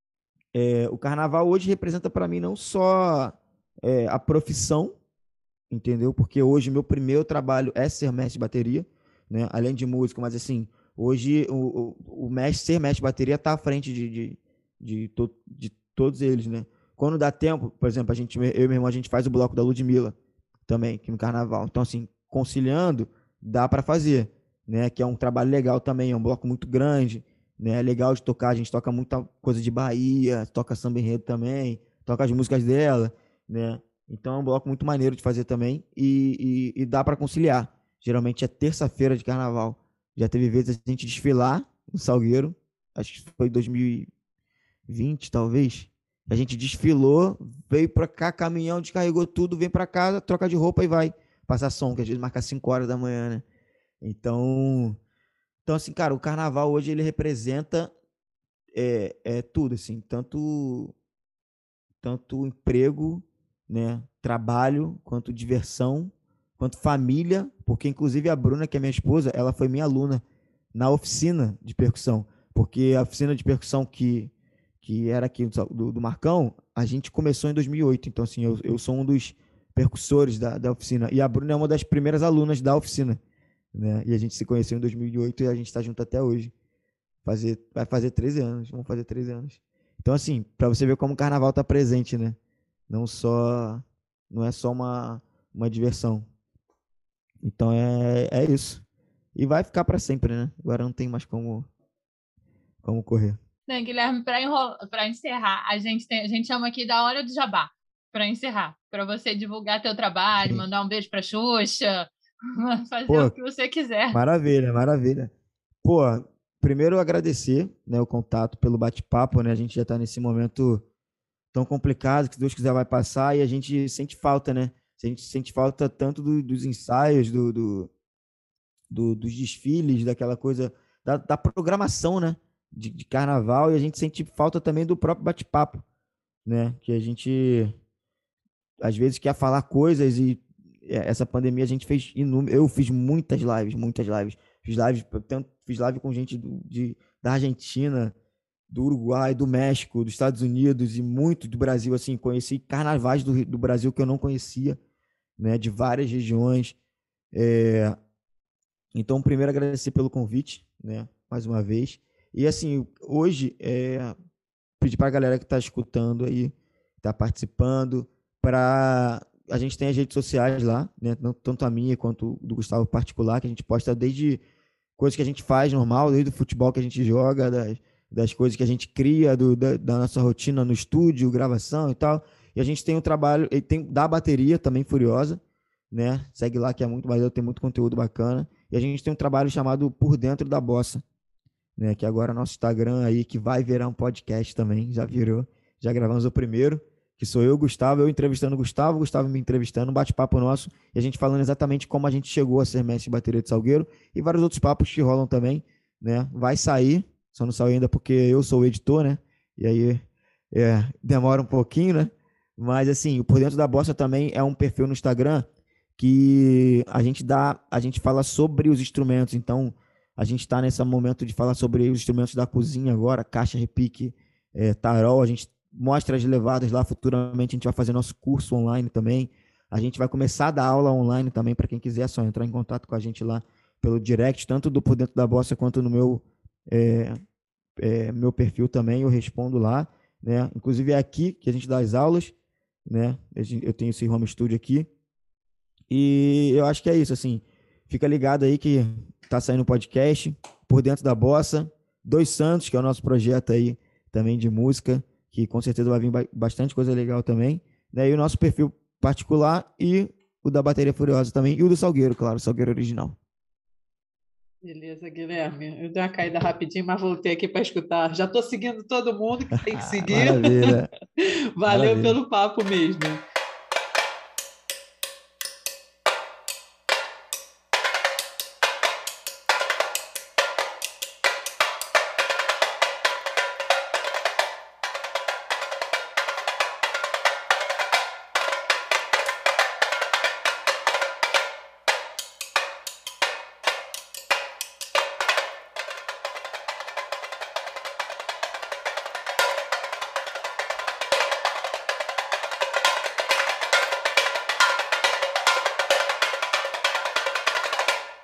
é, o carnaval hoje representa para mim não só é, a profissão, entendeu? Porque hoje meu primeiro trabalho é ser mestre de bateria, né? Além de músico, mas assim, hoje o, o, o mestre, ser mestre de bateria está à frente de, de, de, to, de todos eles, né? Quando dá tempo, por exemplo, a gente, eu e meu irmão, a gente faz o bloco da Ludmilla também, aqui no carnaval. Então, assim, conciliando, dá para fazer, né? Que é um trabalho legal também, é um bloco muito grande, né? É legal de tocar, a gente toca muita coisa de Bahia, toca samba enredo também, toca as músicas dela, né? Então é um bloco muito maneiro de fazer também e, e, e dá para conciliar. Geralmente é terça-feira de carnaval. Já teve vezes a gente desfilar no Salgueiro, acho que foi dois mil e vinte, talvez. A gente desfilou, veio pra cá, caminhão, descarregou tudo, vem pra casa, troca de roupa e vai passar som, que às vezes marca cinco horas da manhã, né? Então, então assim, cara, o carnaval hoje ele representa é, é tudo, assim, tanto, tanto emprego, né, trabalho, quanto diversão, quanto família, porque inclusive a Bruna, que é minha esposa, ela foi minha aluna na oficina de percussão, porque a oficina de percussão que que era aqui do, do Marcão, a gente começou em dois mil e oito, então assim, eu, eu sou um dos percussores da, da oficina, e a Bruna é uma das primeiras alunas da oficina, né? E a gente se conheceu em dois mil e oito e a gente está junto até hoje. Fazer, vai fazer treze anos, vamos fazer treze anos. Então assim, para você ver como o carnaval tá presente, né? Não só, não é só uma, uma diversão. Então é, é isso. E vai ficar para sempre, né? Agora não tem mais como, como correr. Né, Guilherme, para encerrar, a gente, tem, a gente chama aqui da hora do jabá, para encerrar, para você divulgar teu trabalho, Sim. mandar um beijo para Xuxa, fazer Pô, o que você quiser. Maravilha, maravilha. Pô, primeiro agradecer, né, o contato pelo bate-papo, né? A gente já está nesse momento tão complicado que, se Deus quiser, vai passar e a gente sente falta, né? A gente sente falta tanto do, dos ensaios, do, do, do, dos desfiles, daquela coisa, da, da programação, né? De, de carnaval, e a gente sente falta também do próprio bate-papo, né? Que a gente às vezes quer falar coisas e essa pandemia a gente fez inúmeras, eu fiz muitas lives, muitas lives, fiz lives, tanto fiz live com gente do, de, da Argentina, do Uruguai, do México, dos Estados Unidos e muito do Brasil, assim, conheci carnavais do, do Brasil que eu não conhecia, né? De várias regiões. É... Então, primeiro agradecer pelo convite, né? Mais uma vez. E assim, hoje, é, pedir para a galera que está escutando aí, está participando, para a gente tem as redes sociais lá, né? Tanto a minha quanto do Gustavo particular, que a gente posta desde coisas que a gente faz normal, desde o futebol que a gente joga, das, das coisas que a gente cria, do, da, da nossa rotina no estúdio, gravação e tal. E a gente tem um trabalho, e tem da bateria também, Furiosa, né? Segue lá que é muito maneiro, tem muito conteúdo bacana. E a gente tem um trabalho chamado Por Dentro da Bossa, né, que agora é nosso Instagram aí, que vai virar um podcast também, já virou, já gravamos o primeiro, que sou eu, Gustavo, eu entrevistando o Gustavo, o Gustavo me entrevistando, um bate-papo nosso, e a gente falando exatamente como a gente chegou a ser mestre de bateria de Salgueiro, e vários outros papos que rolam também, né, vai sair, só não saiu ainda porque eu sou o editor, né, e aí é, demora um pouquinho, né, mas assim, o Por Dentro da Bossa também é um perfil no Instagram que a gente dá, a gente fala sobre os instrumentos, então a gente está nesse momento de falar sobre os instrumentos da cozinha agora, caixa, repique, é, tarol. A gente mostra as levadas lá. Futuramente a gente vai fazer nosso curso online também. A gente vai começar a dar aula online também para quem quiser, é só entrar em contato com a gente lá pelo direct, tanto do Por Dentro da Bossa quanto no meu, é, é, meu perfil também. Eu respondo lá, né? Inclusive é aqui que a gente dá as aulas, né? Eu tenho esse home studio aqui. E eu acho que é isso, assim. Fica ligado aí que tá saindo um podcast Por Dentro da Bossa, Dois Santos, que é o nosso projeto aí também de música, que com certeza vai vir bastante coisa legal também, né? E o nosso perfil particular e o da Bateria Furiosa também, e o do Salgueiro, claro, o Salgueiro original. Beleza, Guilherme. Eu dei uma caída rapidinho, mas voltei aqui para escutar. Já estou seguindo todo mundo que tem que seguir. Maravilha. Valeu Maravilha. pelo papo mesmo.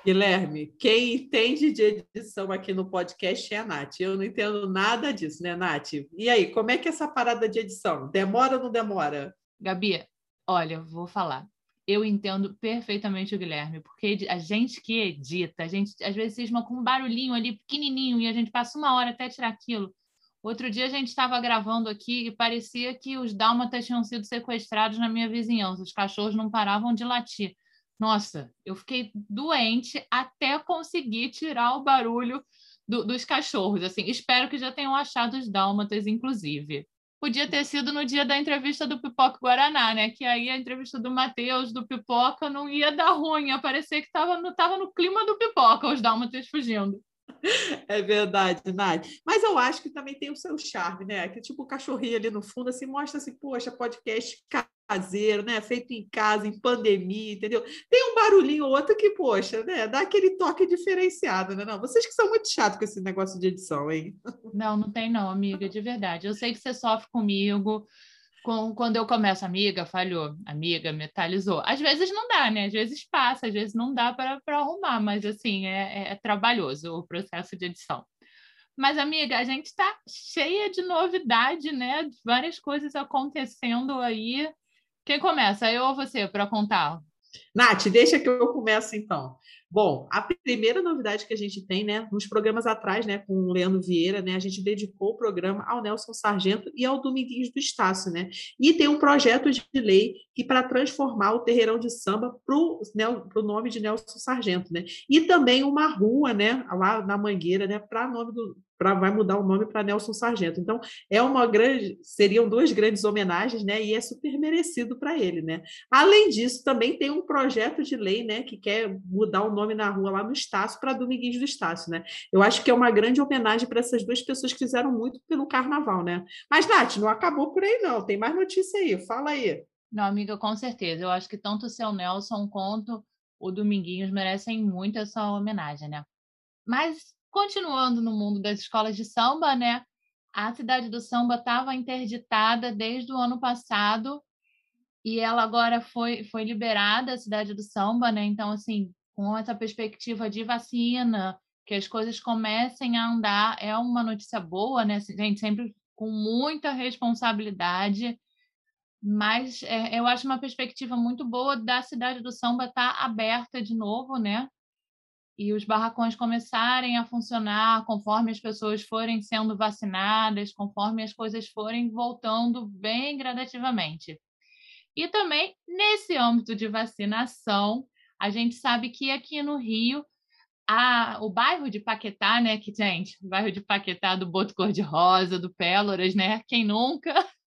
Guilherme, quem entende de edição aqui no podcast é a Nath. Eu não entendo nada disso, né, Nath? E aí, como é que é essa parada de edição? Demora ou não demora? Gabi, olha, vou falar. Eu entendo perfeitamente o Guilherme, porque a gente que edita, a gente às vezes cisma com um barulhinho ali pequenininho e a gente passa uma hora até tirar aquilo. Outro dia a gente estava gravando aqui e parecia que os dálmatas tinham sido sequestrados na minha vizinhança. Os cachorros não paravam de latir. Nossa, eu fiquei doente até conseguir tirar o barulho do, dos cachorros. Assim, espero que já tenham achado os dálmatas, inclusive. Podia ter sido no dia da entrevista do Pipoca Guaraná, né? Que aí a entrevista do Matheus, do Pipoca, não ia dar ruim. Ia parecer que estava no, tava no clima do Pipoca, os dálmatas fugindo. É verdade, Nath. Mas eu acho que também tem o seu charme, né? Que tipo o cachorrinho ali no fundo, assim, mostra assim, poxa, podcast caseiro, né? Feito em casa, em pandemia, entendeu? Tem um barulhinho ou outro que, poxa, né? Dá aquele toque diferenciado, né? Não, vocês que são muito chatos com esse negócio de edição, hein? Não, não tem não, amiga, de verdade. Eu sei que você sofre comigo. Com, quando eu começo, amiga, falhou, amiga, metalizou. Às vezes não dá, né? Às vezes passa, às vezes não dá para arrumar, mas assim, é, é, é trabalhoso o processo de edição. Mas, amiga, a gente está cheia de novidade, né? Várias coisas acontecendo aí. Quem começa? Eu ou você, para contar? Nath, deixa que eu começo então. Bom, a primeira novidade que a gente tem, né, nos programas atrás, né, com o Leandro Vieira, né, a gente dedicou o programa ao Nelson Sargento e ao Dominguinhos do Estácio, né, e tem um projeto de lei que para transformar o terreirão de samba para o nome de Nelson Sargento, né, e também uma rua, né, lá na Mangueira, né, para nome do Pra, vai mudar o nome para Nelson Sargento. Então, é uma grande, seriam duas grandes homenagens, né? E é super merecido para ele, né? Além disso, também tem um projeto de lei, né? Que quer mudar o nome na rua lá no Estácio para Dominguinhos do Estácio, né? Eu acho que é uma grande homenagem para essas duas pessoas que fizeram muito pelo carnaval, né? Mas, Nath, não acabou por aí, não. Tem mais notícia aí. Fala aí. Não, amiga, com certeza. Eu acho que tanto o seu Nelson quanto o Dominguinhos merecem muito essa homenagem, né? Mas continuando no mundo das escolas de samba, né? A Cidade do Samba estava interditada desde o ano passado e ela agora foi, foi liberada, a Cidade do Samba, né? Então, assim, com essa perspectiva de vacina, que as coisas comecem a andar, é uma notícia boa, né? Gente, sempre com muita responsabilidade, mas é, eu acho uma perspectiva muito boa da Cidade do Samba estar aberta de novo, né? E os barracões começarem a funcionar conforme as pessoas forem sendo vacinadas, conforme as coisas forem voltando bem gradativamente. E também, nesse âmbito de vacinação, a gente sabe que aqui no Rio, a, o bairro de Paquetá, né, que, gente, o bairro de Paquetá do Boto Cor-de-Rosa, do Péloras, né, quem nunca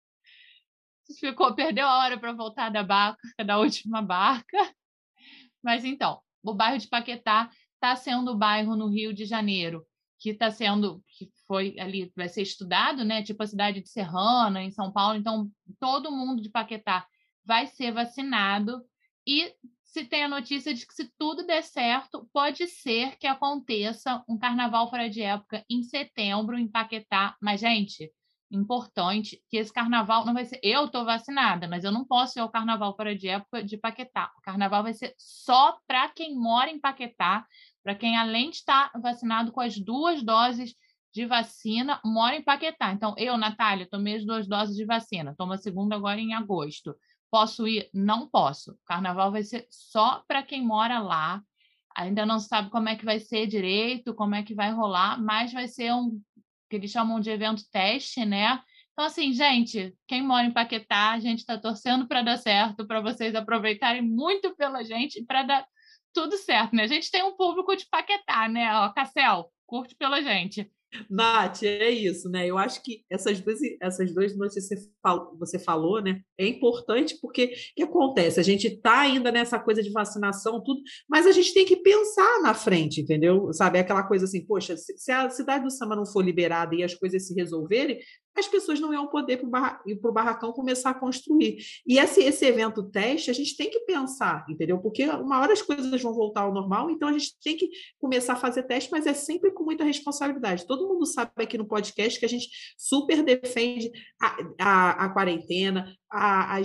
ficou, perdeu a hora para voltar da barca, da última barca. Mas, então, o bairro de Paquetá está sendo o bairro no Rio de Janeiro que está sendo, que foi ali, vai ser estudado, né? Tipo a cidade de Serrana, em São Paulo. Então, todo mundo de Paquetá vai ser vacinado e se tem a notícia de que, se tudo der certo, pode ser que aconteça um carnaval fora de época em setembro em Paquetá. Mas, gente, importante que esse carnaval não vai ser... Eu estou vacinada, mas eu não posso ir ao carnaval fora de época de Paquetá. O carnaval vai ser só para quem mora em Paquetá, para quem, além de estar vacinado com as duas doses de vacina, mora em Paquetá. Então, eu, Natália, tomei as duas doses de vacina, tomo a segunda agora em agosto. Posso ir? Não posso. O carnaval vai ser só para quem mora lá. Ainda não sabe como é que vai ser direito, como é que vai rolar, mas vai ser um que eles chamam de evento teste, né? Então, assim, gente, quem mora em Paquetá, a gente está torcendo para dar certo, para vocês aproveitarem muito pela gente, para dar tudo certo, né? A gente tem um público de Paquetá, né? Ó, Cassel, curte pela gente. Nath, é isso, né? Eu acho que essas duas, essas duas notícias que você falou, né? É importante porque o que acontece? A gente está ainda nessa coisa de vacinação, tudo, mas a gente tem que pensar na frente, entendeu? Sabe? Aquela coisa assim, poxa, se, se a cidade do samba não for liberada e as coisas se resolverem, as pessoas não iam poder ir para o barra, barracão começar a construir. E esse, esse evento teste, a gente tem que pensar, entendeu? Porque uma hora as coisas vão voltar ao normal, então a gente tem que começar a fazer teste, mas é sempre com muita responsabilidade. Todo mundo sabe aqui no podcast que a gente super defende a, a, a quarentena, a, as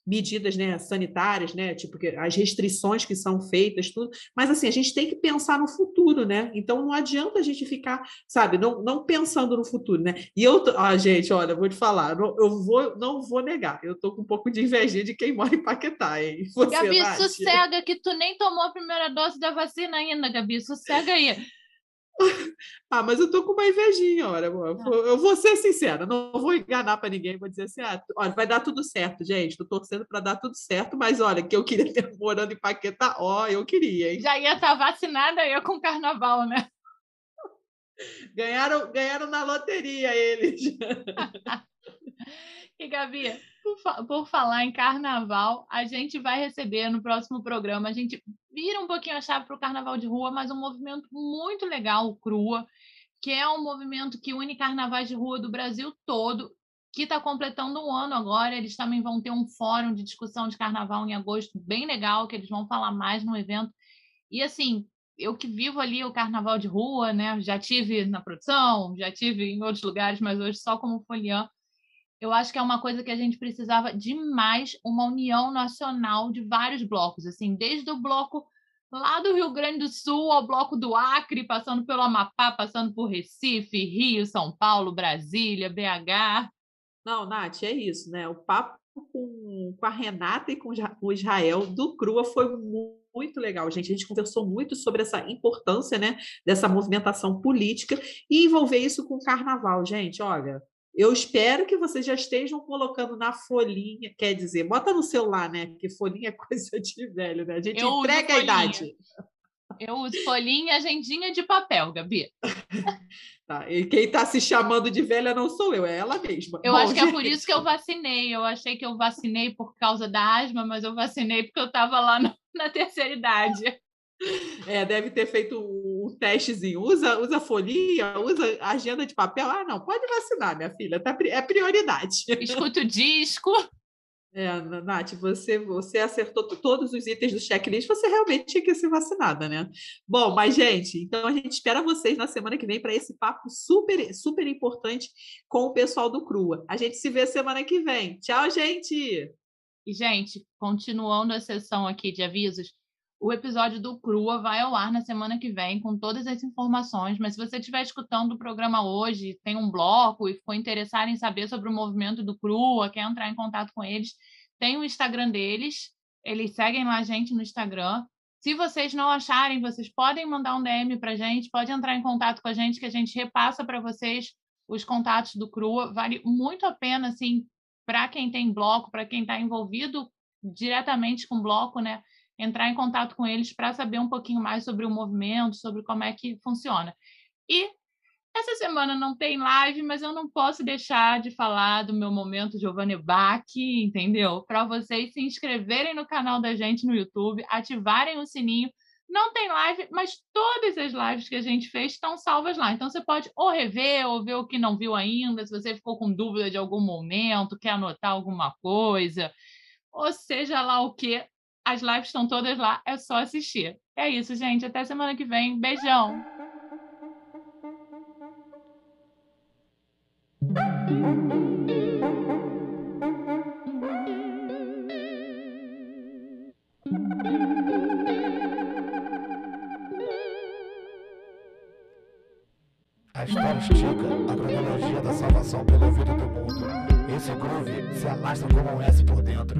medidas, né, sanitárias, né, tipo as restrições que são feitas, tudo, mas assim, a gente tem que pensar no futuro, né? Então não adianta a gente ficar, sabe, não, não pensando no futuro, né? E eu, ah, gente, olha, vou te falar, eu vou, não vou negar, eu tô com um pouco de inveja de quem mora em Paquetá, hein? Você, Gabi, Nath? sossega que tu nem tomou a primeira dose da vacina ainda, Gabi, sossega aí. Ah, mas eu tô com uma invejinha, olha, eu vou ser sincera, não vou enganar para ninguém, vou dizer assim, ah, olha, vai dar tudo certo, gente, tô torcendo para dar tudo certo, mas olha, que eu queria ter morando em Paquetá, ó, eu queria, hein? Já ia estar vacinada, ia com carnaval, né? Ganharam, ganharam na loteria eles. E, Gabi, por, fa por falar em carnaval, a gente vai receber no próximo programa, a gente vira um pouquinho a chave para o carnaval de rua, mas um movimento muito legal, o Crua, que é um movimento que une carnavais de rua do Brasil todo, que está completando um ano agora. Eles também vão ter um fórum de discussão de carnaval em agosto, bem legal, que eles vão falar mais no evento. E, assim, eu que vivo ali o carnaval de rua, né? Já tive na produção, já tive em outros lugares, mas hoje só como foliã. Eu acho que é uma coisa que a gente precisava demais, uma união nacional de vários blocos, assim, desde o bloco lá do Rio Grande do Sul ao bloco do Acre, passando pelo Amapá, passando por Recife, Rio, São Paulo, Brasília, B H. Não, Nath, é isso, né? O papo com, com a Renata e com o Israel do Crua foi muito legal, gente. A gente conversou muito sobre essa importância, né, dessa movimentação política e envolver isso com o carnaval, gente, olha... Eu espero que vocês já estejam colocando na folhinha, quer dizer, bota no celular, né? Porque folhinha é coisa de velho, né? A gente eu entrega a idade. Eu uso folhinha e agendinha de papel, Gabi. Tá, e quem está se chamando de velha não sou eu, é ela mesma. Eu Bom, acho que gente... é por isso que eu vacinei. Eu achei que eu vacinei por causa da asma, mas eu vacinei porque eu estava lá no, na terceira idade. É, deve ter feito um testezinho. Usa, usa folhinha, usa agenda de papel. Ah, não, pode vacinar, minha filha, tá, é prioridade. Escuta o disco. É, Nath, você, você acertou todos os itens do checklist, você realmente tinha que ser vacinada, né? Bom, mas, gente, então a gente espera vocês na semana que vem para esse papo super, super importante com o pessoal do Crua. A gente se vê semana que vem. Tchau, gente! E, gente, continuando a sessão aqui de avisos, o episódio do Crua vai ao ar na semana que vem com todas as informações, mas se você estiver escutando o programa hoje, tem um bloco e ficou interessado em saber sobre o movimento do Crua, quer entrar em contato com eles, tem o Instagram deles, eles seguem lá a gente no Instagram. Se vocês não acharem, vocês podem mandar um D M para a gente, pode entrar em contato com a gente, que a gente repassa para vocês os contatos do Crua. Vale muito a pena, assim, para quem tem bloco, para quem está envolvido diretamente com bloco, né? Entrar em contato com eles para saber um pouquinho mais sobre o movimento, sobre como é que funciona. E essa semana não tem live, mas eu não posso deixar de falar do meu momento Giovanni Bach, entendeu? Para vocês se inscreverem no canal da gente no YouTube, ativarem o sininho. Não tem live, mas todas as lives que a gente fez estão salvas lá. Então você pode ou rever, ou ver o que não viu ainda, se você ficou com dúvida de algum momento, quer anotar alguma coisa, ou seja lá o que. As lives estão todas lá, é só assistir. É isso, gente. Até semana que vem. Beijão! A história estica a cronologia da salvação pelo ouvido do mundo. Esse groove se alastra como um S por dentro.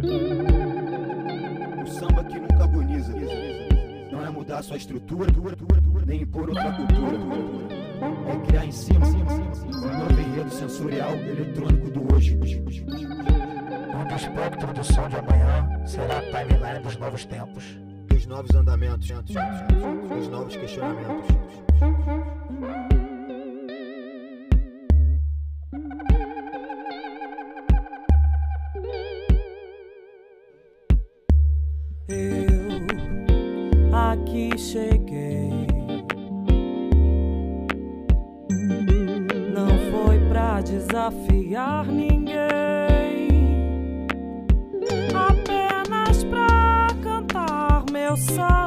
O samba que nunca agoniza não é mudar sua estrutura, nem impor outra cultura. É criar em cima um novo enredo sensorial eletrônico do hoje. Um do espectro do som de amanhã será a timeline dos novos tempos. Dos novos andamentos, dos novos questionamentos. Eu aqui cheguei, não foi pra desafiar ninguém, apenas pra cantar meu samba.